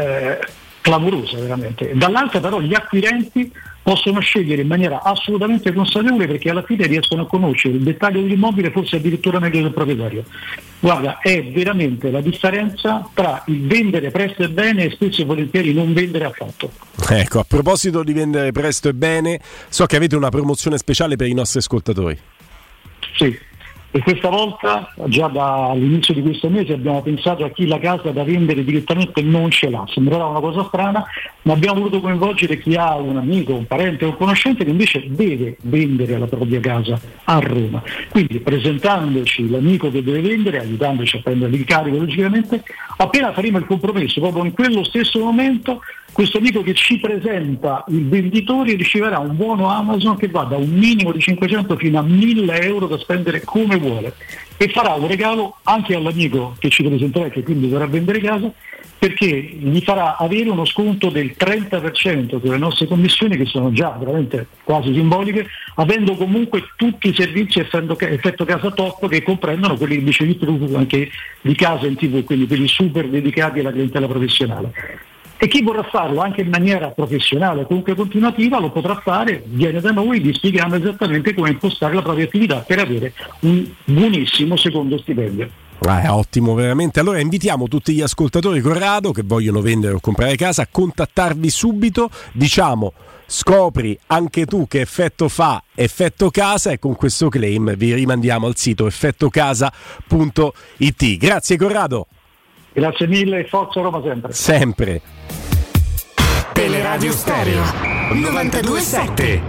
clamorosa veramente, dall'altra però gli acquirenti possono scegliere in maniera assolutamente consapevole, perché alla fine riescono a conoscere il dettaglio dell'immobile forse addirittura meglio del proprietario. Guarda, è veramente la differenza tra il vendere presto e bene e spesso e volentieri non vendere affatto. Ecco, a proposito di vendere presto e bene, so che avete una promozione speciale per i nostri ascoltatori. Sì. E questa volta, già dall'inizio di questo mese, abbiamo pensato a chi la casa da vendere direttamente non ce l'ha. Sembrerà una cosa strana, ma abbiamo voluto coinvolgere chi ha un amico, un parente o un conoscente che invece deve vendere la propria casa a Roma. Quindi presentandoci l'amico che deve vendere, aiutandoci a prendere l'incarico logicamente, appena faremo il compromesso, proprio in quello stesso momento, questo amico che ci presenta il venditore riceverà un buono Amazon che va da un minimo di 500 fino a 1.000 euro da spendere come vuole, e farà un regalo anche all'amico che ci presenterà e che quindi dovrà vendere casa, perché gli farà avere uno sconto del 30% sulle nostre commissioni, che sono già veramente quasi simboliche, avendo comunque tutti i servizi effetto casa top, che comprendono quelli che dicevi tu anche di Casa in TV, quindi quelli super dedicati alla clientela professionale. E chi vorrà farlo anche in maniera professionale, comunque continuativa, lo potrà fare, viene da noi, vi spieghiamo esattamente come impostare la propria attività per avere un buonissimo secondo stipendio. Ottimo, veramente. Allora invitiamo tutti gli ascoltatori Corrado che vogliono vendere o comprare casa a contattarvi subito. Diciamo, scopri anche tu che effetto fa Effetto Casa, e con questo claim vi rimandiamo al sito effettocasa.it. Grazie Corrado. Grazie mille e forza Roma sempre. Sempre. Teleradio Stereo 92.7.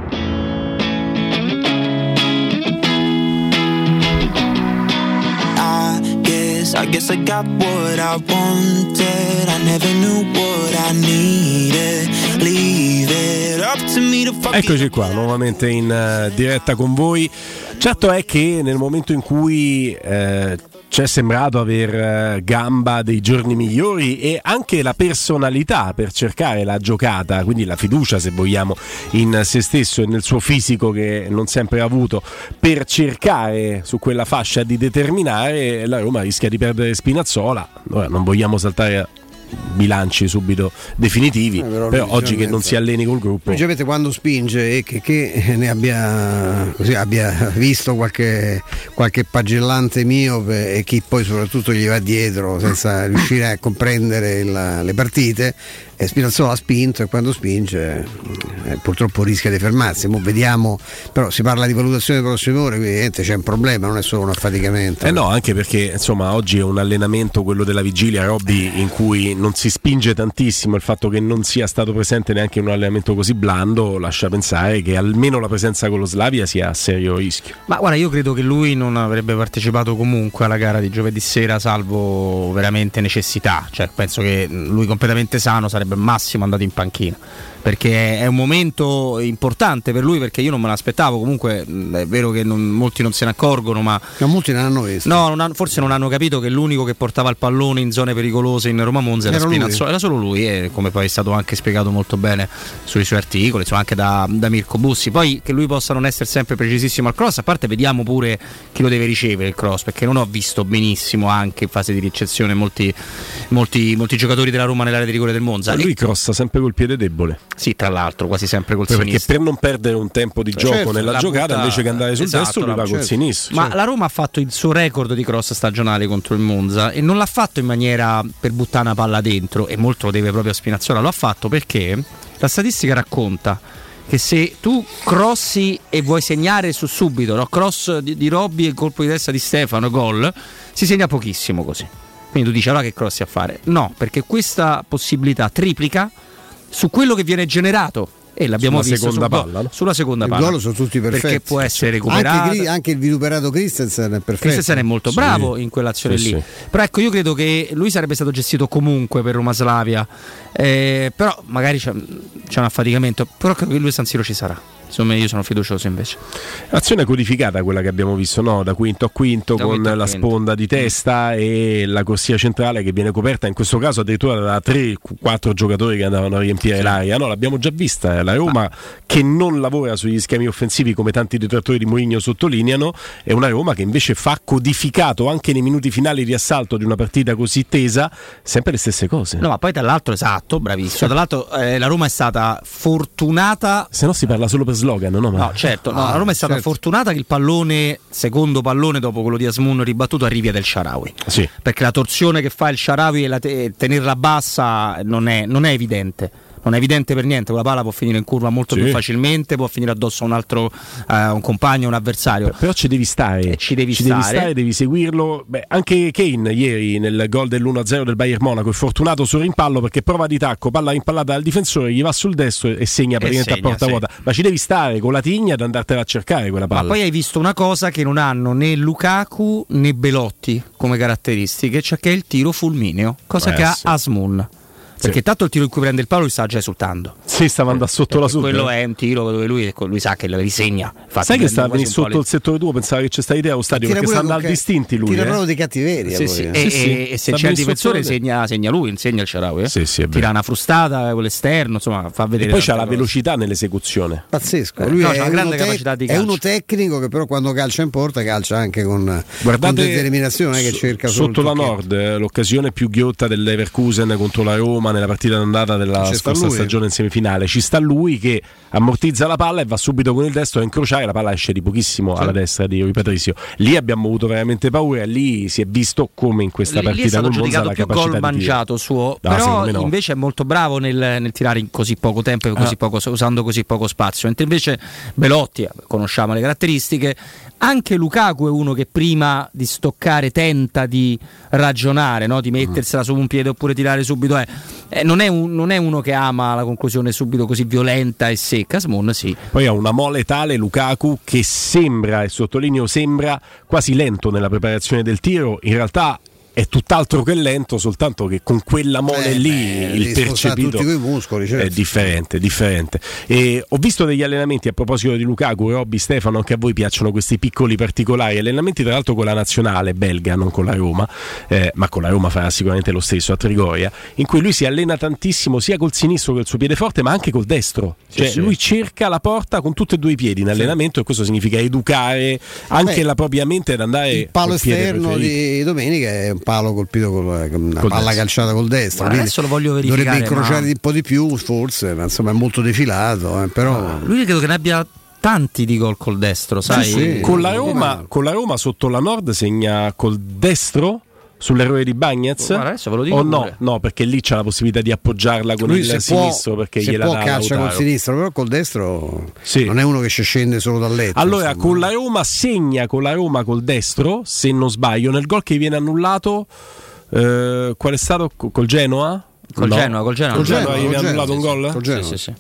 I guess I got what I wanted. I never knew what I needed. Leave it up to me to fuck. Eccoci qua, nuovamente in diretta con voi. Certo è che nel momento in cui ci è sembrato aver gamba dei giorni migliori e anche la personalità per cercare la giocata, quindi la fiducia, se vogliamo, in se stesso e nel suo fisico che non sempre ha avuto, per cercare su quella fascia di determinare, la Roma rischia di perdere Spinazzola. Ora non vogliamo saltare bilanci subito definitivi, però oggi che non si alleni col gruppo, logicamente quando spinge e che ne abbia visto qualche pagellante miope e chi poi soprattutto gli va dietro senza riuscire a comprendere le partite, e Spinazzola ha spinto, e quando spinge purtroppo rischia di fermarsi. Mo vediamo, però si parla di valutazione delle prossime ore, quindi c'è un problema, non è solo un affaticamento. No, anche perché insomma oggi è un allenamento, quello della vigilia, Robby, in cui non si spinge tantissimo. Il fatto che non sia stato presente neanche in un allenamento così blando lascia pensare che almeno la presenza con lo Slavia sia a serio rischio. Ma guarda, io credo che lui non avrebbe partecipato comunque alla gara di giovedì sera, salvo veramente necessità. Cioè penso che lui completamente sano sarebbe al massimo andato in panchina, perché è un momento importante per lui, perché io non me l'aspettavo. Comunque è vero che molti non se ne accorgono, ma molti non hanno visto. Forse non hanno capito che l'unico che portava il pallone in zone pericolose in Roma Monza era Spinazzola, era solo lui, e come poi è stato anche spiegato molto bene sui suoi articoli, insomma, anche da Mirko Bussi. Poi che lui possa non essere sempre precisissimo al cross, a parte vediamo pure chi lo deve ricevere il cross, perché non ho visto benissimo anche in fase di ricezione molti giocatori della Roma nell'area di rigore del Monza. Lui crossa sempre col piede debole. Sì, tra l'altro quasi sempre col sinistro, sinistro, perché per non perdere un tempo di gioco nella giocata, invece che andare sul destro, lui va col sinistro. Ma la Roma ha fatto il suo record di cross stagionale contro il Monza, e non l'ha fatto in maniera per buttare una palla dentro, e molto lo deve proprio a Spinazzola. Lo ha fatto perché la statistica racconta che se tu crossi e vuoi segnare su subito, no? Cross di Robby e il colpo di testa di Stefano, gol, si segna pochissimo così. Quindi tu dici allora che crossi a fare? No, perché questa possibilità triplica su quello che viene generato, e l'abbiamo visto sulla seconda palla. I gol sono tutti perfetti. Perché può essere recuperato. Anche il vituperato Christensen è perfetto. Christensen è molto bravo in quell'azione lì. Però ecco, io credo che lui sarebbe stato gestito comunque per Roma Slavia. Però magari c'è un affaticamento. Però credo che lui a San Siro ci sarà. Insomma, io sono fiducioso invece. Azione codificata quella che abbiamo visto, no? Da quinto a quinto, con la sponda di testa e la corsia centrale che viene coperta in questo caso addirittura da 3-4 giocatori che andavano a riempire l'area. No, l'abbiamo già vista, la Roma che non lavora sugli schemi offensivi come tanti detrattori di Mourinho sottolineano, è una Roma che invece fa codificato anche nei minuti finali di assalto di una partita così tesa sempre le stesse cose. No, ma poi dall'altro, esatto, bravissimo, dall'altro la Roma è stata fortunata, se no si parla solo per slogan, no? No, certo, la Roma è stata fortunata che il pallone, secondo pallone dopo quello di Asmun ribattuto, arrivi a El Shaarawy. Sì. Perché la torsione che fa il Shaarawy e tenerla bassa non è evidente. Non è evidente per niente, quella palla può finire in curva molto più facilmente, può finire addosso a un altro un compagno, un avversario. Però ci devi stare, devi stare, devi seguirlo. Beh, anche Kane ieri nel gol dell'1-0 del Bayern Monaco è fortunato sul rimpallo perché prova di tacco, palla rimpallata dal difensore, gli va sul destro e segna praticamente a porta vuota. Ma ci devi stare con la tigna ad andartela a cercare quella palla. Ma poi hai visto una cosa che non hanno né Lukaku né Belotti come caratteristiche, cioè che è il tiro fulmineo, cosa che ha Asmun. Perché tanto il tiro in cui prende il palo lui sta già esultando. Sì, stava andando sotto la sub. Quello è un tiro dove lui sa che la risegna. Infatti, sai che stava venendo sotto il settore tuo, pensava che c'è sta idea allo stadio perché sta andando al distinti lui. Tira proprio di cattiveria. E se c'è il difensore segna lui, insegna il Shaarawy. Tira una frustata con l'esterno, insomma, fa vedere. E poi c'ha la velocità nell'esecuzione. Pazzesco. Lui c'ha una grande capacità di calcio. È uno tecnico che però quando calcia in porta calcia anche con determinazione, che cerca sotto la Nord, l'occasione più ghiotta del Leverkusen contro la Roma nella partita d'andata della scorsa stagione in semifinale, ci sta lui che ammortizza la palla e va subito con il destro a incrociare, la palla esce di pochissimo alla destra di Rui Patricio. Lì abbiamo avuto veramente paura, lì si è visto come in questa partita con Monza la capacità gol mangiato suo, però invece è molto bravo nel tirare in così poco tempo e usando così poco spazio, mentre invece Belotti, conosciamo le caratteristiche. Anche Lukaku è uno che prima di stoccare tenta di ragionare, no? Di mettersela su un piede oppure tirare subito. Non è uno che ama la conclusione subito così violenta e secca. Asmun sì. Poi ha una mole tale Lukaku che sembra, e sottolineo sembra, quasi lento nella preparazione del tiro. In realtà è tutt'altro che lento, soltanto che con quella mole lì il percepito tutti quei muscoli, certo. È differente. E ho visto degli allenamenti a proposito di Lukaku, Robby, Stefano, che a voi piacciono questi piccoli particolari allenamenti, tra l'altro con la nazionale belga, non con la Roma, ma con la Roma farà sicuramente lo stesso a Trigoria, in cui lui si allena tantissimo sia col sinistro che il suo piede forte, ma anche col destro, lui cerca la porta con tutti e due i piedi in allenamento, e questo significa educare anche la propria mente ad andare. Il palo esterno di domenica è un palo colpito con una palla calciata col destro. Adesso lo voglio verificare. Dovrebbe incrociare un po' di più, forse, ma insomma è molto defilato. Però lui credo che ne abbia tanti di gol col destro, sai? Sì. Con la Roma sotto la Nord segna col destro sull'errore di Bagnez adesso ve lo dico o no, perché lì c'ha la possibilità di appoggiarla con il sinistro, perché gliela dà calcia col sinistro, però col destro non è uno che scende solo dal letto. Allora con la Roma segna col destro, se non sbaglio, nel gol che viene annullato qual è stato? Col Genoa? Col Genoa gli viene annullato un gol? Sì.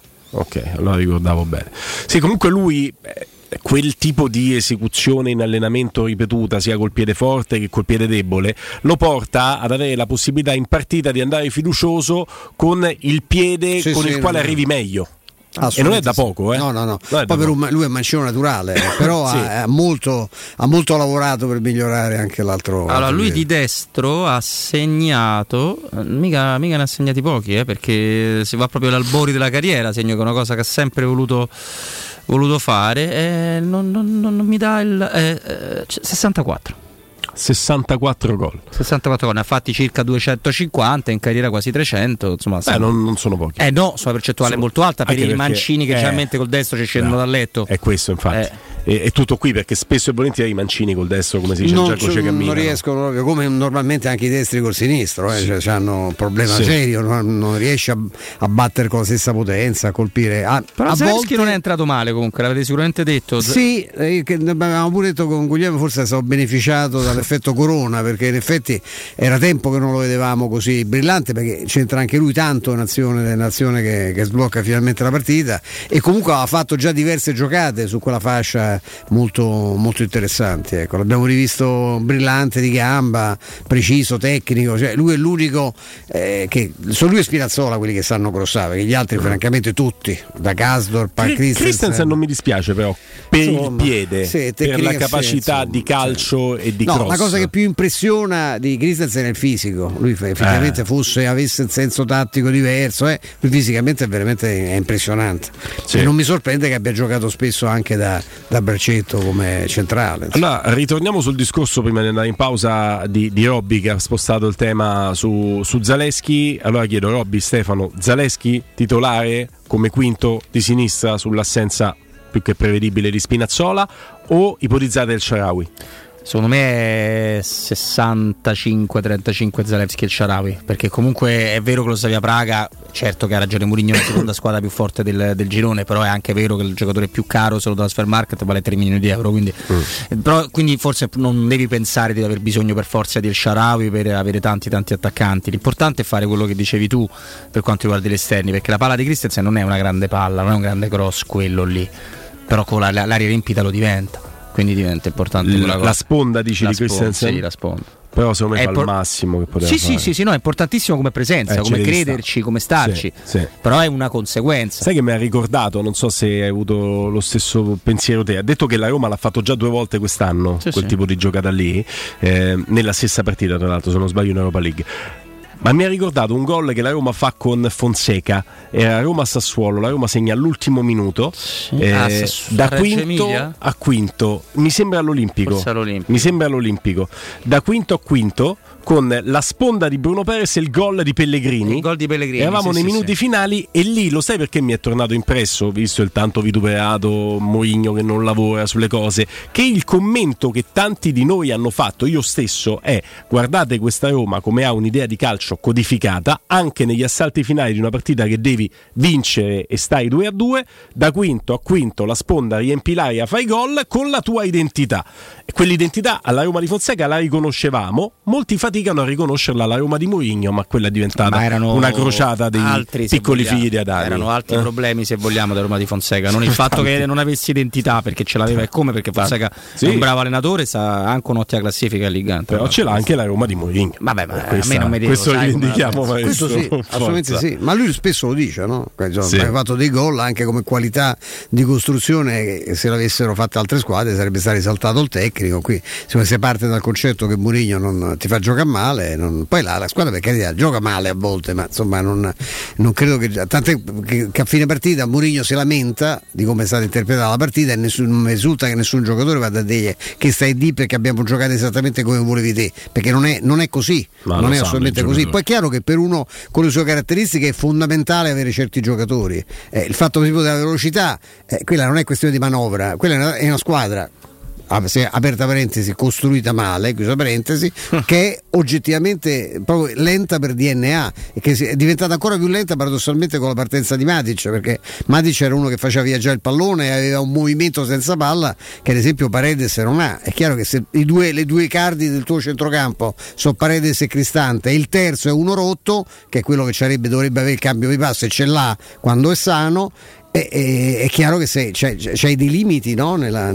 Ok, allora ricordavo bene. Sì, comunque lui quel tipo di esecuzione in allenamento ripetuta sia col piede forte che col piede debole lo porta ad avere la possibilità in partita di andare fiducioso con il piede con il quale arrivi meglio. E non è da poco, No. Poi lui è mancino naturale, però ha molto lavorato per migliorare anche l'altro. Allora, lui di destro ha segnato, mica ne ha segnati pochi, perché si va proprio agli albori della carriera, segno che è una cosa che ha sempre voluto fare. Non mi dà il 64 gol, ne ha fatti circa 250, in carriera quasi 300, insomma. Non sono pochi. No, sono una percentuale molto alta per i mancini che generalmente col destro ci scendono dal letto. È questo, infatti. è tutto qui, perché spesso e volentieri i mancini col destro, come si dice in gergo, non riescono proprio, come normalmente anche i destri col sinistro, cioè hanno un problema serio, non riesce a battere con la stessa potenza, a colpire. Però a volte non è entrato male, comunque l'avete sicuramente detto. Sì, che avevamo pure detto con Guglielmo, forse è stato beneficiato dall'effetto Corona, perché in effetti era tempo che non lo vedevamo così brillante, perché c'entra anche lui tanto un'azione che sblocca finalmente la partita, e comunque ha fatto già diverse giocate su quella fascia molto, molto interessanti, ecco. L'abbiamo rivisto brillante di gamba, preciso, tecnico, cioè lui è l'unico che sono lui e Spinazzola quelli che sanno crossare, perché gli altri francamente tutti, da Kasdorp a Christensen non mi dispiace però per il piede, per la capacità di calcio e di cross. La cosa che più impressiona di Christensen è il fisico, lui effettivamente avesse un senso tattico diverso, lui fisicamente è impressionante, e non mi sorprende che abbia giocato spesso anche da braccetto come centrale. Allora ritorniamo sul discorso prima di andare in pausa di Robby, che ha spostato il tema su Zaleschi. Allora chiedo, Robby, Stefano, Zaleschi titolare come quinto di sinistra sull'assenza più che prevedibile di Spinazzola, o ipotizzate il Shaarawy? Secondo me è 65-35 Zalewski e il Shaarawy, perché comunque è vero che lo Slavia Praga, certo che ha ragione Mourinho, è la seconda squadra più forte del girone, però è anche vero che il giocatore più caro solo transfer market vale 3 milioni di euro, quindi forse non devi pensare di aver bisogno per forza del Shaarawy per avere tanti attaccanti. L'importante è fare quello che dicevi tu per quanto riguarda gli esterni, perché la palla di Christensen non è una grande palla, non è un grande cross quello lì, però con l'aria riempita lo diventa. Quindi diventa importante la sponda, dici, di Christensen? Sì, la sponda. Però secondo me fa il massimo che poteva fare. Sì, no, è importantissimo come presenza, come crederci, come starci. Sì. Però è una conseguenza. Sai che mi ha ricordato, non so se hai avuto lo stesso pensiero te, ha detto che la Roma l'ha fatto già 2 volte quest'anno, quel tipo di giocata lì, nella stessa partita, tra l'altro, se non sbaglio, in Europa League. Ma mi ha ricordato un gol che la Roma fa con Fonseca, era Roma-Sassuolo, la Roma segna all'ultimo minuto, da quinto a quinto, mi sembra all'Olimpico, da quinto a quinto, con la sponda di Bruno Perez e il gol di Pellegrini. Eravamo nei minuti finali, e lì lo sai perché mi è tornato impresso, visto il tanto vituperato Mourinho che non lavora sulle cose, che il commento che tanti di noi hanno fatto, io stesso, è: guardate questa Roma come ha un'idea di calcio codificata anche negli assalti finali di una partita che devi vincere e stai 2-2, da quinto a quinto la sponda riempi l'aria, fai gol con la tua identità, e quell'identità alla Roma di Fonseca la riconoscevamo, molti faticano a riconoscerla alla Roma di Mourinho, ma quella è diventata una crociata dei piccoli figli di Adamo. Erano altri problemi, se vogliamo, della Roma di Fonseca, non il fatto che non avessi identità, perché ce l'aveva, e come, perché Fonseca è un bravo allenatore, sa anche un'ottima classifica ligante, però ce l'ha anche la Roma di Mourinho. Vabbè, ma a me non mi devo, rivendichiamo, questo sì, assolutamente sì, ma lui spesso lo dice, no? Ha fatto dei gol anche come qualità di costruzione che se l'avessero fatte altre squadre sarebbe stato risaltato il tecnico. Qui se parte dal concetto che Mourinho non ti fa giocare male, poi la squadra, per carità, gioca male a volte, ma insomma non credo che, tant'è che a fine partita Mourinho si lamenta di come è stata interpretata la partita, e non risulta che nessun giocatore vada a dire che stai lì perché abbiamo giocato esattamente come volevi te, perché non è così, non è assolutamente così. Poi è chiaro che per uno con le sue caratteristiche è fondamentale avere certi giocatori, il fatto per esempio della velocità, quella non è questione di manovra, quella è una squadra, aperta parentesi, costruita male, chiusa parentesi, che è oggettivamente proprio lenta per DNA, e che è diventata ancora più lenta paradossalmente con la partenza di Matic, perché Matic era uno che faceva viaggiare il pallone e aveva un movimento senza palla che ad esempio Paredes non ha. È chiaro che se le due cardi del tuo centrocampo sono Paredes e Cristante, e il terzo è uno rotto, che è quello che dovrebbe avere il cambio di passo, e ce l'ha quando è sano, è chiaro che c'hai dei limiti, no? nella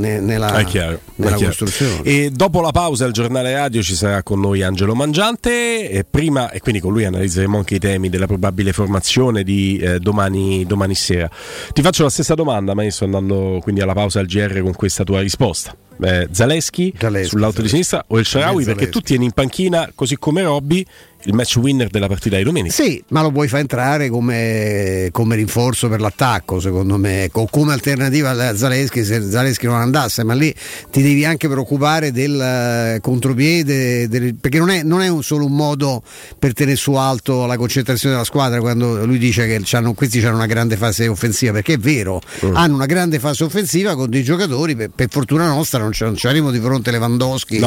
costruzione. E dopo la pausa al giornale radio ci sarà con noi Angelo Mangiante, e quindi con lui analizzeremo anche i temi della probabile formazione di domani sera. Ti faccio la stessa domanda, maestro, andando quindi alla pausa al GR con questa tua risposta. Zaleschi sull'auto di sinistra o El Shaarawy, perché tu tieni in panchina, così come Robby, il match winner della partita di domenica. Sì, ma lo puoi far entrare come rinforzo per l'attacco, secondo me, o come alternativa a Zaleschi se Zaleschi non andasse, ma lì ti devi anche preoccupare del contropiede, perché non è solo un modo per tenere su alto la concentrazione della squadra, quando lui dice che questi hanno una grande fase offensiva, perché è vero, hanno una grande fase offensiva con dei giocatori, per fortuna nostra non c'erano di fronte Lewandowski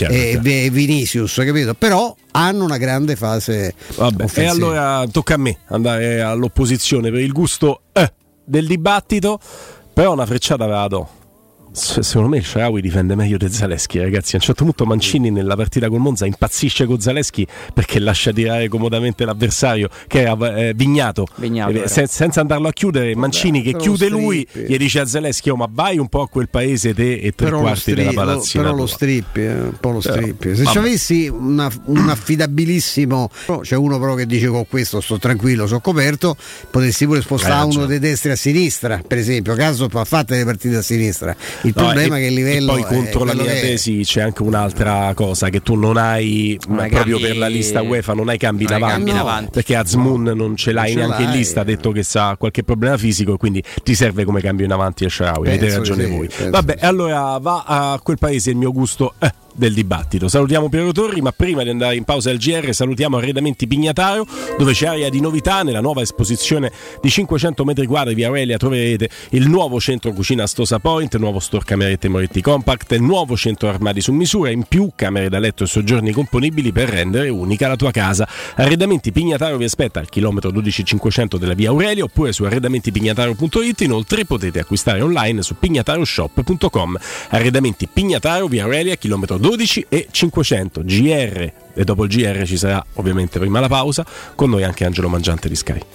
e Vinicius, capito? Però hanno una grande fase offensiva. E allora tocca a me andare all'opposizione per il gusto del dibattito, però una frecciata ve la do. Secondo me il Shaarawy difende meglio di Zaleschi, ragazzi. A un certo punto Mancini nella partita col Monza impazzisce con Zaleschi perché lascia tirare comodamente l'avversario, che era Vignato. Senza andarlo a chiudere, Mancini che chiude lui, gli dice a Zaleschi: ma vai un po' a quel paese te e tre quarti della palazzina. Però lo strippi, un po' lo strippi. Se ci avessi un affidabilissimo, c'è uno però che dice: con questo sto tranquillo, sono coperto, potresti pure spostare uno dei destri a sinistra, per esempio. Caso ha fatto le partite a sinistra. Il problema è che il livello. E poi contro la mia tesi c'è anche un'altra cosa, che tu non hai proprio per la lista UEFA, non hai cambi davanti, perché Azmoun non ce l'hai neanche in lista, ha detto che sa qualche problema fisico, quindi ti serve come cambio in avanti a Shaarawy. Avete ragione voi. Vabbè, allora va a quel paese il mio gusto del dibattito. Salutiamo Piero Torri, ma prima di andare in pausa al GR salutiamo Arredamenti Pignataro, dove c'è area di novità. Nella nuova esposizione di 500 metri quadri via Aurelia troverete il nuovo centro cucina Stosa Point, nuovo store camerette Moretti Compact, il nuovo centro armadi su misura, in più camere da letto e soggiorni componibili per rendere unica la tua casa. Arredamenti Pignataro vi aspetta al chilometro 12500 della via Aurelia, oppure su arredamentipignataro.it. Inoltre potete acquistare online su pignataroshop.com. Arredamenti Pignataro via Aurelia, chilometro 12 e 500. GR, e dopo il GR ci sarà ovviamente prima la pausa, con noi anche Angelo Mangiante di Sky.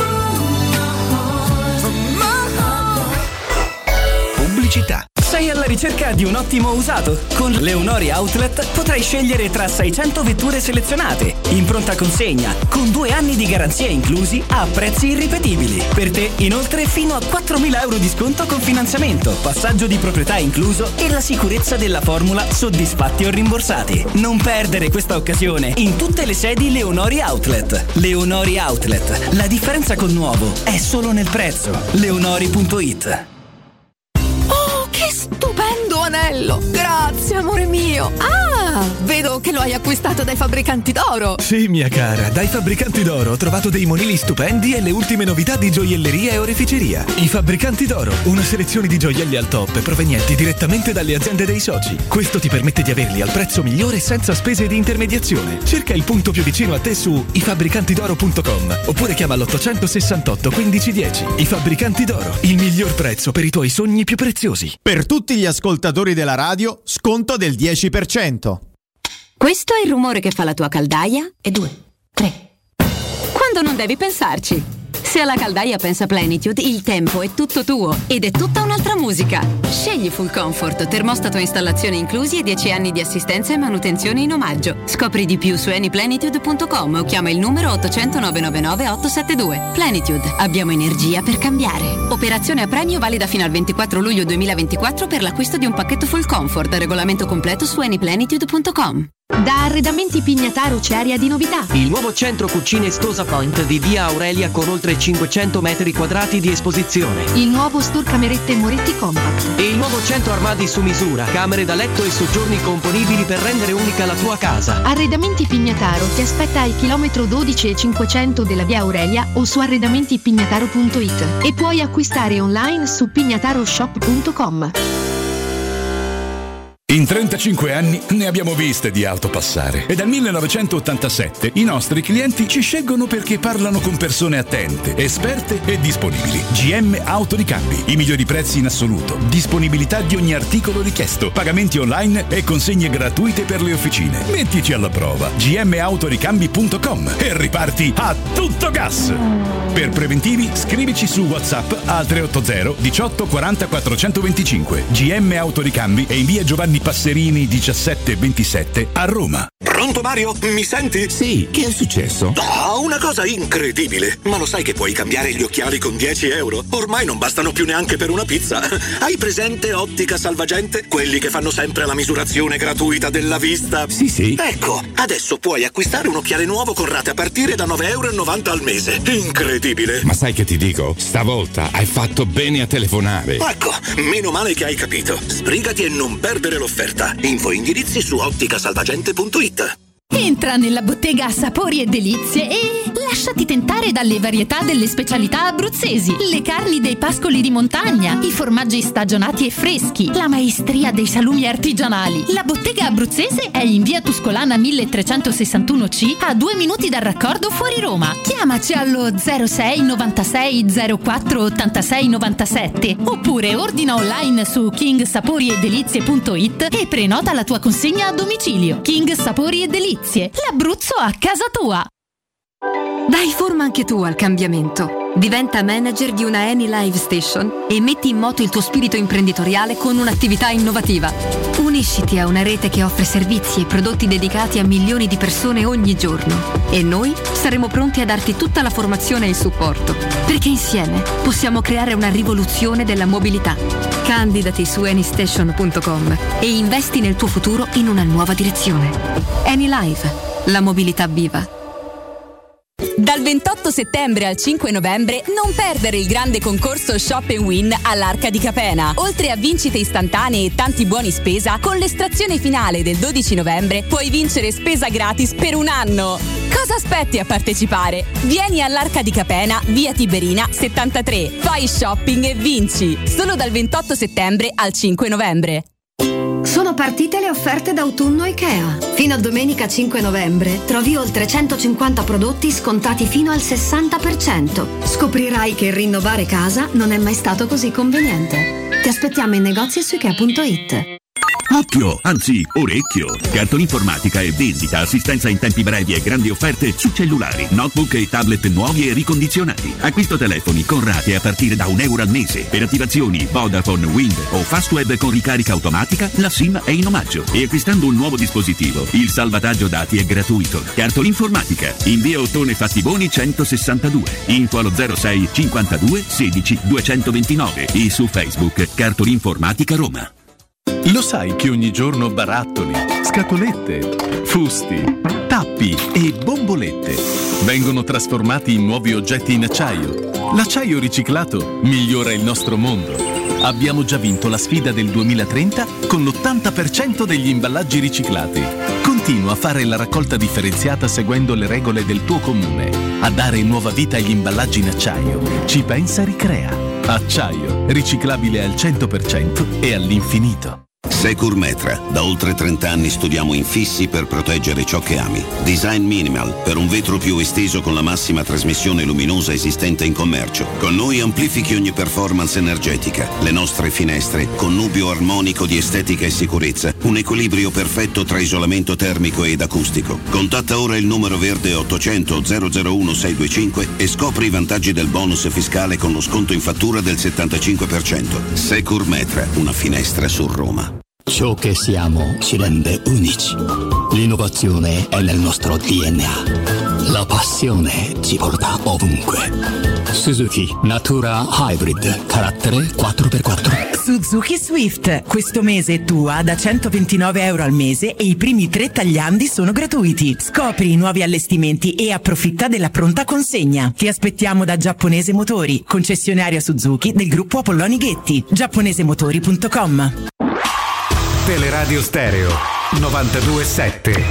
Pubblicità. Sei alla ricerca di un ottimo usato? Con Leonori Outlet potrai scegliere tra 600 vetture selezionate, in pronta consegna, con 2 anni di garanzia inclusi a prezzi irripetibili. Per te inoltre fino a 4.000 euro di sconto con finanziamento, passaggio di proprietà incluso e la sicurezza della formula soddisfatti o rimborsati. Non perdere questa occasione in tutte le sedi Leonori Outlet. Leonori Outlet, la differenza col nuovo è solo nel prezzo. Leonori.it. Stupendo anello! Grazie, amore mio! Ah, vedo che lo hai acquistato dai Fabbricanti d'Oro! Sì, mia cara, dai Fabbricanti d'Oro ho trovato dei monili stupendi e le ultime novità di gioielleria e oreficeria. I Fabbricanti d'Oro, una selezione di gioielli al top provenienti direttamente dalle aziende dei soci. Questo ti permette di averli al prezzo migliore senza spese di intermediazione. Cerca il punto più vicino a te su ifabbricantidoro.com oppure chiama l'868 1510. I Fabbricanti d'Oro, il miglior prezzo per i tuoi sogni più preziosi. Per tutti gli ascoltatori della radio, sconto del 10%. Questo è il rumore che fa la tua caldaia. E 2, 3. Quando non devi pensarci. Se alla caldaia pensa Plenitude, il tempo è tutto tuo ed è tutta un'altra musica. Scegli Full Comfort, termostato e installazione inclusi e 10 anni di assistenza e manutenzione in omaggio. Scopri di più su anyplenitude.com o chiama il numero 800 999 872. Plenitude, abbiamo energia per cambiare. Operazione a premio valida fino al 24 luglio 2024 per l'acquisto di un pacchetto Full Comfort. Regolamento completo su anyplenitude.com. Da Arredamenti Pignataro c'è area di novità. Il nuovo centro cucine Stosa Point di via Aurelia con oltre 500 metri quadrati di esposizione. Il nuovo store camerette Moretti Compact. E il nuovo centro armadi su misura, camere da letto e soggiorni componibili per rendere unica la tua casa. Arredamenti Pignataro ti aspetta al chilometro 12 e 500 della via Aurelia o su arredamentipignataro.it e puoi acquistare online su pignataroshop.com. In 35 anni ne abbiamo viste di auto passare e dal 1987 i nostri clienti ci scelgono perché parlano con persone attente, esperte e disponibili. GM Autoricambi, i migliori prezzi in assoluto, disponibilità di ogni articolo richiesto, pagamenti online e consegne gratuite per le officine. Mettici alla prova. gmautoricambi.com e riparti a tutto gas. Per preventivi scrivici su WhatsApp al 380 18 40 425. GM Autoricambi e in via Giovanni Passerini 1727 a Roma. Pronto Mario? Mi senti? Sì, che è successo? Una cosa incredibile! Ma lo sai che puoi cambiare gli occhiali con 10 euro? Ormai non bastano più neanche per una pizza. Hai presente Ottica Salvagente? Quelli che fanno sempre la misurazione gratuita della vista? Sì. Ecco, adesso puoi acquistare un occhiale nuovo con rate a partire da 9,90 euro al mese. Incredibile! Ma sai che ti dico? Stavolta hai fatto bene a telefonare. Ecco, meno male che hai capito. Sbrigati e non perdere l'offerta. Info e indirizzi su otticasalvagente.it. Entra nella bottega Sapori e Delizie e lasciati tentare dalle varietà delle specialità abruzzesi, le carni dei pascoli di montagna, i formaggi stagionati e freschi, la maestria dei salumi artigianali. La bottega abruzzese è in via Tuscolana 1361C, a 2 minuti dal raccordo fuori Roma. Chiamaci allo 06 96 04 86 97 oppure ordina online su kingsaporiedelizie.it e prenota la tua consegna a domicilio. King Sapori e Delizie, l'Abruzzo a casa tua. Dai forma anche tu al cambiamento. Diventa manager di una Eni Live Station e metti in moto il tuo spirito imprenditoriale con un'attività innovativa. Unisciti a una rete che offre servizi e prodotti dedicati a milioni di persone ogni giorno. E noi saremo pronti a darti tutta la formazione e il supporto, perché insieme possiamo creare una rivoluzione della mobilità. Candidati su enystation.com e investi nel tuo futuro in una nuova direzione. Eni Live, la mobilità viva. Dal 28 settembre al 5 novembre non perdere il grande concorso Shop & Win all'Arca di Capena. Oltre a vincite istantanee e tanti buoni spesa, con l'estrazione finale del 12 novembre puoi vincere spesa gratis per un anno. Cosa aspetti a partecipare? Vieni all'Arca di Capena, via Tiberina 73. Fai shopping e vinci. Solo dal 28 settembre al 5 novembre. Sono partite le offerte d'autunno IKEA. Fino a domenica 5 novembre trovi oltre 150 prodotti scontati fino al 60%. Scoprirai che rinnovare casa non è mai stato così conveniente. Ti aspettiamo in negozi e su IKEA.it. Occhio, anzi orecchio. Cartolinformatica e vendita, assistenza in tempi brevi e grandi offerte su cellulari, notebook e tablet nuovi e ricondizionati. Acquisto telefoni con rate a partire da €1 al mese. Per attivazioni Vodafone, Wind o Fastweb con ricarica automatica, la SIM è in omaggio. E acquistando un nuovo dispositivo, il salvataggio dati è gratuito. Cartolinformatica, in via Ottone Fattiboni 162. Info allo 06 52 16 229 e su Facebook Cartolinformatica Roma. Lo sai che ogni giorno barattoli, scatolette, fusti, tappi e bombolette vengono trasformati in nuovi oggetti in acciaio? L'acciaio riciclato migliora il nostro mondo. Abbiamo già vinto la sfida del 2030 con l'80% degli imballaggi riciclati. Continua a fare la raccolta differenziata seguendo le regole del tuo comune. A dare nuova vita agli imballaggi in acciaio ci pensa Ricrea. Acciaio, riciclabile al 100% e all'infinito. Securmetra. Da oltre 30 anni studiamo infissi per proteggere ciò che ami. Design minimal, per un vetro più esteso con la massima trasmissione luminosa esistente in commercio. Con noi amplifichi ogni performance energetica. Le nostre finestre, connubio armonico di estetica e sicurezza. Un equilibrio perfetto tra isolamento termico ed acustico. Contatta ora il numero verde 800 001 625 e scopri i vantaggi del bonus fiscale con lo sconto in fattura del 75%. Securmetra, una finestra su Roma. Ciò che siamo ci rende unici. L'innovazione è nel nostro DNA. La passione ci porta ovunque. Suzuki Natura Hybrid, carattere 4x4. Suzuki Swift. Questo mese è tua da €129 al mese e i primi 3 tagliandi sono gratuiti. Scopri i nuovi allestimenti e approfitta della pronta consegna. Ti aspettiamo da Giapponese Motori, concessionaria Suzuki del gruppo Apolloni Ghetti. giapponesemotori.com. Teleradio Stereo 92.7.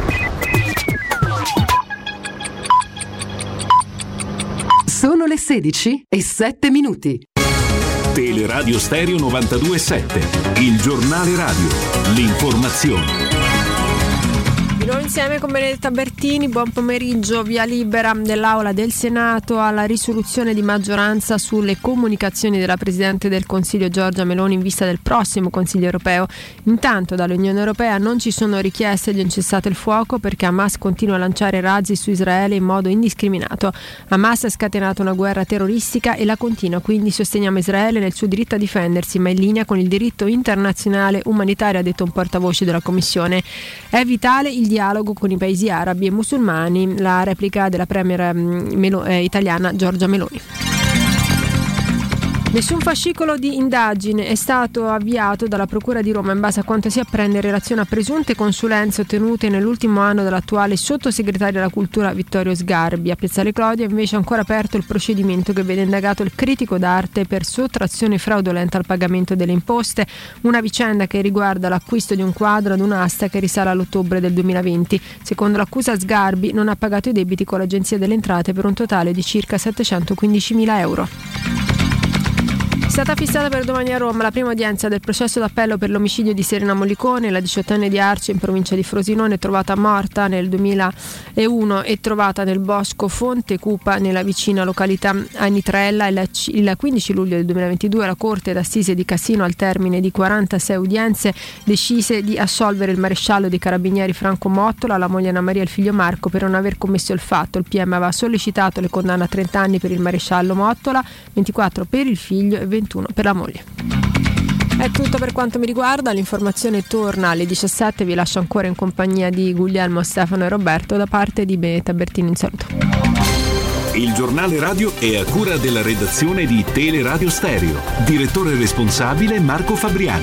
Sono le 16:07. Teleradio Stereo 92.7, il giornale radio, l'informazione. Di nuovo insieme con Benedetta Bertini, buon pomeriggio. Via libera dell'Aula del Senato alla risoluzione di maggioranza sulle comunicazioni della Presidente del Consiglio Giorgia Meloni in vista del prossimo Consiglio europeo. Intanto dall'Unione Europea non ci sono richieste di un cessate il fuoco perché Hamas continua a lanciare razzi su Israele in modo indiscriminato. Hamas ha scatenato una guerra terroristica e la continua, quindi sosteniamo Israele nel suo diritto a difendersi, ma in linea con il diritto internazionale umanitario, ha detto un portavoce della Commissione. È vitale il dialogo dialogo con i paesi arabi e musulmani, la replica della premier italiana Giorgia Meloni. Nessun fascicolo di indagine è stato avviato dalla Procura di Roma in base a quanto si apprende in relazione a presunte consulenze ottenute nell'ultimo anno dall'attuale sottosegretario alla cultura Vittorio Sgarbi. A Piazzale Clodio è invece ancora aperto il procedimento che vede indagato il critico d'arte per sottrazione fraudolenta al pagamento delle imposte, una vicenda che riguarda l'acquisto di un quadro ad un'asta che risale all'ottobre del 2020. Secondo l'accusa, Sgarbi non ha pagato i debiti con l'Agenzia delle Entrate per un totale di circa 715.000 euro. È stata fissata per domani a Roma la prima udienza del processo d'appello per l'omicidio di Serena Mollicone, la 18enne di Arci in provincia di Frosinone, trovata morta nel 2001 e trovata nel bosco Fonte Cupa nella vicina località Anitrella. Il 15 luglio del 2022 la Corte d'Assise di Cassino, al termine di 46 udienze, decise di assolvere il maresciallo dei Carabinieri Franco Mottola, la moglie Anna Maria e il figlio Marco per non aver commesso il fatto. Il PM aveva sollecitato le condanne a 30 anni per il maresciallo Mottola, 24 per il figlio e 21 per la moglie. È tutto per quanto mi riguarda, l'informazione torna alle 17, vi lascio ancora in compagnia di Guglielmo, Stefano e Roberto. Da parte di Benetta Bertini, un saluto. Il giornale radio è a cura della redazione di Teleradio Stereo. Direttore responsabile Marco Fabriani.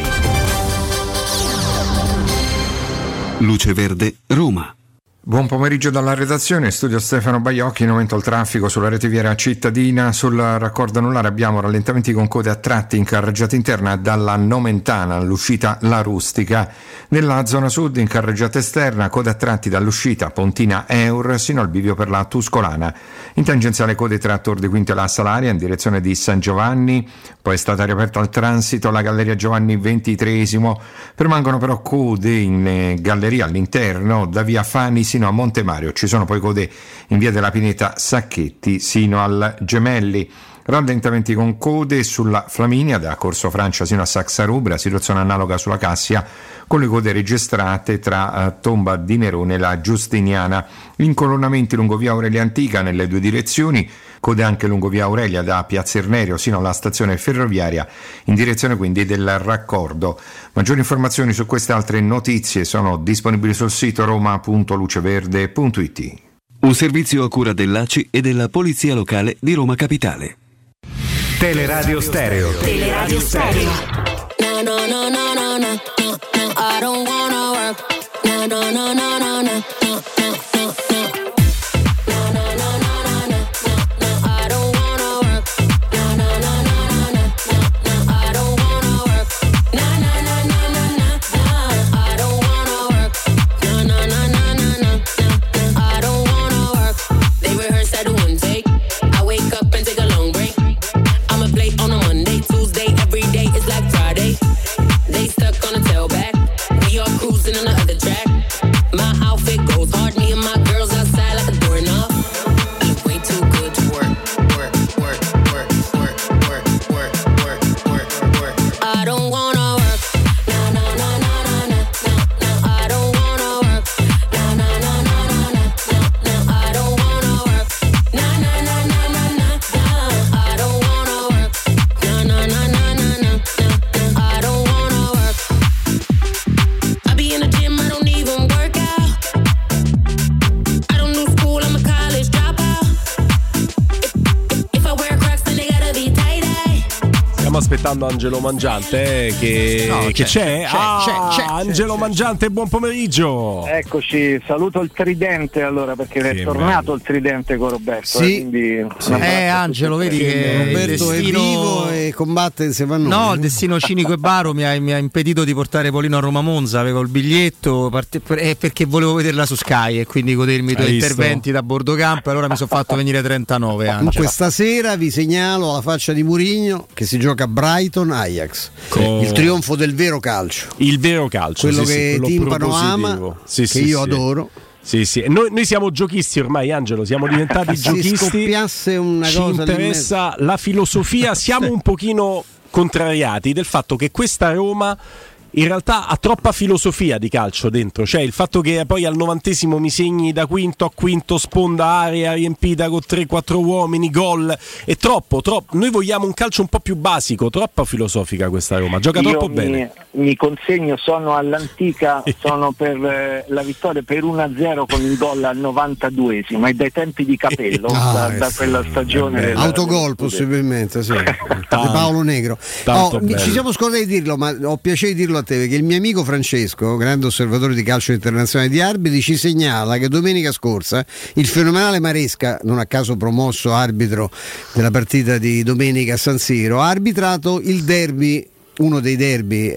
Luce Verde, Roma. Buon pomeriggio dalla redazione, studio Stefano Baiocchi. In aumento il traffico sulla rete viaria cittadina. Sul raccordo anulare abbiamo rallentamenti con code a tratti in carreggiata interna dalla Nomentana all'uscita La Rustica. Nella zona sud in carreggiata esterna code a tratti dall'uscita Pontina Eur sino al bivio per la Tuscolana. In tangenziale code tra Tor de Quinte e la Salaria in direzione di San Giovanni. Poi è stata riaperta al transito la Galleria Giovanni XXIII. Permangono però code in galleria all'interno da via Fani sino a Monte Mario. Ci sono poi code in via della Pineta Sacchetti sino al Gemelli. Rallentamenti con code sulla Flaminia da Corso Francia sino a Saxarubra, situazione analoga sulla Cassia con le code registrate tra Tomba di Nerone e la Giustiniana. Incolonnamenti lungo via Aurelia Antica nelle due direzioni, code anche lungo via Aurelia da Piazza Irnerio sino alla stazione ferroviaria in direzione quindi del raccordo. Maggiori informazioni su queste altre notizie sono disponibili sul sito roma.luceverde.it. Un servizio a cura dell'ACI e della Polizia Locale di Roma Capitale. Teleradio Stereo. Teleradio Stereo. No, no, no, no, no, no, no, I don't wanna work. No, no, no, no, no, no, no, no, no, no. aspettando Angelo Mangiante che c'è. Angelo Mangiante, buon pomeriggio. Eccoci, saluto il tridente allora, perché è tornato il tridente con Roberto. Sì. Angelo, vedi che Roberto è vivo e combatte insieme a noi. No, il destino cinico e baro mi ha impedito di portare Polino a Roma Monza. Avevo il biglietto perché volevo vederla su Sky e quindi godermi i tuoi interventi da bordo campo, e allora mi sono fatto venire 39 anni. Questa sera vi segnalo alla faccia di Mourinho che si gioca Brighton Ajax, il trionfo del vero calcio, quello che Timpano ama, che io adoro. Sì. Noi siamo giochisti ormai, Angelo, siamo diventati giochisti. Se scoppiasse una ci cosa interessa la filosofia, siamo un pochino contrariati del fatto che questa Roma in realtà ha troppa filosofia di calcio dentro, cioè il fatto che poi al 90° mi segni da quinto a quinto, sponda, area riempita con 3-4 uomini, gol, è troppo. Noi vogliamo un calcio un po' più basico, troppo filosofica questa Roma, gioca troppo bene. Mi consegno, sono all'antica, sono per la vittoria per 1-0 con il gol al 92esimo, e dai tempi di Capello, da quella stagione. Autogol possibilmente, sì. Di Paolo Negro. Ci siamo scordati di dirlo, ma ho piacere di dirlo a te, perché il mio amico Francesco, grande osservatore di calcio internazionale di arbitri, ci segnala che domenica scorsa il fenomenale Maresca, non a caso promosso arbitro della partita di domenica a San Siro, ha arbitrato il derby, uno dei derby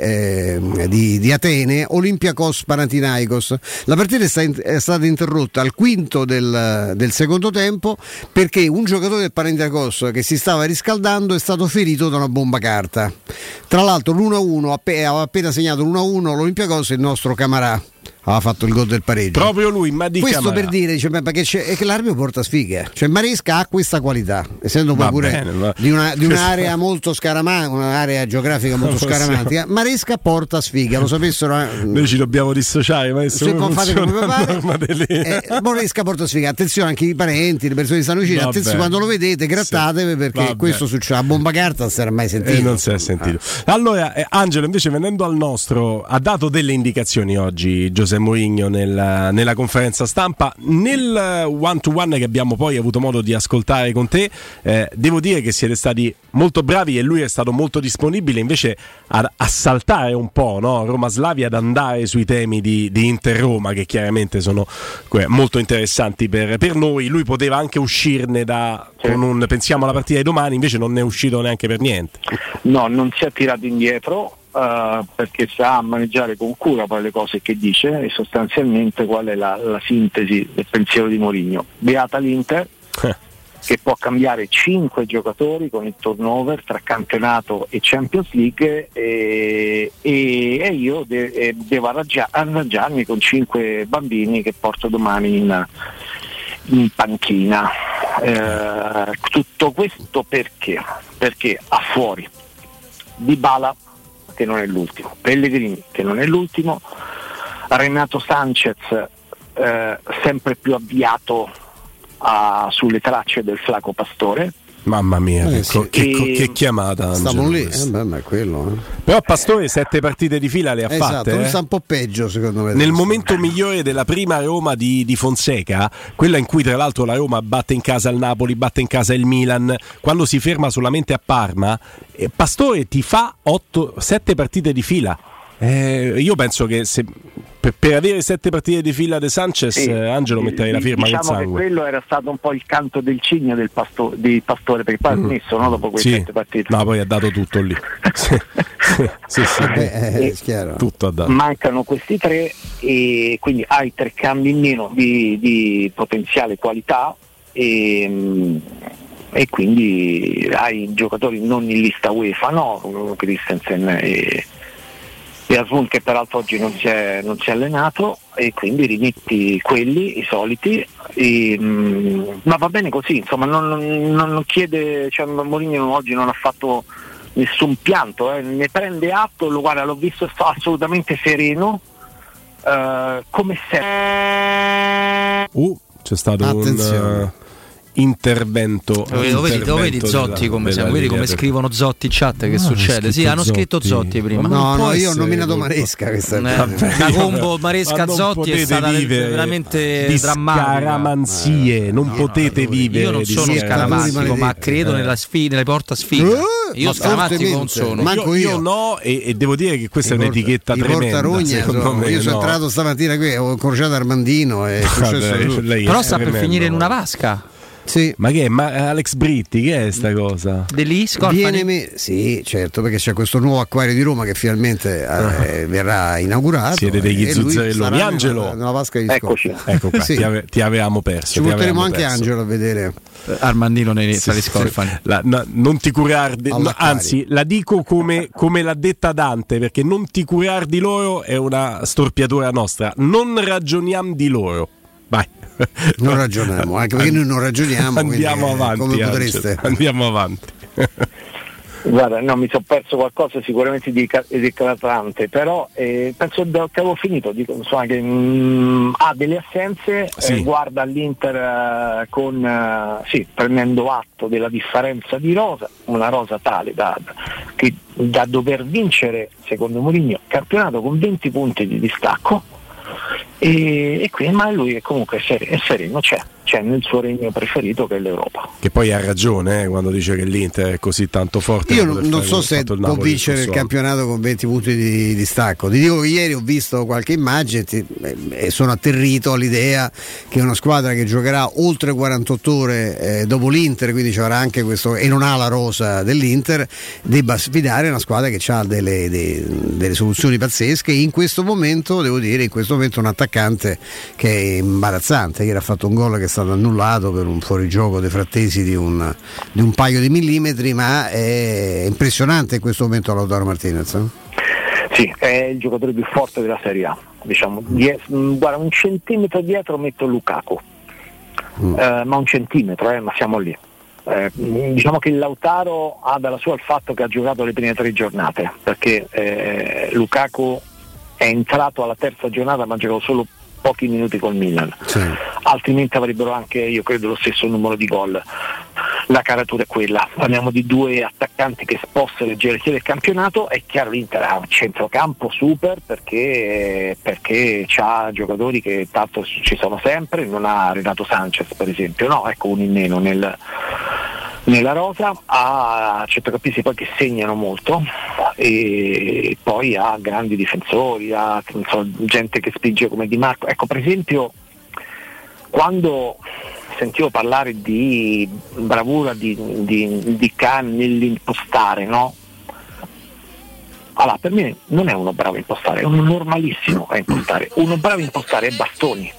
di Atene, Olympiakos Panathinaikos. La partita è stata interrotta al quinto del secondo tempo perché un giocatore del Panathinaikos che si stava riscaldando è stato ferito da una bomba carta. Tra l'altro l'1-1 aveva appena segnato l'1-1 l'Olympiakos, il nostro Camarà aveva fatto il gol del pareggio. Proprio lui, ma di questo Camarà. Per dire, perché è che l'arbitro porta sfighe. Cioè Maresca ha questa qualità, essendo poi pure di un'area molto scaramante, un'area geografica molto scaramantica. Maresca porta sfiga, lo sapessero. Noi ci dobbiamo dissociare, maestro. Fate come pare. Maresca porta sfiga. Attenzione anche i parenti, le persone che stanno vicino. Attenzione quando lo vedete, grattatevi perché questo succede. La bomba carta non si era mai sentito. Non si è sentito. Allora, Angelo, invece, venendo al nostro, ha dato delle indicazioni oggi José Mourinho nella conferenza stampa, nel one to one che abbiamo poi avuto modo di ascoltare con te. Devo dire che siete stati molto bravi e lui è stato molto disponibile invece a saltare un po', no? Roma-Slavia, ad andare sui temi di Inter-Roma, che chiaramente sono molto interessanti per noi. Lui poteva anche uscirne con un pensiamo alla partita di domani, invece non ne è uscito neanche per niente. No, non si è tirato indietro. Perché sa maneggiare con cura poi le cose che dice, e sostanzialmente qual è la sintesi del pensiero di Mourinho. Beata l'Inter che può cambiare 5 giocatori con il turnover tra campionato e Champions League, e io devo arrangiarmi con 5 bambini che porto domani in panchina. Tutto questo perché ha fuori Dybala, che non è l'ultimo, Pellegrini, che non è l'ultimo, Renato Sanchez sempre più avviato sulle tracce del Flaco Pastore. Mamma mia, che chiamata! Stiamo lì, è quello. Però Pastore 7 partite di fila le ha fatte. Esatto, sta un po' peggio secondo me. Nel momento migliore della prima Roma di Fonseca, quella in cui tra l'altro la Roma batte in casa il Napoli, batte in casa il Milan, quando si ferma solamente a Parma, Pastore ti fa 7 partite di fila. Io penso che per avere 7 partite di fila di Sanchez, Angelo metterei la firma diciamo con sangue. Che quello era stato un po' il canto del cigno di Pastore, perché poi ha smesso, no, dopo quelle 7 partite. No, poi ha dato tutto lì. sì. È chiaro. Tutto ha dato. Mancano questi 3 e quindi hai 3 cambi in meno di potenziale qualità, e quindi hai giocatori non in lista UEFA, no? Christensen e Asmun, che peraltro oggi non si è allenato, e quindi rimetti quelli, i soliti, ma va bene così, insomma, non chiede, cioè Mourinho oggi non ha fatto nessun pianto, ne prende atto, l'ho visto assolutamente sereno, come sempre. C'è stato un intervento. Lo vedi Zotti come siamo, vedi come scrivono Zotti in chat, che succede? Sì, hanno scritto Zotti prima. No, io ho nominato Maresca. La combo Maresca Zotti è stata veramente di drammatica. Scaramanzie, non potete vivere. Io non sono scaramantico, ma credo nelle porta sfighe. Io scaramantico non sono. Manco io no, e devo dire che questa è un'etichetta tremenda. Io sono entrato stamattina qui, ho incrociato Armandino e però sta per finire in una vasca. Sì. Ma che è? Alex Britti, che è sta cosa? Sì, certo, perché c'è questo nuovo acquario di Roma che finalmente verrà inaugurato. Siete degli zuzzerelloni. Angelo, nella vasca di eccoci. Ecco qua, sì. ti avevamo perso. Ci porteremo anche Angelo a vedere Armandino tra gli scorfani. Non ti curar anzi, la dico come l'ha detta Dante, perché non ti curar di loro è una storpiatura nostra. Non ragioniamo di loro. Vai. Non ragioniamo, anche perché noi non ragioniamo. Andiamo avanti. Come potreste? Andiamo avanti. Guarda, no, mi sono perso qualcosa sicuramente di eclatante, però penso che avevo finito, dico, insomma, che ha delle assenze, sì. Guarda l'Inter prendendo atto della differenza di rosa, una rosa tale da dover vincere, secondo Mourinho, il campionato con 20 punti di distacco, e quindi, ma lui è comunque è sereno, c'è nel suo regno preferito, che è l'Europa. Che poi ha ragione quando dice che l'Inter è così tanto forte. Io non so se può vincere il campionato con 20 punti di distacco. Ti dico che ieri ho visto qualche immagine e sono atterrito all'idea che una squadra che giocherà oltre 48 ore dopo l'Inter, quindi ci avrà anche questo, e non ha la rosa dell'Inter, debba sfidare una squadra che ha delle soluzioni pazzesche. In questo momento, devo dire, un attaccante che è imbarazzante. Ieri ha fatto un gol che è stato annullato per un fuorigioco dei Frattesi di un paio di millimetri, ma è impressionante in questo momento Lautaro Martinez. Sì, è il giocatore più forte della Serie A, diciamo. Guarda, un centimetro dietro metto Lukaku, ma un centimetro, ma siamo lì. Diciamo che Lautaro ha dalla sua il fatto che ha giocato le prime 3 giornate, perché Lukaku è entrato alla terza giornata ma ha giocato solo pochi minuti col Milan, sì. Altrimenti avrebbero anche, io credo, lo stesso numero di gol. La caratura è quella, parliamo di 2 attaccanti che spostano le gerarchie del campionato. È chiaro, l'Inter ha un centrocampo super perché c'ha giocatori che tanto ci sono sempre, non ha Renato Sanchez per esempio, no, ecco un in meno nella rosa, ha centrocampisti poi che segnano molto, e poi ha grandi difensori, ha gente che spinge come Di Marco. Ecco, per esempio, quando sentivo parlare di bravura di Khan nell'impostare, no? Allora, per me non è uno bravo a impostare, è uno normalissimo a impostare. Uno bravo a impostare è Bastoni.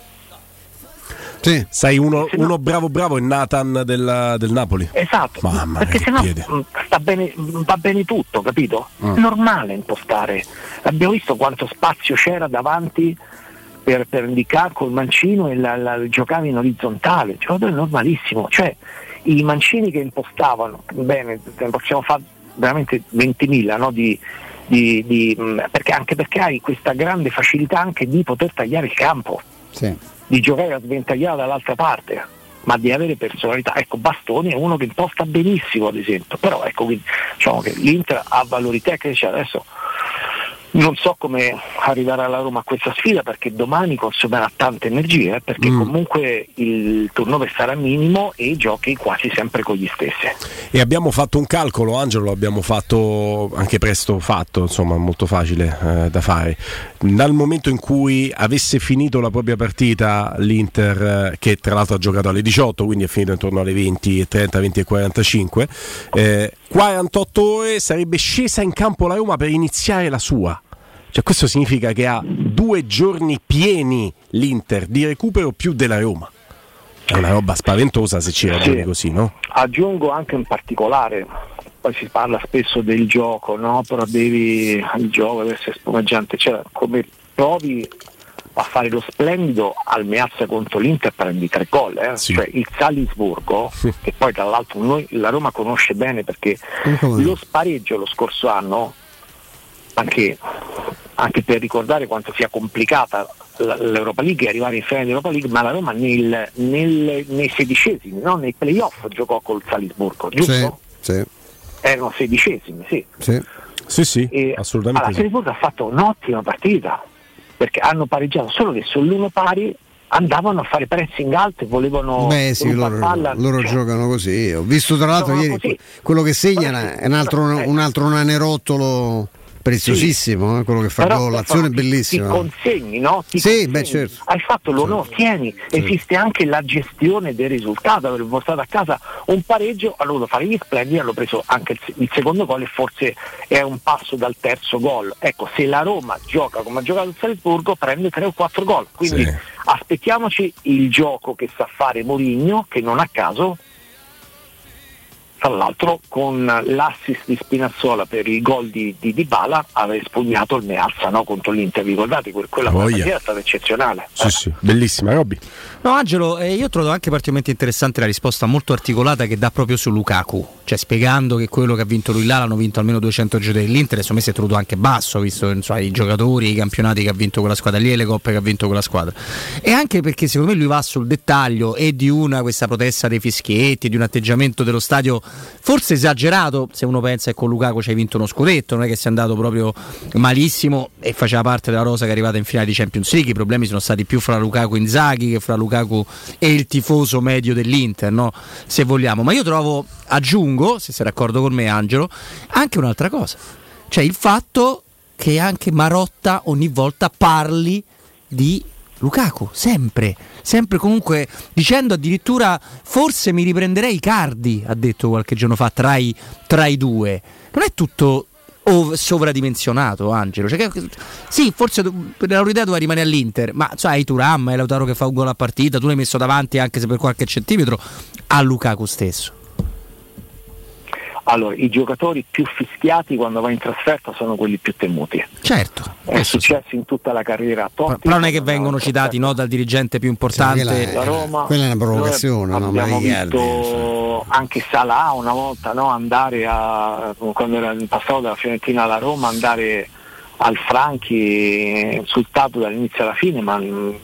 Sì. Sai, uno bravo è Nathan del Napoli. Esatto, mamma perché mia, sennò va bene tutto, capito? È normale impostare. Abbiamo visto quanto spazio c'era davanti per indicare col mancino e giocava in orizzontale, cioè è normalissimo. Cioè i mancini che impostavano bene, possiamo fare veramente 20.000, no? Perché hai questa grande facilità anche di poter tagliare il campo. Sì. Di giocare a sventagliare dall'altra parte, ma di avere personalità. Ecco, Bastoni è uno che imposta benissimo, ad esempio, però ecco, diciamo che l'Inter ha valori tecnici. Adesso non so come arrivare alla Roma a questa sfida, perché domani consumerà tante energie, perché comunque il turnover sarà minimo e giochi quasi sempre con gli stessi. E abbiamo fatto un calcolo, Angelo, l'abbiamo fatto anche presto fatto, insomma molto facile da fare. Dal momento in cui avesse finito la propria partita l'Inter, che tra l'altro ha giocato alle 18, quindi è finito intorno alle 20:30, 20:45, 48 ore sarebbe scesa in campo la Roma per iniziare la sua. Cioè, questo significa che ha 2 giorni pieni l'Inter di recupero più della Roma. È una roba spaventosa se ci ragioni così, no? Aggiungo anche in particolare, poi si parla spesso del gioco, no? Però il gioco deve essere spumeggiante, cioè come provi a fare lo splendido al Meazza contro l'Inter, prendi 3 gol, sì. Cioè il Salisburgo, che poi tra l'altro la Roma conosce bene, perché lo spareggio lo scorso anno, anche per ricordare quanto sia complicata l'Europa League e arrivare in finale dell'Europa League, ma la Roma nei 16esimi, no? Nei playoff giocò col Salisburgo, giusto? Sì. Erano 16esimi, sì. Sì, assolutamente. Allora, Salisburgo ha fatto un'ottima partita, perché hanno pareggiato, solo che sull'1 pari andavano a fare pressing alto e volevano loro giocano così. Ho visto tra l'altro ieri quello che segna è un altro nanerottolo preziosissimo, quello che fa gol, l'azione è bellissima. Ti consegni, no? Certo. Hai fatto l'onore, tieni. Esiste anche la gestione del risultato. Aver portato a casa un pareggio, hanno dovuto fare gli splendidi, hanno preso anche il secondo gol e forse è un passo dal terzo gol. Ecco, se la Roma gioca come ha giocato il Salisburgo, prende 3 o 4 gol. Quindi aspettiamoci il gioco che sa fare Mourinho, che non a caso tra l'altro con l'assist di Spinazzola per il gol di Dybala aveva espugnato il Meazza, no? Contro l'Inter, ricordate? Quella partita è stata eccezionale. Sì, bellissima, Robby. No, Angelo, io trovo anche particolarmente interessante la risposta molto articolata che dà proprio su Lukaku, cioè spiegando che quello che ha vinto lui là l'hanno vinto almeno 200 giocatori dell'Inter, e secondo me si è trovato anche basso, visto i giocatori, i campionati che ha vinto quella squadra lì e le coppe che ha vinto quella squadra, e anche perché secondo me lui va sul dettaglio e di questa protesta dei fischietti, di un atteggiamento dello stadio forse esagerato, se uno pensa che con Lukaku ci hai vinto uno scudetto, non è che sia andato proprio malissimo e faceva parte della rosa che è arrivata in finale di Champions League. I problemi sono stati più fra Lukaku e Inzaghi che fra Lukaku e il tifoso medio dell'Inter, no? Se vogliamo. Ma io aggiungo, se sei d'accordo con me Angelo, anche un'altra cosa, cioè il fatto che anche Marotta ogni volta parli di Lukaku, sempre comunque dicendo addirittura forse mi riprenderei Icardi, ha detto qualche giorno fa, tra i due. Non è tutto sovradimensionato, Angelo, cioè sì, forse per la loro idea doveva rimanere all'Inter, ma hai Thuram, hai Lautaro che fa un gol a partita, tu l'hai messo davanti anche se per qualche centimetro a Lukaku stesso. Allora, i giocatori più fischiati quando va in trasferta sono quelli più temuti. Certo. È successo in tutta la carriera a Totti. Però non è che vengono citati, no, dal dirigente più importante. La Roma. Quella è una provocazione, no? Abbiamo visto anche Salah una volta, no, andare quando era passato dalla Fiorentina alla Roma, andare al Franchi insultato dall'inizio alla fine, ma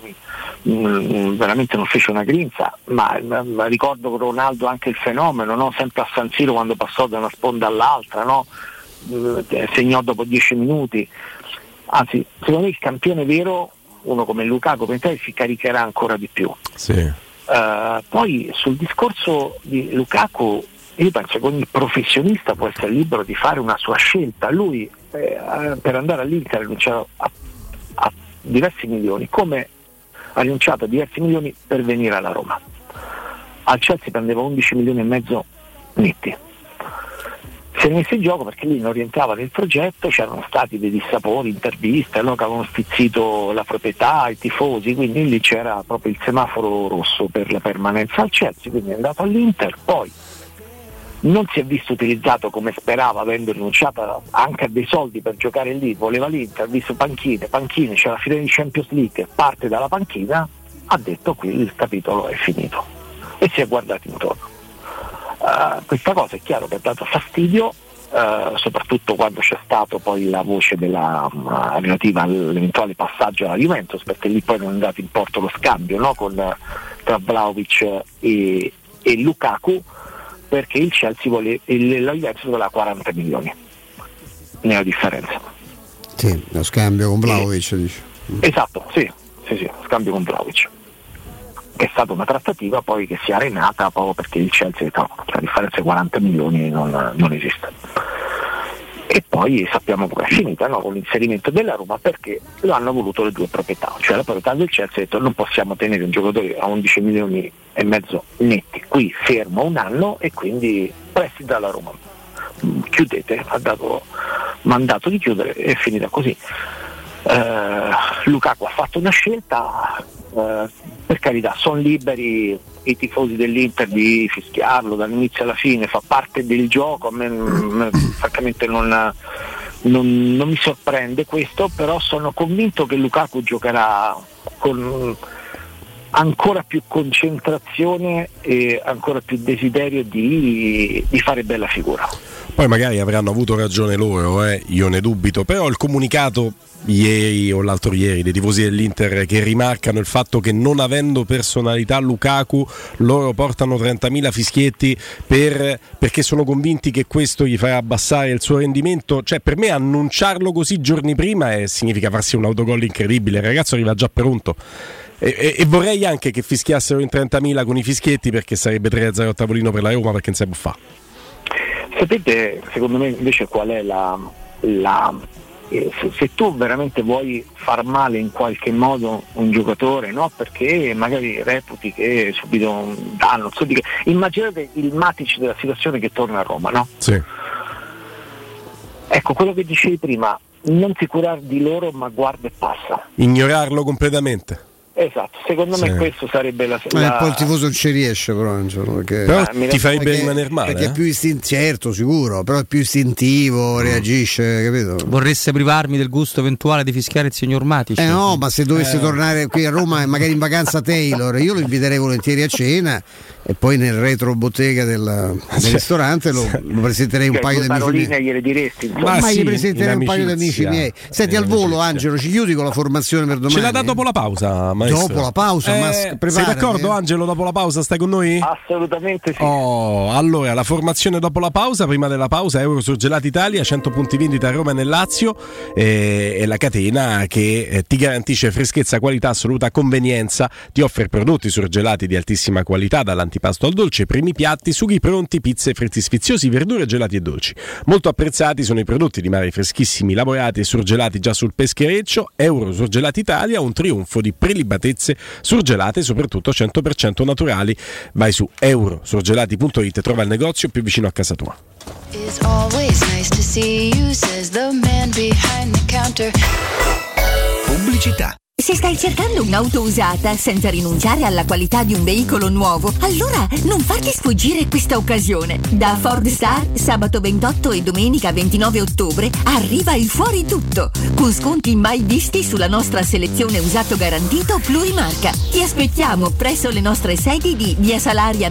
veramente non fece una grinza. Ma ricordo Ronaldo anche il fenomeno, no? Sempre a San Siro quando passò da una sponda all'altra, no? Segnò dopo 10 minuti. Anzi, secondo me il campione vero, uno come Lukaku, si caricherà ancora di più. Sì. Poi sul discorso di Lukaku, io penso che ogni professionista può essere libero di fare una sua scelta. Lui per andare all'Inter ha rinunciato a diversi milioni, come ha rinunciato a diversi milioni per venire alla Roma. Al Chelsea prendeva 11 milioni e mezzo netti. Si è messo in gioco perché lui non rientrava nel progetto, c'erano stati dei dissapori, interviste, che avevano stizzito la proprietà, i tifosi, quindi lì c'era proprio il semaforo rosso per la permanenza al Chelsea, quindi è andato all'Inter, poi non si è visto utilizzato come sperava, avendo rinunciato anche a dei soldi per giocare lì, voleva l'Inter, ha visto panchine, c'è la finale di Champions League, parte dalla panchina, ha detto qui il capitolo è finito e si è guardato intorno. Questa cosa è chiaro che ha dato fastidio, soprattutto quando c'è stato poi la voce relativa all'eventuale passaggio alla Juventus, perché lì poi non è andato in porto lo scambio, no? Tra Vlahovic e Lukaku, perché il Chelsea la Juventus voleva 40 milioni nella differenza. Sì, lo scambio con Vlahovic, dice. Esatto, sì, scambio con Vlahovic, che è stata una trattativa poi che si è arenata proprio perché il Chelsea la differenza di 40 milioni non esiste. E poi sappiamo come è finita, no? Con l'inserimento della Roma, perché lo hanno voluto le due proprietà, cioè la proprietà del Chelsea ha detto non possiamo tenere un giocatore a 11 milioni e mezzo netti qui fermo un anno e quindi prestiti dalla Roma, chiudete, ha dato mandato di chiudere, è finita così. Lukaku ha fatto una scelta, per carità, sono liberi i tifosi dell'Inter di fischiarlo dall'inizio alla fine, fa parte del gioco, a me francamente non mi sorprende questo, però sono convinto che Lukaku giocherà con ancora più concentrazione e ancora più desiderio di fare bella figura. Poi magari avranno avuto ragione loro, io ne dubito, però il comunicato ieri o l'altro ieri dei tifosi dell'Inter che rimarcano il fatto che non avendo personalità Lukaku loro portano 30.000 fischietti perché sono convinti che questo gli farà abbassare il suo rendimento, cioè per me annunciarlo così giorni prima significa farsi un autogol incredibile, il ragazzo arriva già pronto. E vorrei anche che fischiassero in 30.000 con i fischietti, perché sarebbe 3-0 a tavolino per la Roma, perché non si può fare. Sapete secondo me invece qual è se tu veramente vuoi far male in qualche modo un giocatore, no? Perché magari reputi che subito un danno, immaginate il Matic della situazione che torna a Roma, no? Sì. Ecco quello che dicevi prima, non ti curare di loro ma guarda e passa, ignorarlo completamente. Esatto, secondo me questo sarebbe la un po' il tifoso non ci riesce però ti farebbe rimanere male, perché è più certo, sicuro, però è più istintivo, reagisce, capito? Vorreste privarmi del gusto eventuale di fischiare il signor Matic? No, ma se dovesse tornare qui a Roma e magari in vacanza Taylor, io lo inviterei volentieri a cena e poi nel retro bottega del ristorante lo presenterei un paio di amici miei. Gliele diresti, ma gli presenterei un paio di amici miei. Senti, al volo Angelo, ci chiudi con la formazione per domani? Ce la dà dopo la pausa, maestro. Dopo la pausa, sei d'accordo Angelo? Dopo la pausa stai con noi? Assolutamente sì. Allora, la formazione dopo la pausa. Prima della pausa, Euro Surgelati Italia, 100 punti vendita a Roma e nel Lazio, è la catena che ti garantisce freschezza, qualità, assoluta convenienza, ti offre prodotti surgelati di altissima qualità, dall'antipasto al dolce, primi piatti, sughi pronti, pizze, fritti sfiziosi, verdure, gelati e dolci. Molto apprezzati sono i prodotti di mare freschissimi, lavorati e surgelati già sul peschereccio. Euro Surgelati Italia, un trionfo di prelibatezze surgelate, soprattutto 100% naturali. Vai su eurosurgelati.it e trova il negozio più vicino a casa tua. It's always nice to see you, says the man behind the counter. Pubblicità. Se stai cercando un'auto usata senza rinunciare alla qualità di un veicolo nuovo, allora non farti sfuggire questa occasione. Da Ford Star, sabato 28 e domenica 29 ottobre, arriva il fuori tutto, con sconti mai visti sulla nostra selezione usato garantito plurimarca. Ti aspettiamo presso le nostre sedi di Via Salaria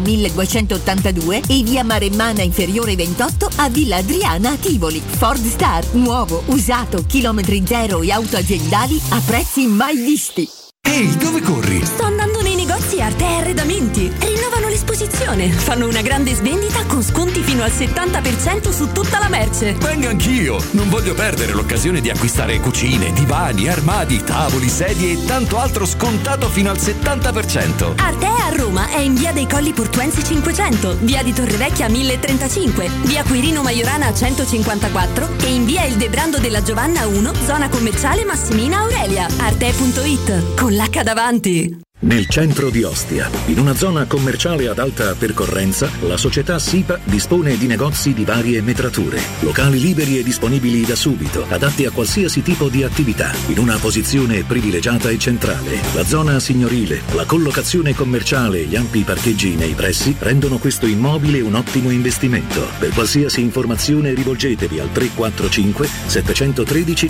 1282 e Via Maremmana Inferiore 28 a Villa Adriana a Tivoli. Ford Star, nuovo, usato, chilometri zero e auto aziendali a prezzi mai visti. Ehi, dove corri? Sto andando nei negozi Arte e Arredamenti. Rinnovano l'esposizione. Fanno una grande svendita con sconti fino al 70% su tutta la merce. Vengo anch'io. Non voglio perdere l'occasione di acquistare cucine, divani, armadi, tavoli, sedie e tanto altro scontato fino al 70%. Arte a Roma è in via dei Colli Portuensi 500, via di Torrevecchia 1035, via Quirino Maiorana 154 e in via Il Debrando della Giovanna 1, zona commerciale Massimina Aurelia. Arte.it con l'H davanti. Nel centro di Ostia, in una zona commerciale ad alta percorrenza, la società SIPA dispone di negozi di varie metrature, locali liberi e disponibili da subito, adatti a qualsiasi tipo di attività, in una posizione privilegiata e centrale. La zona signorile, la collocazione commerciale e gli ampi parcheggi nei pressi rendono questo immobile un ottimo investimento. Per qualsiasi informazione rivolgetevi al 345 713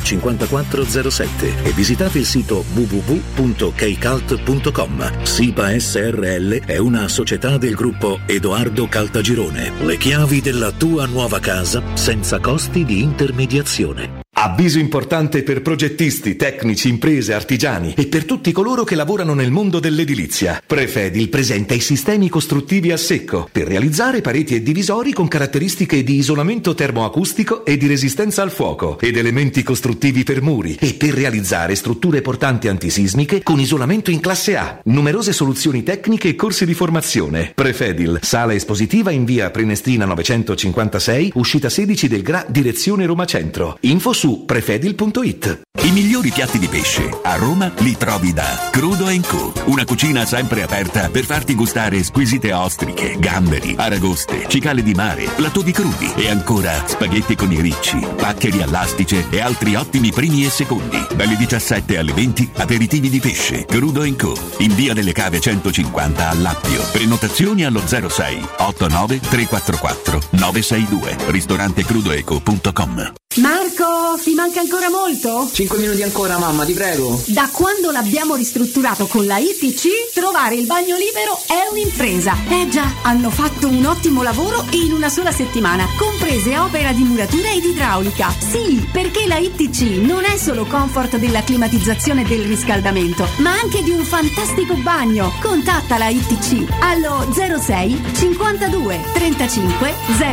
5407 e visitate il sito www.keicalt.com. SIPA SRL è una società del gruppo Edoardo Caltagirone. Le chiavi della tua nuova casa senza costi di intermediazione. Avviso importante per progettisti, tecnici, imprese, artigiani e per tutti coloro che lavorano nel mondo dell'edilizia. Prefedil presenta i sistemi costruttivi a secco per realizzare pareti e divisori con caratteristiche di isolamento termoacustico e di resistenza al fuoco ed elementi costruttivi per muri e per realizzare strutture portanti antisismiche con isolamento in classe A. Numerose soluzioni tecniche e corsi di formazione. Prefedil, sala espositiva in via Prenestina 956, uscita 16 del GRA, direzione Roma Centro. Info su prefedil.it. I migliori piatti di pesce a Roma li trovi da Crudo & Co. Una cucina sempre aperta per farti gustare squisite ostriche, gamberi, aragoste, cicale di mare, platò di crudi e ancora spaghetti con i ricci, paccheri all'astice e altri ottimi primi e secondi. Dalle 17 alle 20 aperitivi di pesce. Crudo & Co. in via delle Cave 150 a Lappio. Prenotazioni allo 06 89 344 962. Ristorantecrudoeco.com. Marco, ti manca ancora molto? 5 minuti ancora, mamma, ti prego. Da quando l'abbiamo ristrutturato con la ITC, trovare il bagno libero è un'impresa. Già, hanno fatto un ottimo lavoro in una sola settimana, comprese opera di muratura ed idraulica. Sì, perché la ITC non è solo comfort della climatizzazione e del riscaldamento, ma anche di un fantastico bagno. Contatta la ITC allo 06 52 35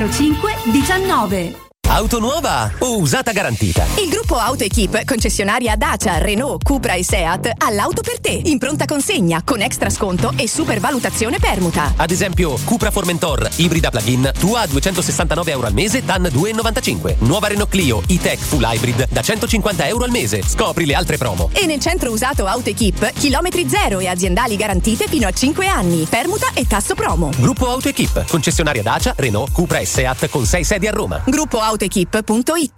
05 19. Auto nuova o usata garantita? Il gruppo AutoEquip, concessionaria Dacia, Renault, Cupra e Seat, ha l'auto per te, in pronta consegna, con extra sconto e supervalutazione permuta. Ad esempio, Cupra Formentor, ibrida plug-in, tua a €269 al mese, TAN 2,95. Nuova Renault Clio, E-Tech Full Hybrid, da €150 al mese. Scopri le altre promo. E nel centro usato AutoEquip, chilometri zero e aziendali garantite fino a 5 anni, permuta e tasso promo. Gruppo AutoEquip, concessionaria Dacia, Renault, Cupra e Seat con 6 sedi a Roma. Gruppo AutoEquip.it.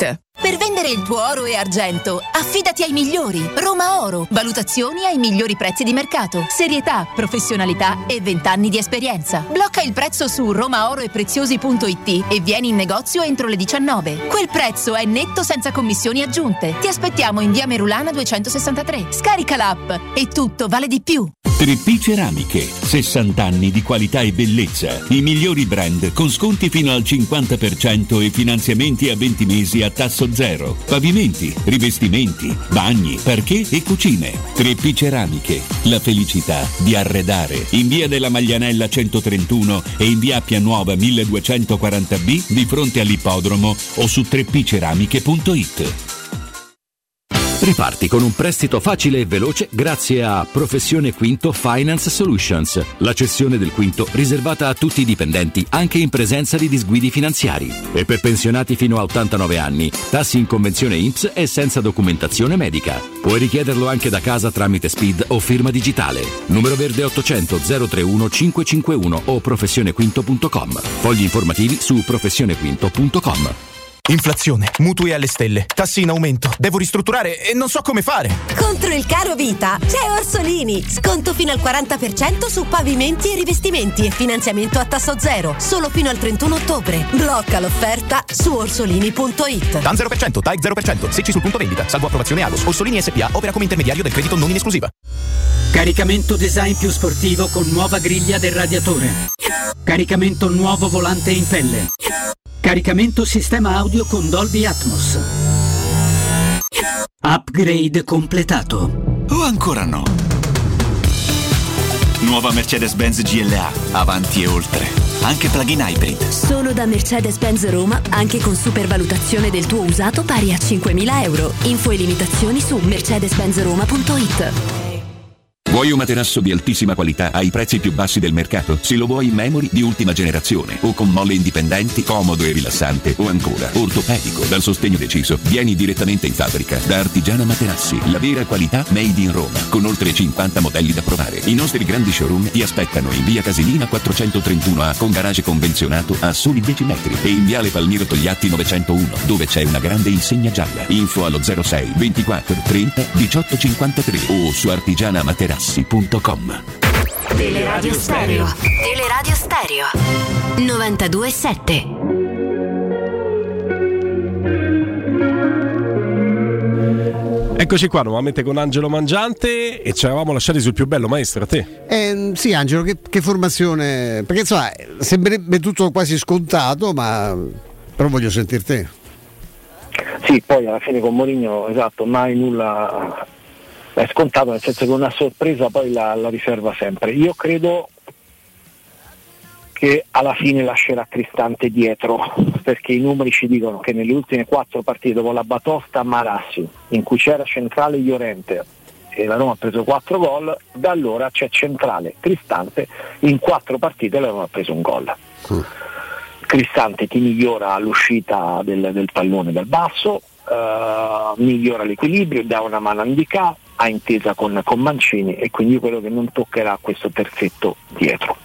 Per vendere il tuo oro e argento, affidati ai migliori. Roma Oro. Valutazioni ai migliori prezzi di mercato. Serietà, professionalità e 20 anni di esperienza. Blocca il prezzo su romaoroepreziosi.it e vieni in negozio entro le 19. Quel prezzo è netto senza commissioni aggiunte. Ti aspettiamo in via Merulana 263. Scarica l'app e tutto vale di più. 3P Ceramiche, 60 anni di qualità e bellezza. I migliori brand con sconti fino al 50% e finanziamenti a 20 mesi a tasso zero. Pavimenti, rivestimenti, bagni, parquet e cucine. 3P Ceramiche, la felicità di arredare. In via della Maglianella 131 e in via Appia Nuova 1240B di fronte all'ippodromo o su 3pceramiche.it. Riparti con un prestito facile e veloce grazie a Professione Quinto Finance Solutions, la cessione del quinto riservata a tutti i dipendenti anche in presenza di disguidi finanziari. E per pensionati fino a 89 anni, tassi in convenzione INPS e senza documentazione medica. Puoi richiederlo anche da casa tramite SPID o firma digitale. Numero verde 800 031 551 o professionequinto.com. Fogli informativi su professionequinto.com. Inflazione, mutui alle stelle, tassi in aumento, devo ristrutturare e non so come fare. Contro il caro vita c'è Orsolini, sconto fino al 40% su pavimenti e rivestimenti e finanziamento a tasso zero, solo fino al 31 ottobre. Blocca l'offerta su orsolini.it. TAN 0%, TAEC 0%, secci sul punto vendita, salvo approvazione ALOS. Orsolini SPA opera come intermediario del credito non in esclusiva. Caricamento design più sportivo con nuova griglia del radiatore. Caricamento nuovo volante in pelle. Caricamento sistema audio con Dolby Atmos. Upgrade completato. O ancora no? Nuova Mercedes-Benz GLA, avanti e oltre. Anche plug-in hybrid. Solo da Mercedes-Benz Roma, anche con supervalutazione del tuo usato pari a 5.000 euro. Info e limitazioni su mercedes-benzroma.it. Vuoi un materasso di altissima qualità ai prezzi più bassi del mercato? Se lo vuoi in memory di ultima generazione o con molle indipendenti, comodo e rilassante o ancora ortopedico dal sostegno deciso, vieni direttamente in fabbrica da Artigiana Materassi, la vera qualità made in Roma, con oltre 50 modelli da provare. I nostri grandi showroom ti aspettano in via Casilina 431A con garage convenzionato a soli 10 metri e in viale Palmiro Togliatti 901 dove c'è una grande insegna gialla. Info allo 06 24 30 18 53 o su artigianamaterassi.com. Teleradio Stereo. Teleradio Stereo 92.7. Eccoci qua nuovamente con Angelo Mangiante e ci eravamo lasciati sul più bello, maestro, a te. Sì, Angelo, che formazione? Perché insomma sembrerebbe tutto quasi scontato, ma però voglio sentir te. Sì, poi alla fine con Mourinho, esatto, mai nulla è scontato, nel senso che una sorpresa poi la riserva sempre. Io credo che alla fine lascerà Cristante dietro, perché i numeri ci dicono che nelle ultime 4 partite dopo la batosta a Marassi, in cui c'era centrale Llorente e la Roma ha preso 4 gol, da allora c'è centrale Cristante, in 4 partite la Roma ha preso un gol. Cristante ti migliora l'uscita del pallone dal basso, migliora l'equilibrio, dà una mano a Ndicà, ha intesa con Mancini e quindi io credo che non toccherà questo terzetto dietro.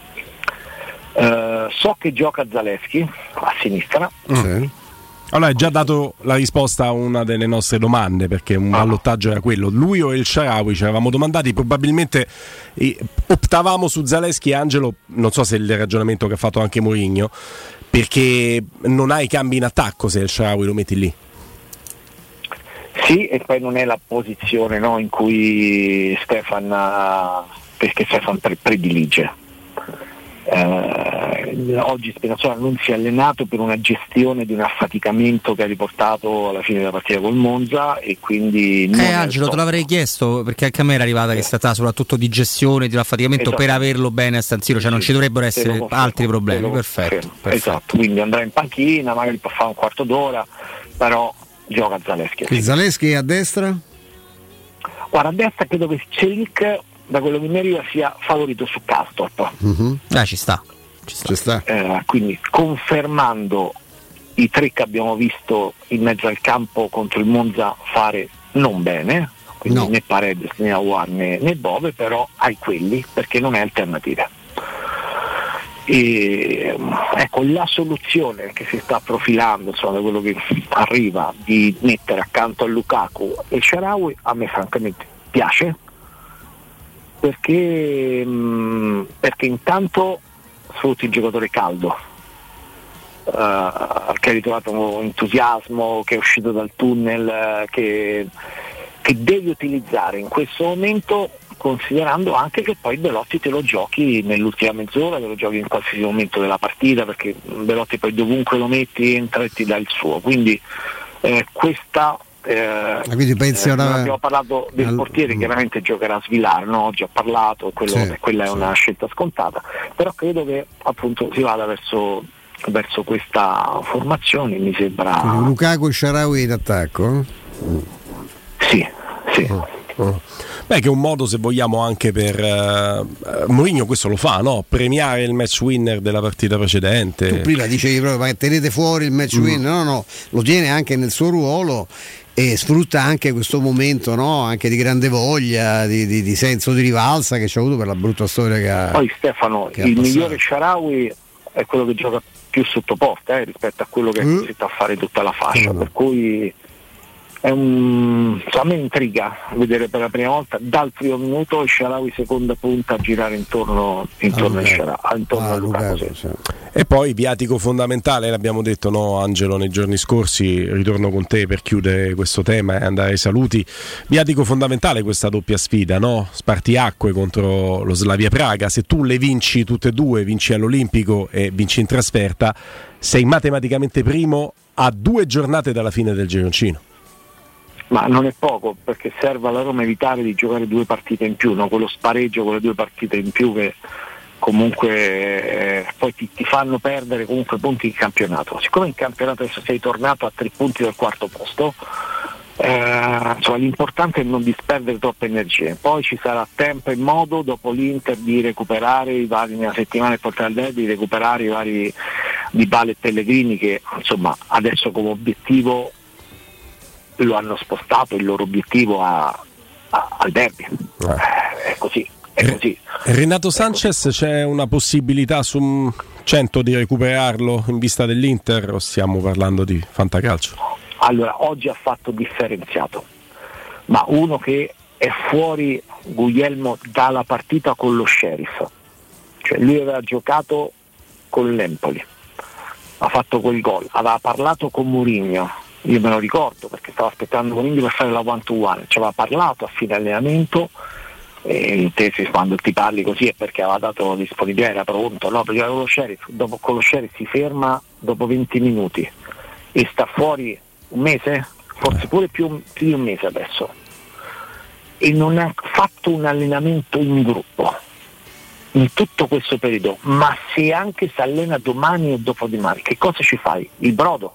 So che gioca Zalewski a sinistra. Sì. Allora hai già dato la risposta a una delle nostre domande, perché un ballottaggio era quello, lui o El Shaarawy, ci eravamo domandati, probabilmente optavamo su Zalewski. Angelo, non so se è il ragionamento che ha fatto anche Mourinho, perché non hai cambi in attacco se El Shaarawy lo metti lì. Sì, e poi non è la posizione, no, in cui Stefan predilige. Oggi Spinazzola non si è allenato per una gestione di un affaticamento che ha riportato alla fine della partita col Monza e quindi Angelo, te l'avrei chiesto, perché anche a me era arrivata che è stata soprattutto di gestione di un affaticamento per averlo bene a San Siro, cioè non ci dovrebbero essere altri problemi. Perfetto. Esatto, quindi andrà in panchina, magari può fare un quarto d'ora, però gioca Zalewski. Sì. Zalewski a destra? Guarda, a destra credo che Celic, da quello che mi arriva, sia favorito su Karsdorp. Ci sta. Quindi confermando i 3 che abbiamo visto in mezzo al campo contro il Monza fare non bene, quindi né Paredes né Aouar né Bove, però hai quelli perché non hai alternative. E ecco, la soluzione che si sta profilando, insomma, da quello che arriva, di mettere accanto a Lukaku e Shaarawy, a me francamente piace, perché intanto sfrutti il giocatore caldo, che ha ritrovato entusiasmo, che è uscito dal tunnel, che devi utilizzare in questo momento, considerando anche che poi Belotti te lo giochi nell'ultima mezz'ora, te lo giochi in qualsiasi momento della partita, perché Belotti poi dovunque lo metti entra e ti dà il suo, quindi questa quindi pensi abbiamo parlato del portiere, chiaramente giocherà a Svilar, no? Oggi ho parlato, quella è una scelta scontata, però credo che appunto si vada verso questa formazione, mi sembra. Quindi Lukaku e Shaarawy in attacco? Sì. Beh, che è un modo, se vogliamo, anche per Mourinho questo lo fa, no? Premiare il match winner della partita precedente. Tu prima dicevi proprio, ma tenete fuori il match winner, no, lo tiene anche nel suo ruolo e sfrutta anche questo momento, no? Anche di grande voglia, di senso di rivalsa che c'ha avuto per la brutta storia che ha. Poi Stefano, il migliore Shaarawy è quello che gioca più sottoposta rispetto a quello che è costretto a fare tutta la fascia, per cui a me intriga vedere per la prima volta dal primo minuto il Shaarawy seconda punta a girare intorno a Lukaku. E poi viatico fondamentale, l'abbiamo detto, no, Angelo, nei giorni scorsi, ritorno con te per chiudere questo tema e andare ai saluti. Viatico fondamentale questa doppia sfida, no? Spartiacque contro lo Slavia Praga. Se tu le vinci tutte e due, vinci all'Olimpico e vinci in trasferta, sei matematicamente primo a 2 giornate dalla fine del gironcino. Ma non è poco, perché serve alla Roma evitare di giocare 2 partite in più, no? Quello spareggio con le 2 partite in più che comunque poi ti fanno perdere comunque punti in campionato. Siccome in campionato adesso sei tornato a 3 punti dal quarto posto, insomma, l'importante è non disperdere troppe energie. Poi ci sarà tempo e modo dopo l'Inter di recuperare i vari, nella settimana e portare al derby, di recuperare i vari Dybala e Pellegrini, che insomma adesso come obiettivo lo hanno spostato il loro obiettivo al derby. È così. Renato Sanchez, c'è una possibilità su 100 di recuperarlo in vista dell'Inter o stiamo parlando di fantacalcio? Allora, oggi ha fatto differenziato, ma uno che è fuori, Guglielmo, dalla partita con lo Sheriff, cioè lui aveva giocato con l'Empoli, ha fatto quel gol, aveva parlato con Mourinho, io me lo ricordo perché stavo aspettando Mourinho per fare la 1-to-1, ci aveva parlato a fine allenamento, intesi quando ti parli così è perché aveva dato disponibilità, era pronto, no? Perché con lo Sheriff, con lo Sheriff si ferma dopo 20 minuti e sta fuori un mese, forse pure più di un mese adesso, e non ha fatto un allenamento in gruppo in tutto questo periodo, ma se anche si allena domani o dopodomani, che cosa ci fai? Il brodo?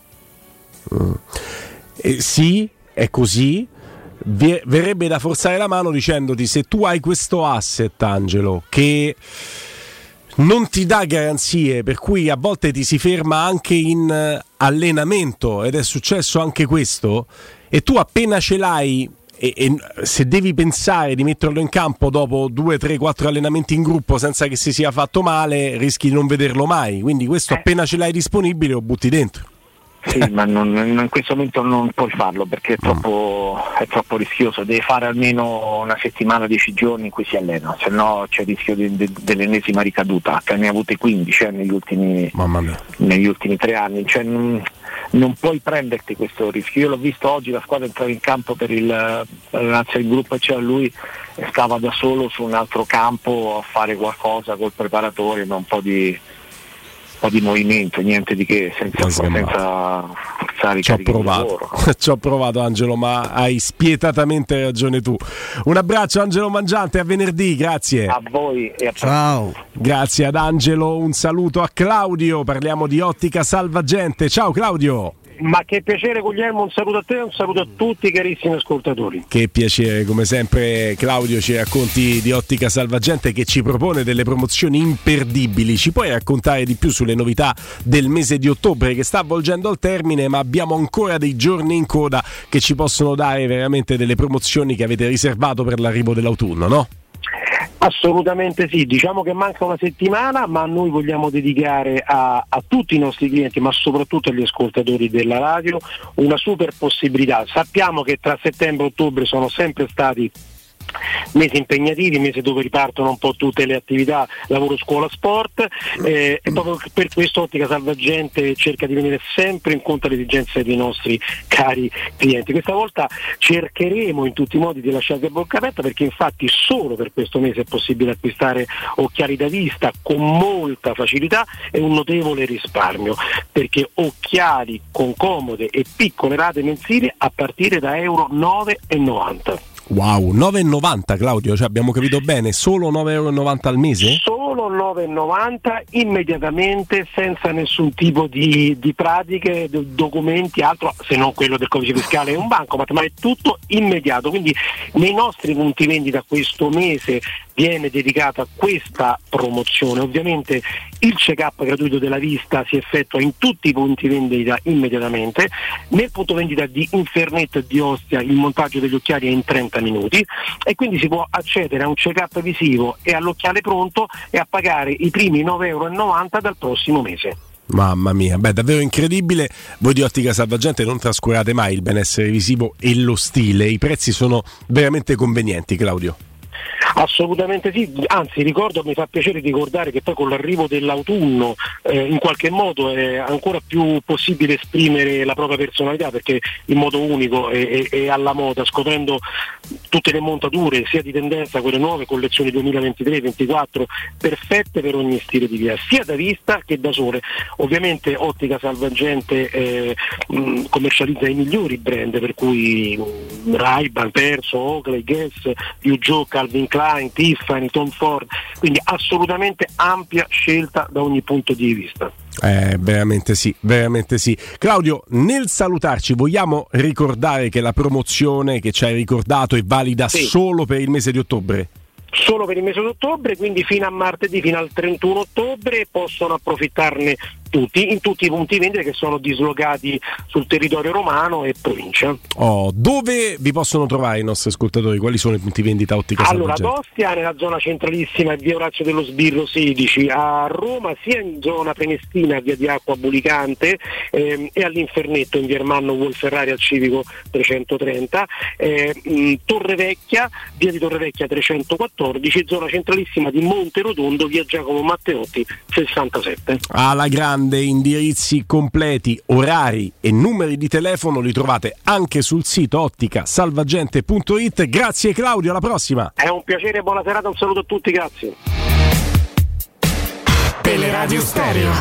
Sì, è così. Verrebbe da forzare la mano dicendoti: se tu hai questo asset, Angelo, che non ti dà garanzie, per cui a volte ti si ferma anche in allenamento, ed è successo anche questo, e tu appena ce l'hai e se devi pensare di metterlo in campo dopo 2, 3, 4 allenamenti in gruppo senza che si sia fatto male, rischi di non vederlo mai. Quindi questo appena ce l'hai disponibile lo butti dentro. Sì, ma in questo momento non puoi farlo perché è troppo rischioso. Deve fare almeno una settimana, 10 giorni in cui si allena, se no c'è il rischio dell'ennesima ricaduta, che ne ha avute 15 negli ultimi 3 anni. Cioè, non puoi prenderti questo rischio. Io l'ho visto oggi, la squadra entrava in campo per il gruppo e c'era lui, stava da solo su un altro campo a fare qualcosa col preparatore, ma un po' di movimento, niente di che, senza ci ho provato Angelo, ma hai spietatamente ragione tu. Un abbraccio Angelo Mangiante, a venerdì, grazie a voi e a ciao. Grazie ad Angelo, un saluto a Claudio, parliamo di Ottica Salvagente. Ciao Claudio. Ma che piacere Guglielmo, un saluto a te e un saluto a tutti i carissimi ascoltatori. Che piacere, come sempre Claudio, ci racconti di Ottica Salvagente che ci propone delle promozioni imperdibili. Ci puoi raccontare di più sulle novità del mese di ottobre che sta avvolgendo al termine, ma abbiamo ancora dei giorni in coda che ci possono dare veramente delle promozioni che avete riservato per l'arrivo dell'autunno, no? Assolutamente sì, diciamo che manca una settimana, ma noi vogliamo dedicare a tutti i nostri clienti, ma soprattutto agli ascoltatori della radio, una super possibilità. Sappiamo che tra settembre e ottobre sono sempre stati mesi impegnativi, mesi dove ripartono un po' tutte le attività, lavoro, scuola, sport, e proprio per questo Ottica Salvagente cerca di venire sempre incontro alle esigenze dei nostri cari clienti. Questa volta cercheremo in tutti i modi di lasciarvi a bocca aperta, perché infatti solo per questo mese è possibile acquistare occhiali da vista con molta facilità e un notevole risparmio, perché occhiali con comode e piccole rate mensili a partire da euro 9,90. Wow, 9,90 Claudio, cioè abbiamo capito bene, solo 9,90 al mese? Solo 9,90 immediatamente, senza nessun tipo di pratiche, documenti, altro se non quello del codice fiscale e un bancomat, ma è tutto immediato. Quindi nei nostri punti vendita questo mese viene dedicata a questa promozione. Ovviamente il check-up gratuito della vista si effettua in tutti i punti vendita immediatamente. Nel punto vendita di Infernet di Ostia il montaggio degli occhiali è in 30 minuti e quindi si può accedere a un check-up visivo e all'occhiale pronto e a pagare i primi 9,90 dal prossimo mese. Mamma mia, beh, davvero incredibile. Voi di Ottica Salvagente non trascurate mai il benessere visivo e lo stile, i prezzi sono veramente convenienti, Claudio. Assolutamente sì, anzi mi fa piacere ricordare che poi con l'arrivo dell'autunno in qualche modo è ancora più possibile esprimere la propria personalità, perché in modo unico e alla moda, scoprendo tutte le montature sia di tendenza, quelle nuove collezioni 2023-24 perfette per ogni stile di via, sia da vista che da sole. Ovviamente Ottica Salvagente commercializza i migliori brand, per cui Ray-Ban, Perso, Oakley, Guess, Peugeot, Calvin Klein, Tiffany, Tom Ford, quindi assolutamente ampia scelta da ogni punto di vista. Veramente sì, veramente sì. Claudio, nel salutarci vogliamo ricordare che la promozione che ci hai ricordato è valida solo per il mese di ottobre? Solo per il mese di ottobre, quindi fino a martedì, fino al 31 ottobre possono approfittarne tutti, in tutti i punti vendita che sono dislocati sul territorio romano e provincia. Dove vi possono trovare i nostri ascoltatori? Quali sono i punti vendita Ottica Salvagente? Allora, ad Ostia nella zona centralissima, via Orazio dello Sbirro 16, a Roma sia in zona Prenestina, via di Acqua Bulicante, e all'Infernetto in via Ermanno Wolferrari al Civico 330, Torrevecchia, via di Torrevecchia 314, zona centralissima di Monte Rotondo, via Giacomo Matteotti 67. Alla grande, indirizzi completi, orari e numeri di telefono li trovate anche sul sito otticasalvagente.it. Grazie Claudio, alla prossima. È un piacere, buona serata, un saluto a tutti, grazie. Teleradio Stereo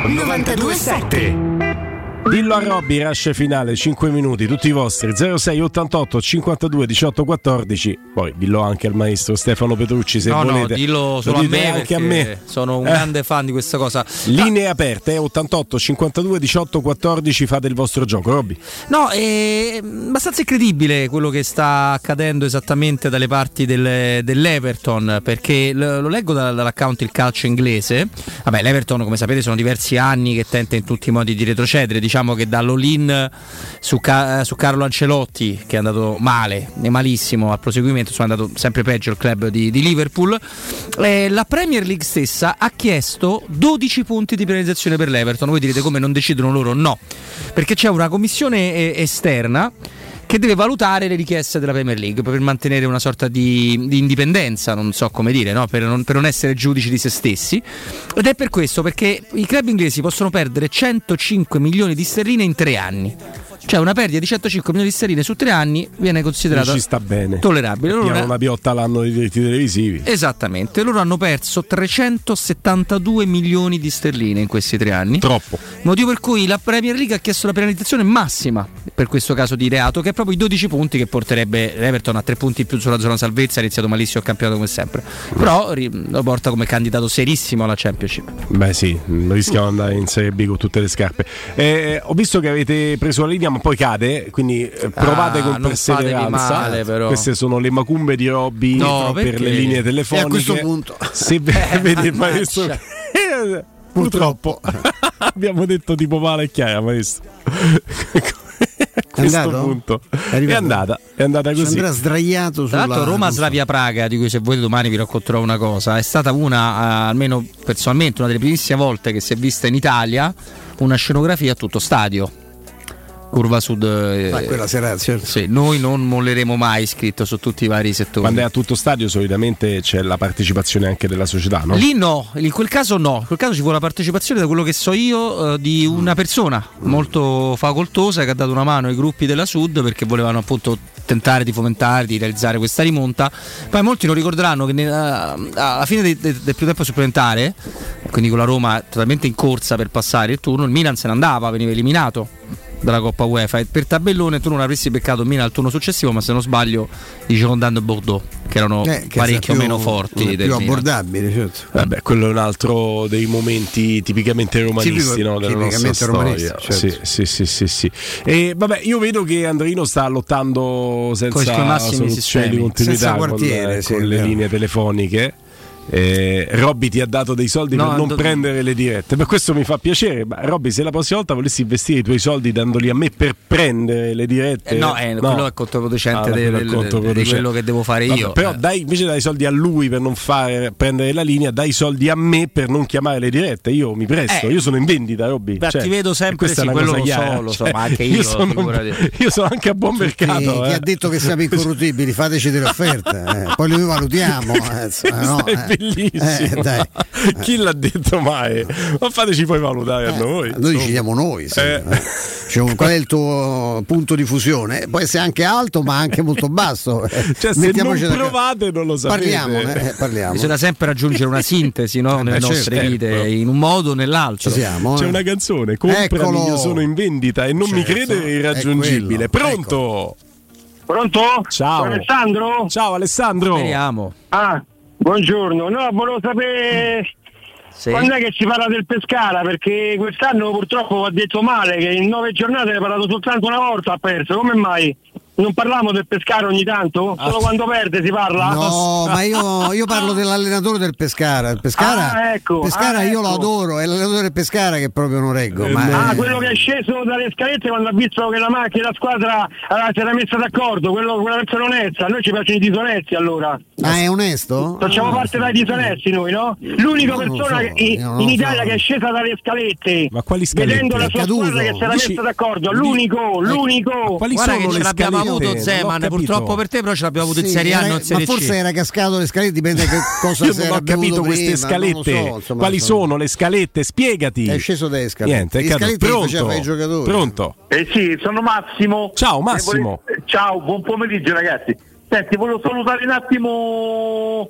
92.7. Dillo a Robby, rush finale 5 minuti, tutti i vostri 06 88 52 18 14. Poi dillo anche al maestro Stefano Petrucci se volete. No, dillo solo a me, anche a me. Sono un grande fan di questa cosa. Linee aperte 88 52 18 14, fate il vostro gioco, Robby. No, è abbastanza incredibile quello che sta accadendo esattamente dalle parti dell'Everton, perché lo leggo dall'account Il Calcio Inglese. Vabbè, l'Everton, come sapete, sono diversi anni che tenta in tutti i modi di retrocedere. Diciamo che dall'all-in su Carlo Ancelotti, che è andato male, malissimo al proseguimento, sono andato sempre peggio il club di Liverpool. La Premier League stessa ha chiesto 12 punti di penalizzazione per l'Everton. Voi direte come, non decidono loro? No, perché c'è una commissione esterna che deve valutare le richieste della Premier League per mantenere una sorta di indipendenza, non so come dire, no? per non essere giudici di se stessi. Ed è per questo, perché i club inglesi possono perdere 105 milioni di sterline in 3 anni. Cioè una perdita di 105 milioni di sterline su 3 anni viene considerata ci sta bene, tollerabile. Loro una piotta l'anno dei diritti televisivi. Esattamente, loro hanno perso 372 milioni di sterline in questi 3 anni. Troppo. Motivo per cui la Premier League ha chiesto la penalizzazione massima per questo caso di reato, che è proprio i 12 punti, che porterebbe l'Everton a 3 punti in più sulla zona salvezza. Ha iniziato malissimo il campionato come sempre, però lo porta come candidato serissimo alla Championship. Beh sì, rischiamo di andare in Serie B con tutte le scarpe. Ho visto che avete preso la linea, ma poi cade, quindi provate con perseveranza. Male, però. Queste sono le macumbe di Robby per le linee telefoniche. E a questo punto se vedi il maestro purtroppo abbiamo detto tipo male e chiara, maestro. questo punto è andata così. Sembra sdraiato tra l'altro Roma-Slavia Praga, di cui se voi domani vi racconterò una cosa, è stata una, almeno personalmente, una delle primissime volte che si è vista in Italia una scenografia a tutto stadio. Curva Sud, quella sera, certo. Sì, noi non molleremo mai, scritto su tutti i vari settori. Quando è a tutto stadio solitamente c'è la partecipazione anche della società, no? Lì no, in quel caso no, in quel caso ci fu la partecipazione, da quello che so io, di una persona molto facoltosa che ha dato una mano ai gruppi della Sud perché volevano appunto tentare di fomentare, di realizzare questa rimonta. Poi molti non ricorderanno che alla fine del primo tempo supplementare, quindi con la Roma totalmente in corsa per passare il turno, il Milan se ne andava, veniva eliminato dalla Coppa UEFA e per tabellone tu non avresti beccato il Milan al turno successivo, ma se non sbaglio i Girondins e Bordeaux che erano parecchio meno forti, più abbordabili, certo. Vabbè, quello è un altro dei momenti tipicamente romanisti, no, della nostra storia. Certo. Sì. E vabbè, io vedo che Andrino sta lottando senza soluzione di continuità con le linee telefoniche. Robby ti ha dato dei soldi per non prendere le dirette, per questo mi fa piacere. Ma Robby, se la prossima volta volessi investire i tuoi soldi dandoli a me per prendere le dirette, quello è controproducente di quello che devo fare io. Però dai, invece dai soldi a lui per non prendere la linea, dai soldi a me per non chiamare le dirette. Io mi presto, io sono in vendita, Robby. Ti vedo sempre, quello lo so, ma anche io sono anche a buon mercato. Chi ha detto che siamo incorruttibili? Fateci delle offerte, poi le valutiamo. Bellissimo. Dai. Chi l'ha detto mai? Ma fateci poi valutare a noi. Noi decidiamo noi. Cioè, qual è il tuo punto di fusione? Può essere anche alto, ma anche molto basso. Cioè, se non provate, non lo sapete. Parliamo. Bisogna sempre raggiungere una sintesi, no? Nelle nostre vite, in un modo o nell'altro. C'è una canzone, comprami, io sono in vendita e non mi credere irraggiungibile. Pronto? Pronto? Ciao Alessandro? Ciao Alessandro. Speriamo. Buongiorno, volevo sapere quando è che si parla del Pescara, perché quest'anno purtroppo ha detto male che in 9 giornate ha parlato soltanto una volta, ha perso, come mai? Non parliamo del Pescara ogni tanto? Solo quando perde si parla? No, ma io parlo dell'allenatore del Pescara. Il Pescara io lo adoro, è l'allenatore del Pescara che proprio non reggo. Quello che è sceso dalle scalette quando ha visto che la squadra si era messa d'accordo, quella persona onesta. A noi ci piacciono i disonesti, allora. È onesto? Facciamo parte dai disonesti noi, no? L'unica persona in Italia che è scesa dalle scalette, ma quali scalette? Vedendo la sua squadra che si era messa d'accordo, l'unico. Quali sono le scalette? Avuto Zeman, purtroppo per te, però ce l'abbiamo avuto in Serie A, non Serie C. Ma forse era cascato le scalette, dipende che cosa si era capito prima, queste scalette. Quali sono le scalette? Spiegati. È sceso dalle scalette. Niente, pronto? Sì, sono Massimo. Ciao Massimo. Ciao, buon pomeriggio ragazzi. Senti, volevo salutare un attimo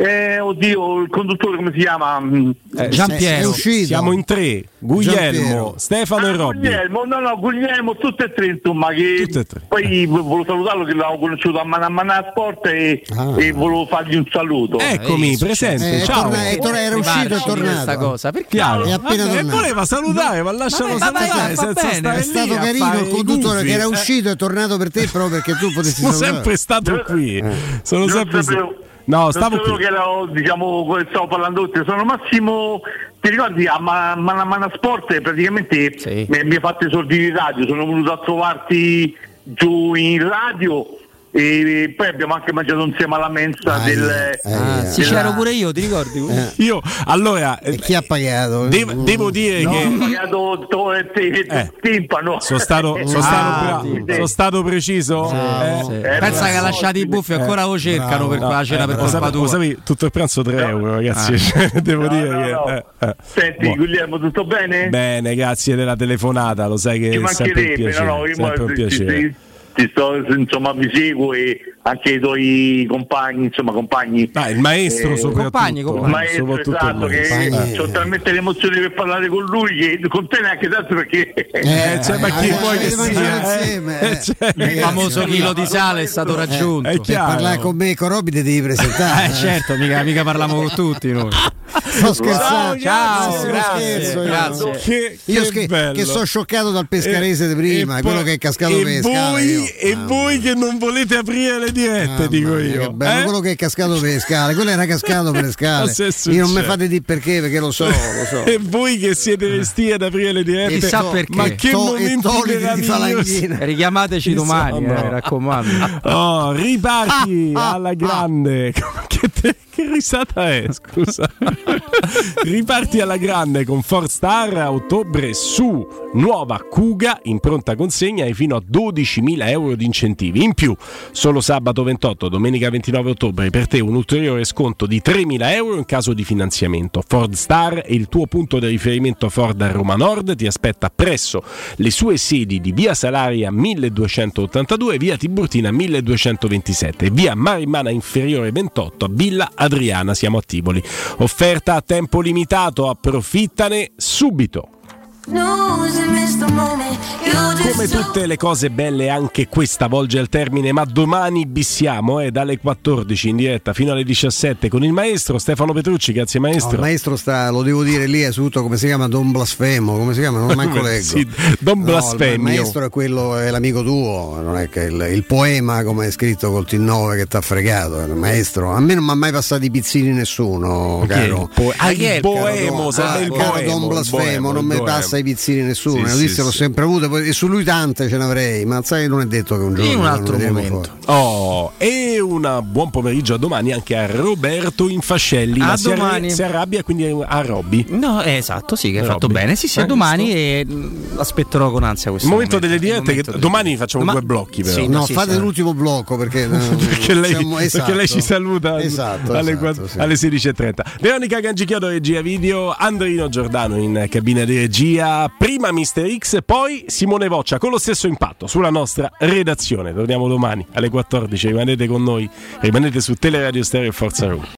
il conduttore come si chiama? Giampiero. È uscito. Siamo in 3. Guglielmo, Stefano e Robby. Guglielmo, tutte e tre, insomma, che poi volevo salutarlo, che l'avevo conosciuto a Manà Sport e volevo fargli un saluto. Eccomi, presente. Ciao. Era uscito e tornato. Cosa? Perché? È appena tornato. Voleva salutare, ma lascialo salutare. È stato carino il conduttore che era uscito e tornato per te, proprio perché tu potessi salutare. Sono sempre stato qui. Sono sempre stato. No, stavo stavo parlando tutti. Sono Massimo, ti ricordi a Manà Sport praticamente mi ha fatto i sordi di radio, sono venuto a trovarti giù in radio e poi abbiamo anche mangiato insieme alla mensa c'ero pure io, ti ricordi? Io allora e chi ha pagato? Devo dire che ho pagato timpano. Sono stato preciso. Pensa che ha lasciato i buffi, ancora lo cercano per la cena per colpa tua. Sapevi, tutto il pranzo 3 euro, ragazzi. Devo dire che Senti, Guglielmo, tutto bene? Bene, grazie della telefonata, lo sai che ci mancherebbe, sempre un piacere. Ti sto, insomma, vi seguo e anche i tuoi compagni, il maestro soprattutto. Il maestro, esatto, che ho talmente le emozioni per parlare con lui che con te neanche tanto perché ma chi vuoi che sia? Il famoso chilo di sale è stato raggiunto. Per parlare con me e con Robby devi presentare. Certo, mica parliamo con tutti noi. Sto scherzando. Ciao, grazie. Io che sono scioccato dal pescarese di prima, quello che è cascato per scale. E voi che non volete aprire le dirette, dico io. Quello che è cascato per le scale, quello era cascato per le scale. Io non mi fate dire perché lo so. E voi che siete resti ad aprire le dirette, chissà perché. Ma che momento richiamateci domani, mi raccomando. Riparti alla grande. Che risata è, scusa? Riparti alla grande con Ford Star a ottobre su nuova Kuga in pronta consegna e fino a 12.000 euro di incentivi. In più, solo sabato 28, domenica 29 ottobre, per te un ulteriore sconto di 3.000 euro in caso di finanziamento. Ford Star è il tuo punto di riferimento Ford a Roma Nord, ti aspetta presso le sue sedi di via Salaria 1282, via Tiburtina 1227 e via Marimana Inferiore 28 a Villa Adriana, siamo a Tivoli. Offerta a tempo limitato, approfittane subito. Come tutte le cose belle, anche questa volge al termine, ma domani bissiamo dalle 14 in diretta fino alle 17 con il maestro Stefano Petrucci. Grazie maestro. Il maestro sta, lo devo dire, lì è tutto, come si chiama, Don Blasfemo, come si chiama? Non manco leggo. Sì, Don Blasfemio. Il maestro è quello, è l'amico tuo, non è che il poema come è scritto col T9 che t'ha fregato, il maestro. A me non mi ha mai passato i pizzini nessuno, caro. Il poemo, Don Blasfemo, non mi passa i pizzini nessuno, le notizie l'ho sempre avute e su lui tante ce ne avrei, ma sai, non è detto che un giorno in un altro momento. E un buon pomeriggio a domani anche a Roberto Infascelli. A domani. Si arrabbia, quindi a Robby. No, esatto, sì, che hai fatto bene. Sì, a domani e aspetterò con ansia questo momento delle dirette, che domani facciamo 2 blocchi però. Sì, fate l'ultimo blocco perché lei ci saluta alle 16:30. Veronica Gangichiodo, regia video, Andrino Giordano in cabina di regia, prima Mister X, poi Simone Voccia con lo stesso impatto sulla nostra redazione. Torniamo domani alle 14, rimanete con noi, rimanete su Teleradio Stereo e Forza Roma.